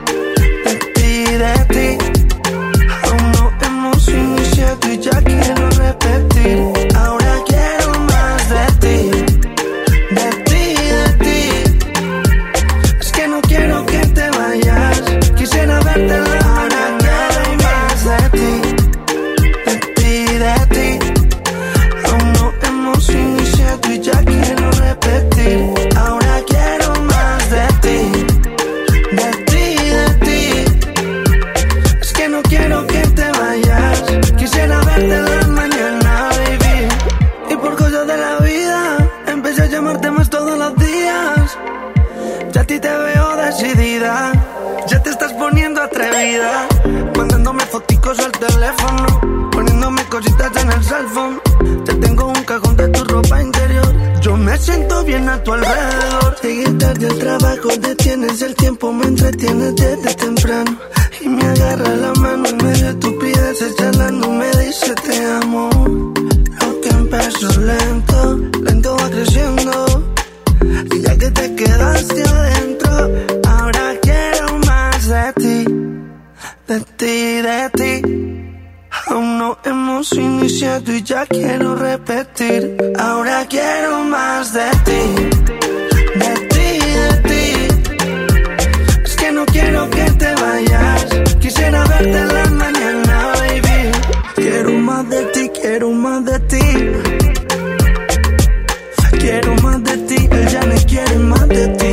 de ti. Aún no hemos iniciado y ya quiero repetir. Ahora quiero más de ti, de ti. Es que no quiero que te vayas. Quisiera verte la mañana. Quiero más de ti. Aún no hemos iniciado y ya quiero repetir. Ahora quiero más de ti. Es que no quiero que te vayas. Quisiera verte en la mañana, baby. Y por cosas de la vida empecé a llamarte más todos los días. Ya a ti te veo decidida. Ya te estás poniendo atrevida. Mandándome foticos al teléfono, poniéndome cositas en el cell phone. Te tengo un cajón de tu ropa interior. Yo me siento bien a tu alrededor. Llegué tarde al trabajo, detienes el tiempo, me entretienes desde temprano. Y me agarra la mano en medio de estupideces, charlando me dice te amo. Lo que empezó lento, lento va creciendo. Y ya que te quedaste adentro, ahora quiero más de ti. Aún no hemos iniciado y ya quiero repetir. Ahora quiero más de ti. Es que no quiero que te vayas. Quisiera verte en la mañana, baby. Quiero más de ti, quiero más de ti. Quiero más de ti, él ya no quiere más de ti.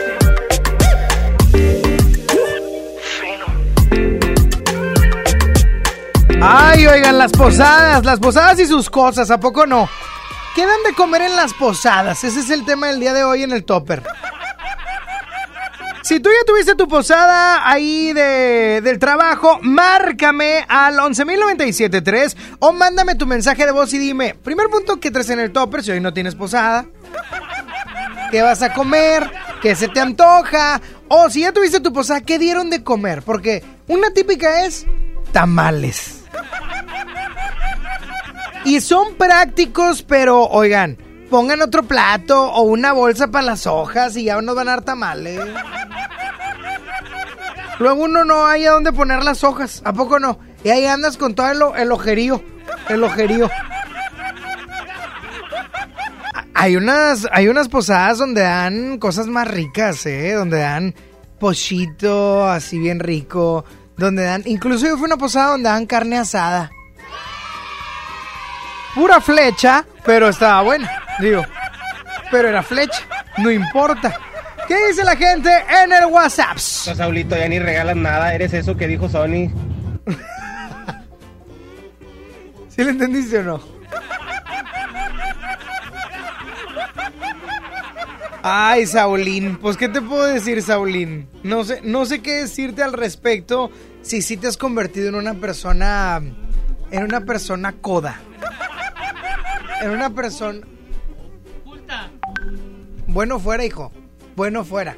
Ay, oigan, las posadas y sus cosas, ¿a poco no? ¿Qué dan de comer en las posadas? Ese es el tema del día de hoy en el Topper. Si tú ya tuviste tu posada ahí del trabajo, márcame al 11.097.3 o mándame tu mensaje de voz y dime, primer punto, ¿qué traes en el Topper si hoy no tienes posada? ¿Qué vas a comer? ¿Qué se te antoja? O si ya tuviste tu posada, ¿qué dieron de comer? Porque una típica es tamales. Y son prácticos, pero oigan, pongan otro plato o una bolsa para las hojas y ya nos van a dar tamales. Luego uno no hay a dónde poner las hojas, ¿a poco no? Y ahí andas con todo el ojerío. Hay unas posadas donde dan cosas más ricas, donde dan pochito así bien rico, donde dan, incluso yo fui a una posada donde dan carne asada. Pura flecha, pero estaba buena, digo. Pero era flecha, no importa. ¿Qué dice la gente en el WhatsApp? No, Saulito, ya ni regalas nada, eres eso que dijo Sony. ¿Sí le entendiste o no? Ay, Saulín, pues ¿qué te puedo decir, Saulín? No sé qué decirte al respecto si sí te has convertido en una persona coda. En una persona... Bueno fuera, hijo. Bueno fuera.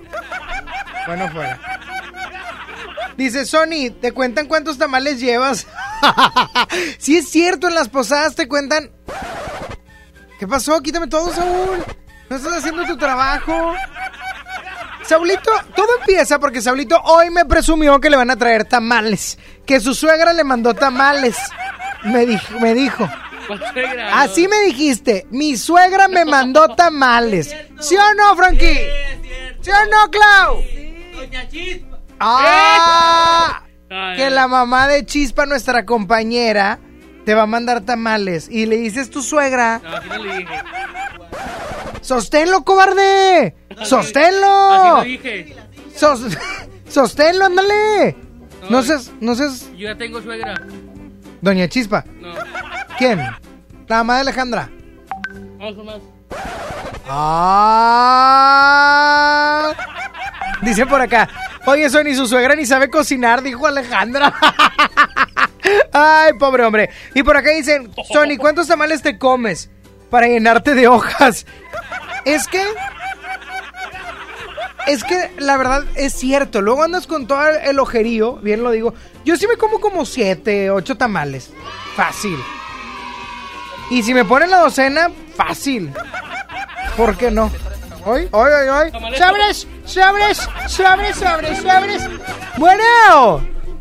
Dice Sony, ¿te cuentan cuántos tamales llevas? Sí es cierto, en las posadas te cuentan... ¿Qué pasó? Quítame todo, Saúl. ¿No estás haciendo tu trabajo? Saulito, todo empieza porque Saulito hoy me presumió que le van a traer tamales. Que su suegra le mandó tamales. Me dijo. Así me dijiste. Mi suegra me mandó tamales. ¿Sí o no, Frankie? ¿Sí o no, Clau? Doña Chispa. Que la mamá de Chispa, nuestra compañera, te va a mandar tamales. Y le dices tu suegra. No, así no le dije. ¡Sosténlo, cobarde! ¡Sosténlo! Así lo dije. ¡Sosténlo, ándale! No seas... Yo ya tengo suegra. Doña Chispa. No. ¿Quién? La mamá de Alejandra. Vamos más. Dice por acá, oye, Sony, su suegra ni sabe cocinar, dijo Alejandra. Ay, pobre hombre. Y por acá dicen, Sony, ¿cuántos tamales te comes para llenarte de hojas? Es que Es que la verdad es cierto. Luego andas con todo el ojerío, bien lo digo. Yo sí me como como 7, 8 tamales. Fácil. Y si me ponen la docena, fácil. ¿Por qué no? ¡Ay! ¡Sobres! ¡Sobres! ¡Sobres! ¡Sobres! ¡Sobres! ¡Bueno!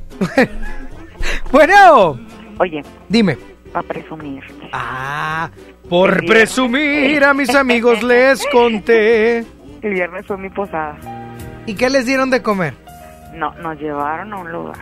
¡Bueno! Oye. Dime. Para presumir. Por presumir a mis amigos les conté. El viernes fue mi posada. ¿Y qué les dieron de comer? No, nos llevaron a un lugar.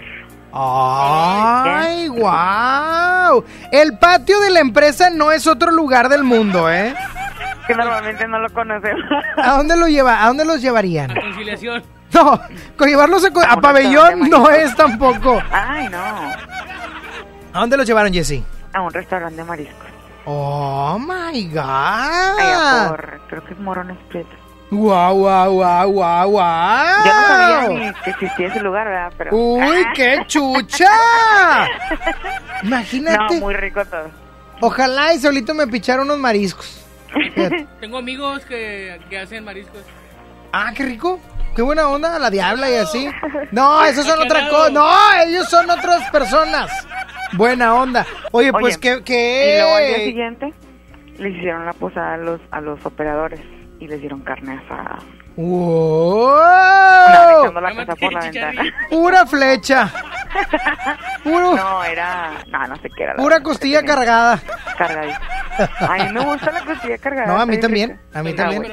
¡Ay, wow! El patio de la empresa no es otro lugar del mundo, ¿eh? Que normalmente no lo conocemos. ¿A dónde lo lleva? ¿A dónde los llevarían? A Conciliación. No, con llevarlos a pabellón no es tampoco. Ay, no. ¿A dónde los llevaron, Jessy? A un restaurante de mariscos. Oh my God. Allá creo que es Morones Prieto. Wow. Yo no sabía ni que existía ese lugar, ¿verdad? Pero... ¡Uy, qué chucha! Imagínate. No, muy rico todo. Ojalá y solito me pichara unos mariscos. Tengo amigos que hacen mariscos. Ah, qué rico. Qué buena onda, la diabla y así. No, esos son otra cosa. No, ellos son otras personas. Buena onda. Oye, pues ¿qué? Y luego al día siguiente les hicieron la posada a los operadores y les dieron carne asada. ¡Wow! Echando la casa por la ventana. Pura flecha. No, no sé qué era. Pura costilla cargada. Cargadita. Ay, me gusta la costilla cargada. No, a mí también. A mí también.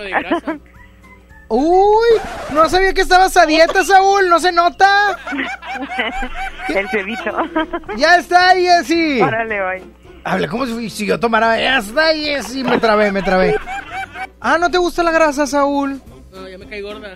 Uy, no sabía que estabas a dieta, Saúl, no se nota. El cebito. Ya está, Jessy. Órale, bye. Hablé como si yo tomara. Ya está, Jessy. Me trabé. Ah, ¿no te gusta la grasa, Saúl? No, ya me caí gorda.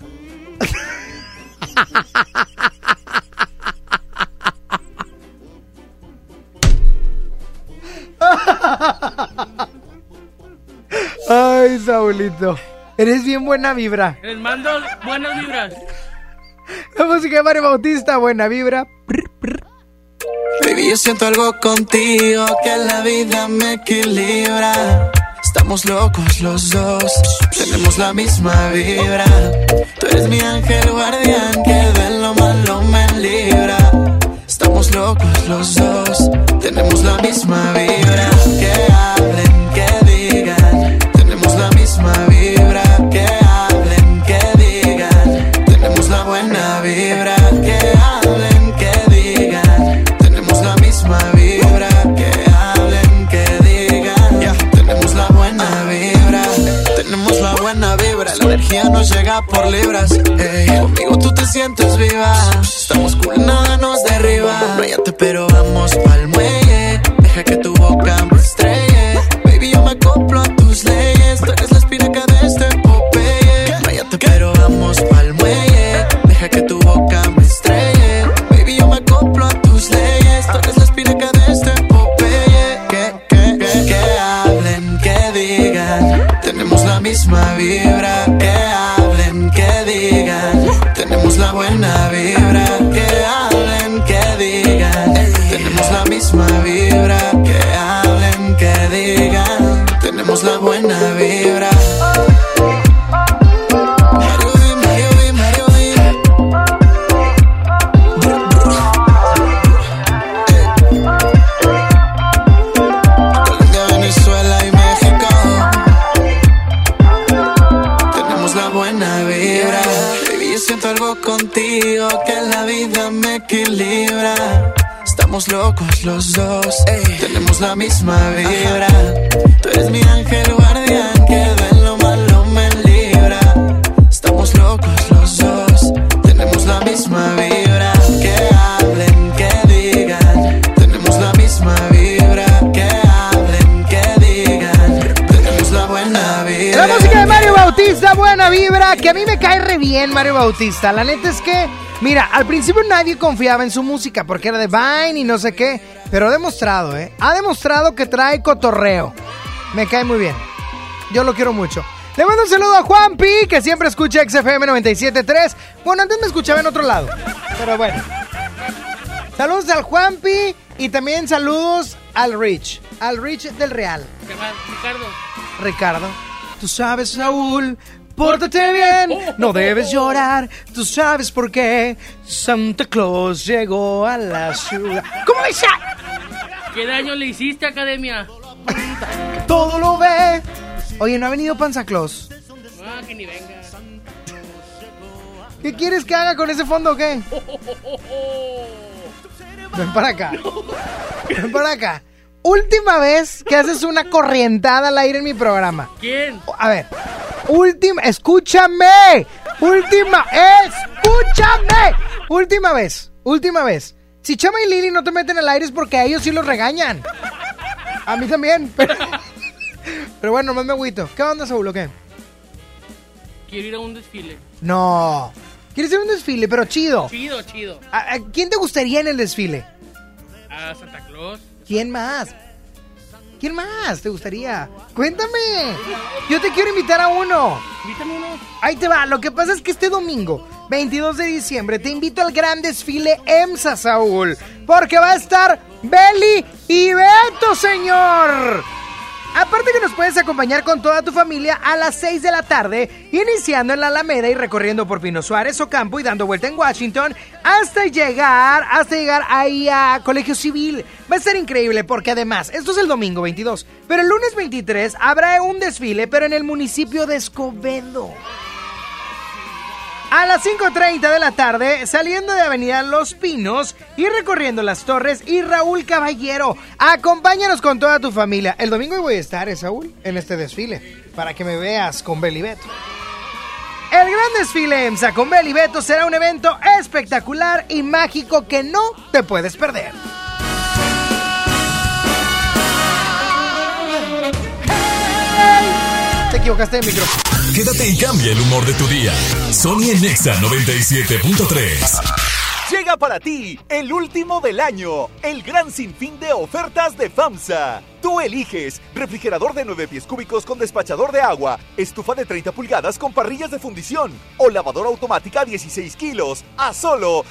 Ay, Saúlito. Eres bien buena vibra. Les mando buenas vibras. La música de Mario Bautista, buena vibra. Baby, yo siento algo contigo que la vida me equilibra. Estamos locos los dos, tenemos la misma vibra. Tú eres mi ángel guardián que de lo malo me libra. Estamos locos los dos, tenemos la misma vibra. Que hablen, que digan, tenemos la misma vibra. Que hablen, que digan, tenemos la buena vibra. Que hablen, que digan, tenemos la misma vibra. Que hablen, que digan, tenemos la buena vibra. Tenemos la buena vibra, la energía nos llega por libras. Ey, conmigo tú te sientes viva. Estamos cool, nada nos derriba. No hay ate, pero vamos pa'l muelle. Deja que tu boca me estrelle. Baby, yo me acoplo a tus leyes. Tú eres la espinaca de este Popeye. No hay ate, pero vamos pa'l muelle. Deja que tu boca me estrelle. Baby, yo me acoplo a tus leyes. Tú eres la espinaca de este Popeye. Que hablen, que digan, tenemos la misma vibra. Que hablen, que digan, tenemos la buena vibra. Que hablen, que digan, tenemos la misma vibra. Que hablen, que digan, tenemos la buena vibra. Colombia, Venezuela y México, tenemos la buena vibra. Baby, yo siento algo contigo que la vida me equilibra. Estamos locos los dos, tenemos la misma vibra. Tú eres mi ángel guardián que de lo malo me libra. Estamos locos los dos, tenemos la misma vibra. Que hablen, que digan, tenemos la misma vibra. Que hablen, que digan, tenemos la buena vibra. La música de Mario Bautista, buena vibra. Que a mí me cae re bien Mario Bautista. La neta es que, mira, al principio nadie confiaba en su música porque era de Vine y no sé qué. Pero ha demostrado, ha demostrado que trae cotorreo. Me cae muy bien. Yo lo quiero mucho. Le mando un saludo a Juanpi, que siempre escucha XFM 97.3. Bueno, antes me escuchaba en otro lado, pero bueno. Saludos al Juanpi y también saludos al Rich del Real. ¿Qué más? Ricardo. Ricardo. Tú sabes, Saúl, Pórtate bien, no debes llorar. Tú sabes por qué Santa Claus llegó a la ciudad. ¿Cómo dice? ¿Qué daño le hiciste, Academia? Todo lo ve. Oye, ¿no ha venido Panza Claus? Ah, que ni venga. ¿Qué quieres que haga con ese fondo o qué? Ven para acá. Ven para acá. Última vez que haces una corrientada al aire en mi programa. ¿Quién? A ver. Escúchame. Última vez. Si Chama y Lili no te meten al aire es porque a ellos sí los regañan. A mí también, pero bueno, nomás me agüito. ¿Qué onda, Saúl, o qué? Quiero ir a un desfile. No. ¿Quieres ir a un desfile, pero chido? Chido. ¿A quién te gustaría en el desfile? A Santa Claus. ¿Quién más te gustaría? Cuéntame. Yo te quiero invitar a uno. Invítame uno. Ahí te va. Lo que pasa es que este domingo, 22 de diciembre, te invito al gran desfile EMSA, Saúl. Porque va a estar Beli y Beto, señor. Aparte que nos puedes acompañar con toda tu familia a las 6 de la tarde, iniciando en la Alameda y recorriendo por Pino Suárez, Ocampo y dando vuelta en Washington hasta llegar ahí a Colegio Civil. Va a ser increíble porque además, esto es el domingo 22, pero el lunes 23 habrá un desfile, pero en el municipio de Escobedo. A las 5:30 de la tarde, saliendo de Avenida Los Pinos y recorriendo Las Torres y Raúl Caballero. Acompáñanos con toda tu familia. El domingo voy a estar, Saúl, en este desfile, para que me veas con Beli Beto. El gran desfile EMSA con Beli Beto será un evento espectacular y mágico que no te puedes perder. Te equivocaste de micrófono. Quédate y cambia el humor de tu día. Sony en Nexa 97.3. Llega para ti el último del año, el gran sinfín de ofertas de FAMSA. Tú eliges refrigerador de 9 pies cúbicos con despachador de agua, estufa de 30 pulgadas con parrillas de fundición o lavadora automática 16 kilos a solo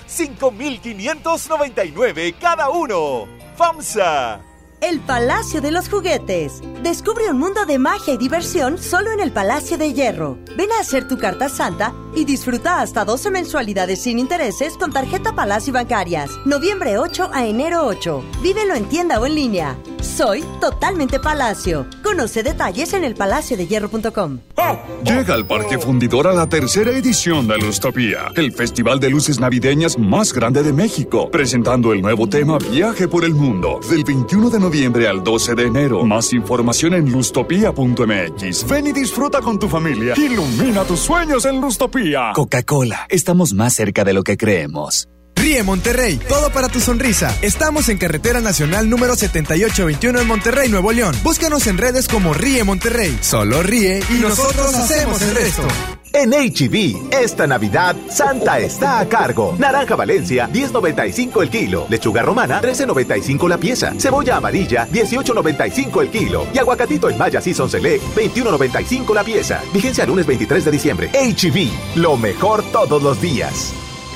5,599 cada uno. FAMSA. El Palacio de los Juguetes. Descubre un mundo de magia y diversión solo en el Palacio de Hierro. Ven a hacer tu carta santa y disfruta hasta 12 mensualidades sin intereses con tarjeta Palacio Bancarias. Noviembre 8 a enero 8. Vívelo en tienda o en línea. Soy totalmente Palacio. Conoce detalles en elpalaciodehierro.com. Llega al Parque Fundidora la tercera edición de Lustopía, el festival de luces navideñas más grande de México, presentando el nuevo tema Viaje por el Mundo, del 21 de noviembre al 12 de enero. Más información en lustopia.mx. Ven y disfruta con tu familia. Ilumina tus sueños en Lustopía. Coca-Cola, estamos más cerca de lo que creemos. Ríe Monterrey, todo para tu sonrisa. Estamos en Carretera Nacional número 7821 en Monterrey, Nuevo León. Búscanos en redes como Ríe Monterrey. Solo ríe y nosotros hacemos el resto. En H-E-B, esta Navidad, Santa está a cargo. Naranja Valencia, 10.95 el kilo. Lechuga romana, 13.95 la pieza. Cebolla amarilla, 18.95 el kilo. Y aguacatito en Maya Season Select, 21.95 la pieza. Vigencia lunes 23 de diciembre. H-E-B, lo mejor todos los días.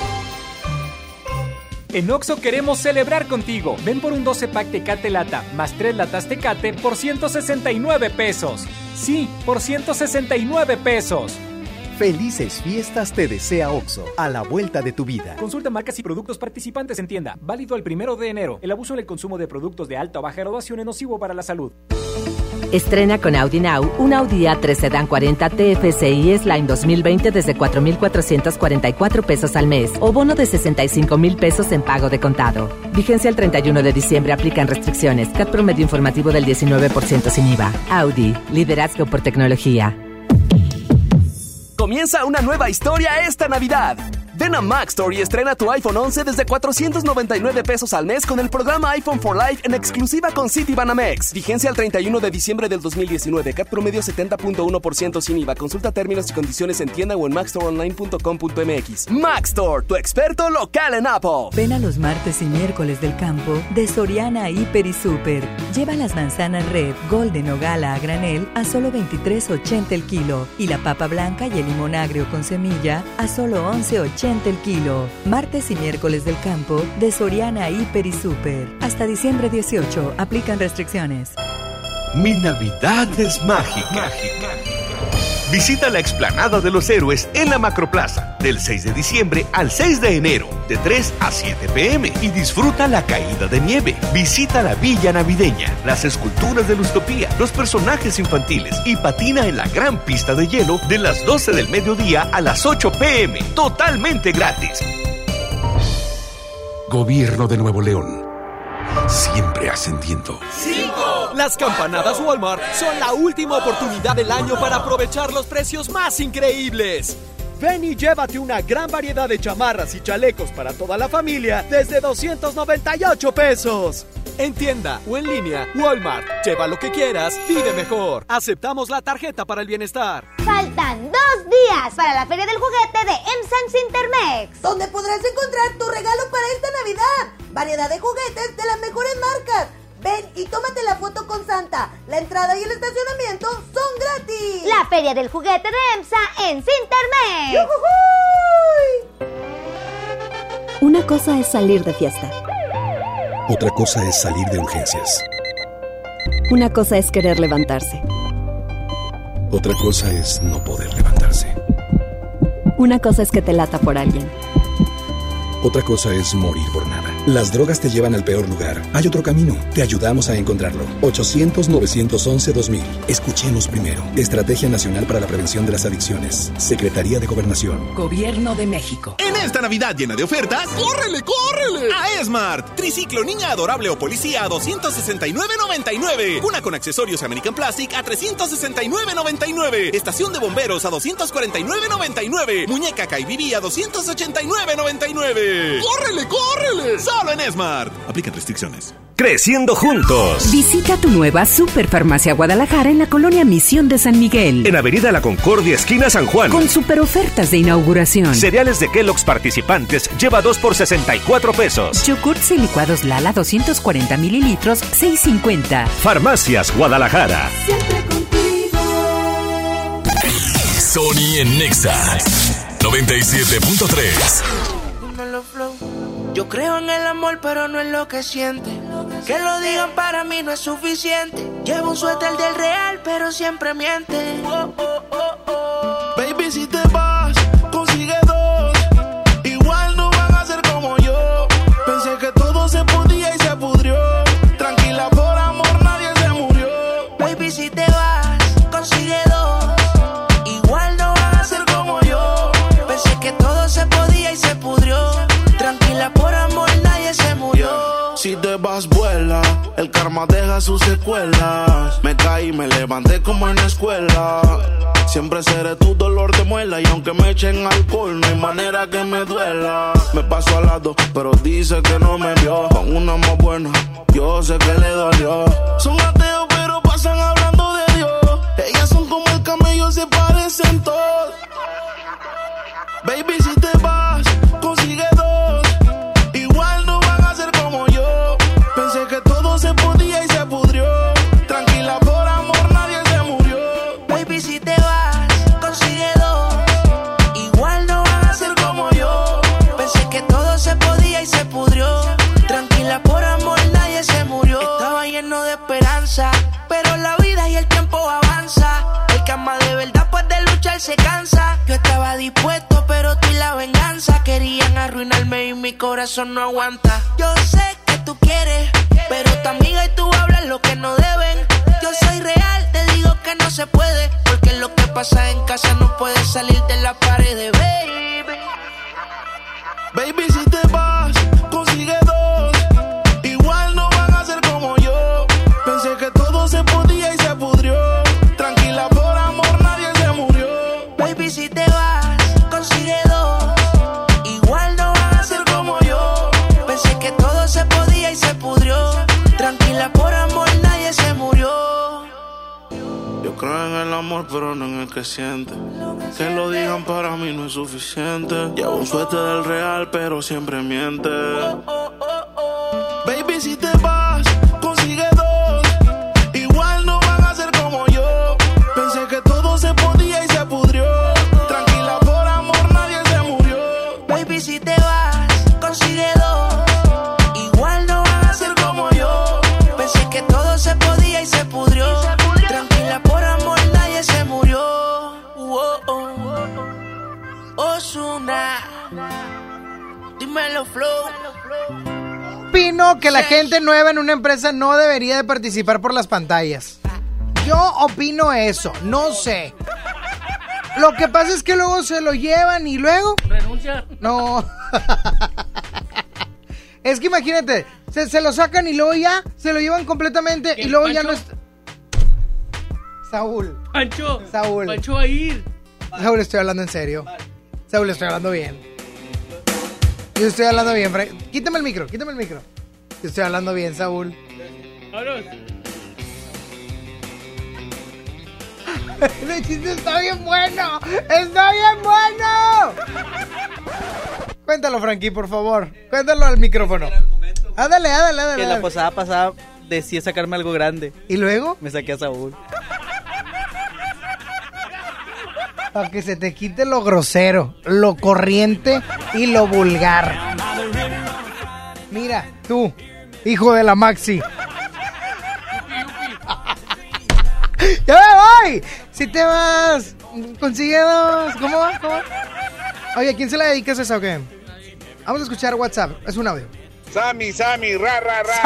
En Oxxo queremos celebrar contigo. Ven por un 12-pack Tecate Lata más 3 latas Tecate por 169 pesos. Sí, por 169 pesos. Felices fiestas te desea Oxxo, a la vuelta de tu vida. Consulta marcas y productos participantes en tienda. Válido el 1 de enero. El abuso en el consumo de productos de alta o baja graduación es nocivo para la salud. Estrena con Audi Now un Audi A3 Sedan 40 TFSI Line 2020 desde 4,444 pesos al mes o bono de 65,000 pesos en pago de contado. Vigencia el 31 de diciembre. Aplican restricciones. CAT promedio informativo del 19% sin IVA. Audi. Liderazgo por tecnología. Comienza una nueva historia esta Navidad. Ven a Maxstore y estrena tu iPhone 11 desde 499 pesos al mes con el programa iPhone for Life en exclusiva con Citibanamex. Vigencia al 31 de diciembre del 2019. CAT promedio 70.1% sin IVA. Consulta términos y condiciones en tienda o en maxstoreonline.com.mx. Maxstore, tu experto local en Apple. Ven a los martes y miércoles del campo de Soriana Hiper y Super. Lleva las manzanas Red, Golden o Gala a granel a solo 23.80 el kilo y la papa blanca y el limón agrio con semilla a solo 11.80 el kilo. Martes y miércoles del campo de Soriana Hiper y Super. Hasta diciembre 18. Aplican restricciones. Mi Navidad es mágica. Visita la explanada de los héroes en la Macroplaza del 6 de diciembre al 6 de enero, de 3 a 7 p.m. y disfruta la caída de nieve. Visita la Villa Navideña, las esculturas de Lustopía, los personajes infantiles y patina en la gran pista de hielo de las 12 del mediodía a las 8 p.m. Totalmente gratis. Gobierno de Nuevo León. Siempre ascendiendo. 5. Las campanadas Walmart son la última oportunidad del año para aprovechar los precios más increíbles. Ven y llévate una gran variedad de chamarras y chalecos para toda la familia desde 298 pesos. En tienda o en línea, Walmart. Lleva lo que quieras, vive mejor. Aceptamos la tarjeta para el bienestar. Faltan 2 días para la Feria del Juguete de EMSA en Cintermex, donde podrás encontrar tu regalo para esta Navidad. Variedad de juguetes de las mejores marcas. Ven y tómate la foto con Santa. La entrada y el estacionamiento son gratis. La Feria del Juguete de EMSA en Cintermex. ¡Yujujuy! Una cosa es salir de fiesta. Otra cosa es salir de urgencias. Una cosa es querer levantarse. Otra cosa es no poder levantarse. Una cosa es que te lata por alguien. Otra cosa es morir por nada. Las drogas te llevan al peor lugar. Hay otro camino. Te ayudamos a encontrarlo. 800-911-2000. Escuchemos primero. Estrategia Nacional para la Prevención de las Adicciones. Secretaría de Gobernación. Gobierno de México. En esta Navidad llena de ofertas, ¡córrele, córrele! A Esmart. Triciclo Niña Adorable o Policía a $269.99. Cuna con accesorios American Plastic a $369.99. Estación de bomberos a $249.99. Muñeca Kaibibi a $289.99. ¡Córrele, córrele! Solo en Esmart. Aplican restricciones. Creciendo juntos. Visita tu nueva Superfarmacia Guadalajara en la colonia Misión de San Miguel. En Avenida La Concordia, esquina San Juan. Con super ofertas de inauguración. Cereales de Kellogg's participantes lleva 2 por 64 pesos. Yogurts y licuados Lala 240 mililitros, 6.50. Farmacias Guadalajara. Siempre contigo. Sony en Nexa 97.3. Yo creo en el amor, pero no en lo que siente. Que lo digan para mí no es suficiente. Llevo un suéter del real, pero siempre miente. Baby, si te vas, consigue 2. Igual no van a ser como yo. Pensé que todo se podía y se pudrió. Tranquila, por amor nadie se murió. Baby, si te vas, consigue 2. Igual no van a ser como yo. Pensé que todo se podía y se pudrió. Tranquila, por amor nadie se murió. Si te vas, vuela. El karma deja sus secuelas. Me caí, me levanté como en la escuela. Siempre seré tu dolor de muela. Y aunque me echen alcohol, no hay manera que me duela. Me paso al lado, pero dice que no me vio. Con una más buena, yo sé que le dolió. Son ateos, pero pasan hablando de Dios. Ellas son como el camello, se parecen todos. Baby, si te vas, consigue 2. Igual no van a ser como yo. Pensé que todo se podía y se pudrió. Tranquila, por amor nadie se murió. Baby, si te vas, consigue 2. Igual no van a ser como yo. Pensé que todo se podía y se pudrió. Tranquila, por amor nadie se murió. Estaba lleno de esperanza, pero la vida y el tiempo avanza. El que ama de verdad pues de luchar se cansa. Yo estaba dispuesto, pero tú y la venganza querían arruinarme y mi corazón no aguanta. Yo sé que tú quieres, pero tu amiga y tú hablan lo que no deben. Yo soy real, te digo que no se puede, porque lo que pasa en casa no puede salir de la pared, baby. Baby, si te vas, consigue 2. Igual no van a ser como yo. Pensé que todo se podía y se pudrió. Tranquila, por amor nadie se murió. Baby, si te vas, consigue 2. Igual no van a ser como yo. Pensé que todo se podía y se pudrió. Tranquila, por amor nadie se murió. Yo creo en el amor, pero no en el que siente. Que lo digan para mí no es suficiente. Llevo un suéter del real, pero siempre miente. Baby, si te vas, consigue 2. Igual no van a ser como yo. Pensé que todo se podía y se pudrió. Tranquila, por amor nadie se murió. Baby, si te vas, consigue 2. Igual no van a ser como yo. Pensé que todo se podía y se pudrió. Tranquila, por amor nadie se murió. opino que la gente nueva en una empresa no debería de participar por las pantallas. Yo opino eso, no sé. Lo que pasa es que luego se lo llevan y luego... ¿Renuncia? No. Es que imagínate, se lo sacan y luego ya se lo llevan completamente y luego ya no está... Saúl. Saúl va a ir. Saúl, estoy hablando en serio. Saúl, estoy hablando bien. Yo estoy hablando bien, Frank. Quítame el micro. Yo estoy hablando bien, Saúl. El chiste está bien bueno. ¡Está bien bueno! Cuéntalo, Frankie, por favor. Cuéntalo al micrófono. Dale. Que la posada pasada decidí sacarme algo grande. ¿Y luego? Me saqué a Saúl. Para que se te quite lo grosero, lo corriente y lo vulgar. Mira, tú, hijo de la Maxi. ¡Ya me voy! Si te vas, consigue dos. ¿Cómo va? Oye, ¿a quién se la dedicas esa o qué? Vamos a escuchar WhatsApp, es un audio. Sammy, ra.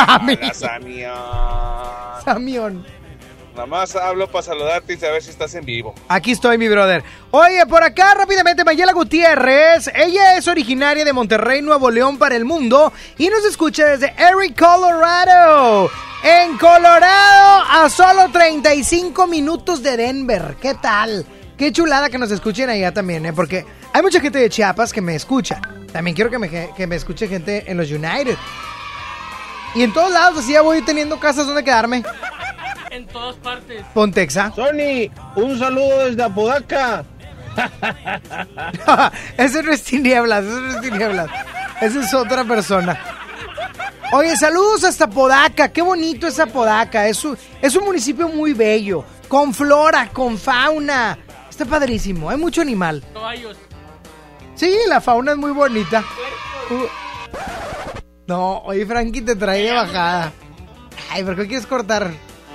Samión. Nada más hablo para saludarte y saber si estás en vivo. Aquí estoy, mi brother. Oye, por acá rápidamente Mayela Gutiérrez. Ella es originaria de Monterrey, Nuevo León para el mundo y nos escucha desde Erie, Colorado. En Colorado, a solo 35 minutos de Denver. ¿Qué tal? Qué chulada que nos escuchen allá también, ¿eh? Porque hay mucha gente de Chiapas que me escucha. También quiero que me escuche gente en los United. Y en todos lados así ya voy teniendo casas donde quedarme. En todas partes. Pontexa. Sony, un saludo desde Apodaca. Ese no es Tinieblas. Esa es otra persona. Oye, saludos hasta Apodaca. Qué bonito es Apodaca. Es un municipio muy bello. Con flora, con fauna. Está padrísimo. Hay mucho animal. Caballos. Sí, la fauna es muy bonita. No, oye, Frankie, te trae de bajada. Ay, ¿por qué quieres cortar?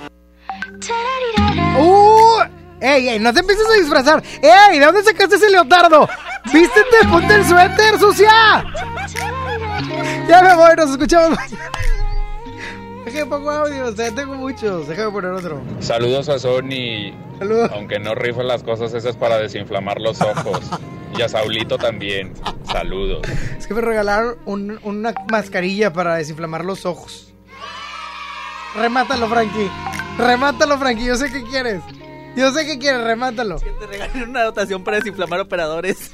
¡Ey! No te empieces a disfrazar. ¡Ey! ¿De dónde sacaste ese leotardo? ¡Vístete! ¡Ponte el suéter, sucia! Ya me voy, nos escuchamos mañana. Déjame pongo audio, tengo muchos. Déjame poner otro. Saludos a Sony. Saludos. Aunque no rifa las cosas esas para desinflamar los ojos. Y a Saulito también. Saludos. Es que me regalaron una mascarilla para desinflamar los ojos. Remátalo, Frankie. Yo sé que quieres. Remátalo. Que te regalen una dotación para desinflamar operadores.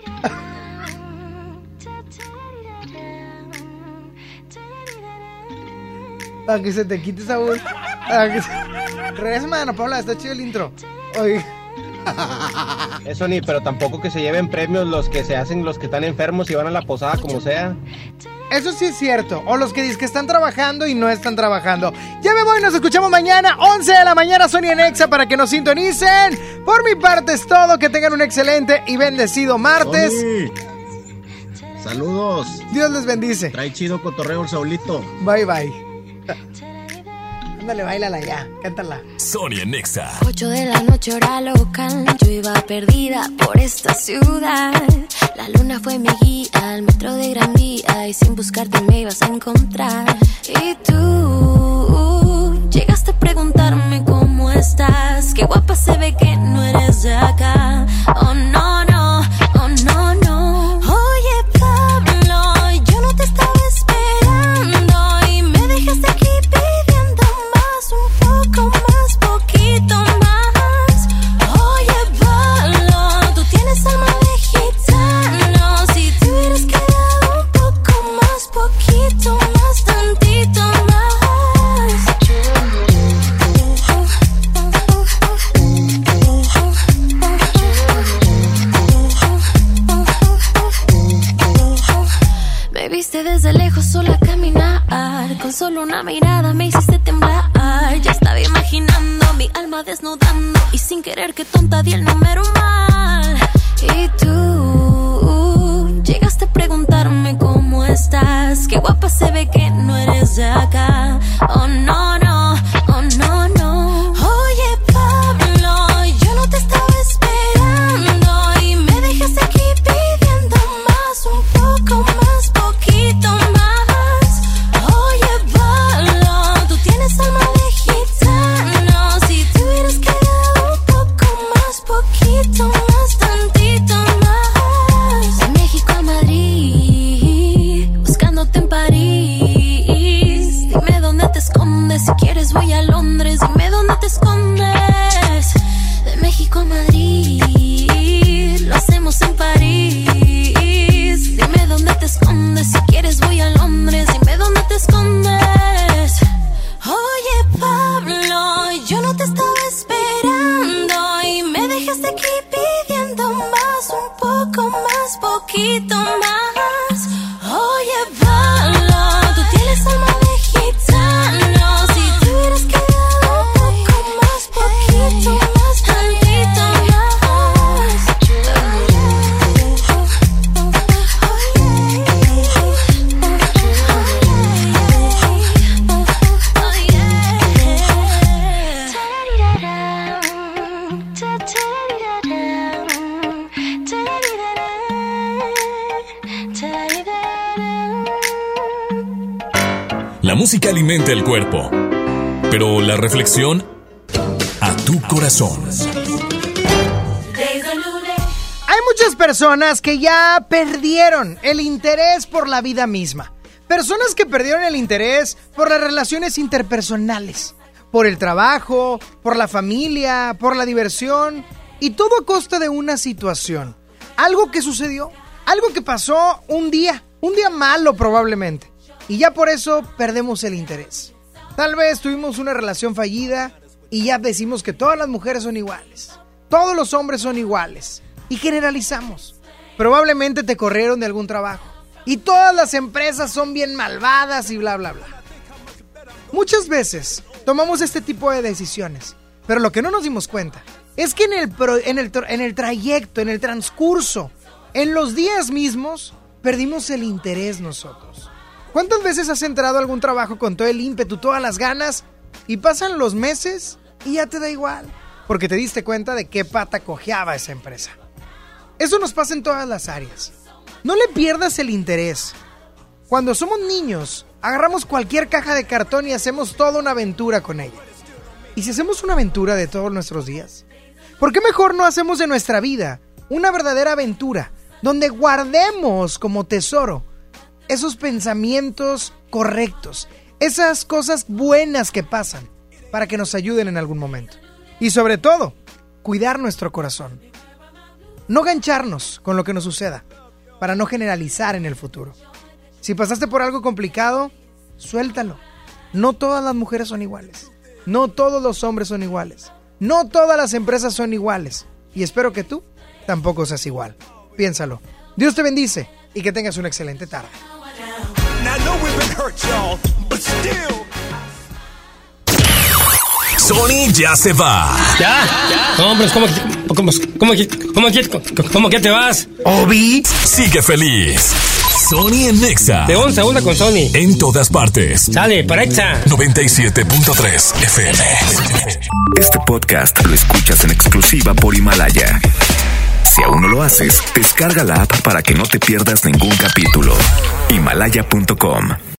Para que se te quite sabor. Regrésame a Ana Paula, está chido el intro. Oye. Eso ni, pero tampoco que se lleven premios los que se hacen, los que están enfermos y van a la posada como sea. Eso sí es cierto. O los que dicen que están trabajando y no están trabajando. Ya me voy, nos escuchamos mañana 11 de la mañana, Sony en Exa, para que nos sintonicen. Por mi parte es todo. Que tengan un excelente y bendecido martes. Sony. Saludos. Dios les bendice. Trae chido cotorreo el Saulito. Bye. Ándale, bailala ya, cántala. Sony en Nexa. 8 de la noche hora local, yo iba perdida por esta ciudad. La luna fue mi guía, el metro de Gran Vía, y sin buscarte me ibas a encontrar. Y tú llegaste a preguntarme cómo estás. Qué guapa se ve que no eres de acá. Oh no, no, oh no, no. Oye Pablo, yo no te estaba esperando y me dejaste aquí pidiendo más, un poco más, poquito más. Oye Pablo, tú tienes alma de gitano. Si te hubieras quedado un poco más, poquito más, tantito más. Me viste desde lejos sola caminar, con solo una mirada me hiciste temblar. Ya estaba imaginando mi alma desnudando y sin querer que tonta di el número mal. Y tú llegaste a preguntarme cómo estás. Qué guapa se ve que no eres de acá. Oh no, no, oh no, no. Oye Pablo, yo no te estaba esperando y me dejaste aquí pidiendo más, un poco más, poquito más. Oye escondes? Si quieres voy a Londres, dime dónde te escondes. De México a Madrid, lo hacemos en París. Dime dónde te escondes, si quieres voy a Londres, dime dónde te escondes. Oye Pablo, yo no te estaba esperando y me dejaste aquí pidiendo más, un poco más, poquito más. Oye Pablo, tú tienes alma de gitano, si te hubieras quedado un poco más, poquito más, tantito La música alimenta el cuerpo, pero la reflexión a tu corazón. Hay muchas personas que ya perdieron el interés por la vida misma. Personas que perdieron el interés por las relaciones interpersonales, por el trabajo, por la familia, por la diversión, y todo a costa de una situación. Algo que sucedió, algo que pasó un día malo probablemente. Y ya por eso perdemos el interés. Tal vez tuvimos una relación fallida y ya decimos que todas las mujeres son iguales. Todos los hombres son iguales. Y generalizamos. Probablemente te corrieron de algún trabajo. Y todas las empresas son bien malvadas y bla, bla, bla. Muchas veces tomamos este tipo de decisiones. Pero lo que no nos dimos cuenta es que en el trayecto, en el transcurso, en los días mismos, perdimos el interés nosotros. ¿Cuántas veces has entrado a algún trabajo con todo el ímpetu, todas las ganas, y pasan los meses y ya te da igual? Porque te diste cuenta de qué pata cojeaba esa empresa. Eso nos pasa en todas las áreas. No le pierdas el interés. Cuando somos niños, agarramos cualquier caja de cartón y hacemos toda una aventura con ella. ¿Y si hacemos una aventura de todos nuestros días? ¿Por qué mejor no hacemos de nuestra vida una verdadera aventura, donde guardemos como tesoro esos pensamientos correctos, esas cosas buenas que pasan, para que nos ayuden en algún momento? Y sobre todo, cuidar nuestro corazón. No gancharnos con lo que nos suceda, para no generalizar en el futuro. Si pasaste por algo complicado, suéltalo. No todas las mujeres son iguales. No todos los hombres son iguales. No todas las empresas son iguales. Y espero que tú tampoco seas igual. Piénsalo. Dios te bendice y que tengas una excelente tarde. Sony ya se va. ¿Ya? No, pero ¿cómo que te vas? Obi sigue feliz. Sony en Nexa. De 11 a 1 con Sony. En todas partes. Sale, para Exa. 97.3 FM. Este podcast lo escuchas en exclusiva por Himalaya. Si aún no lo haces, descarga la app para que no te pierdas ningún capítulo. Himalaya.com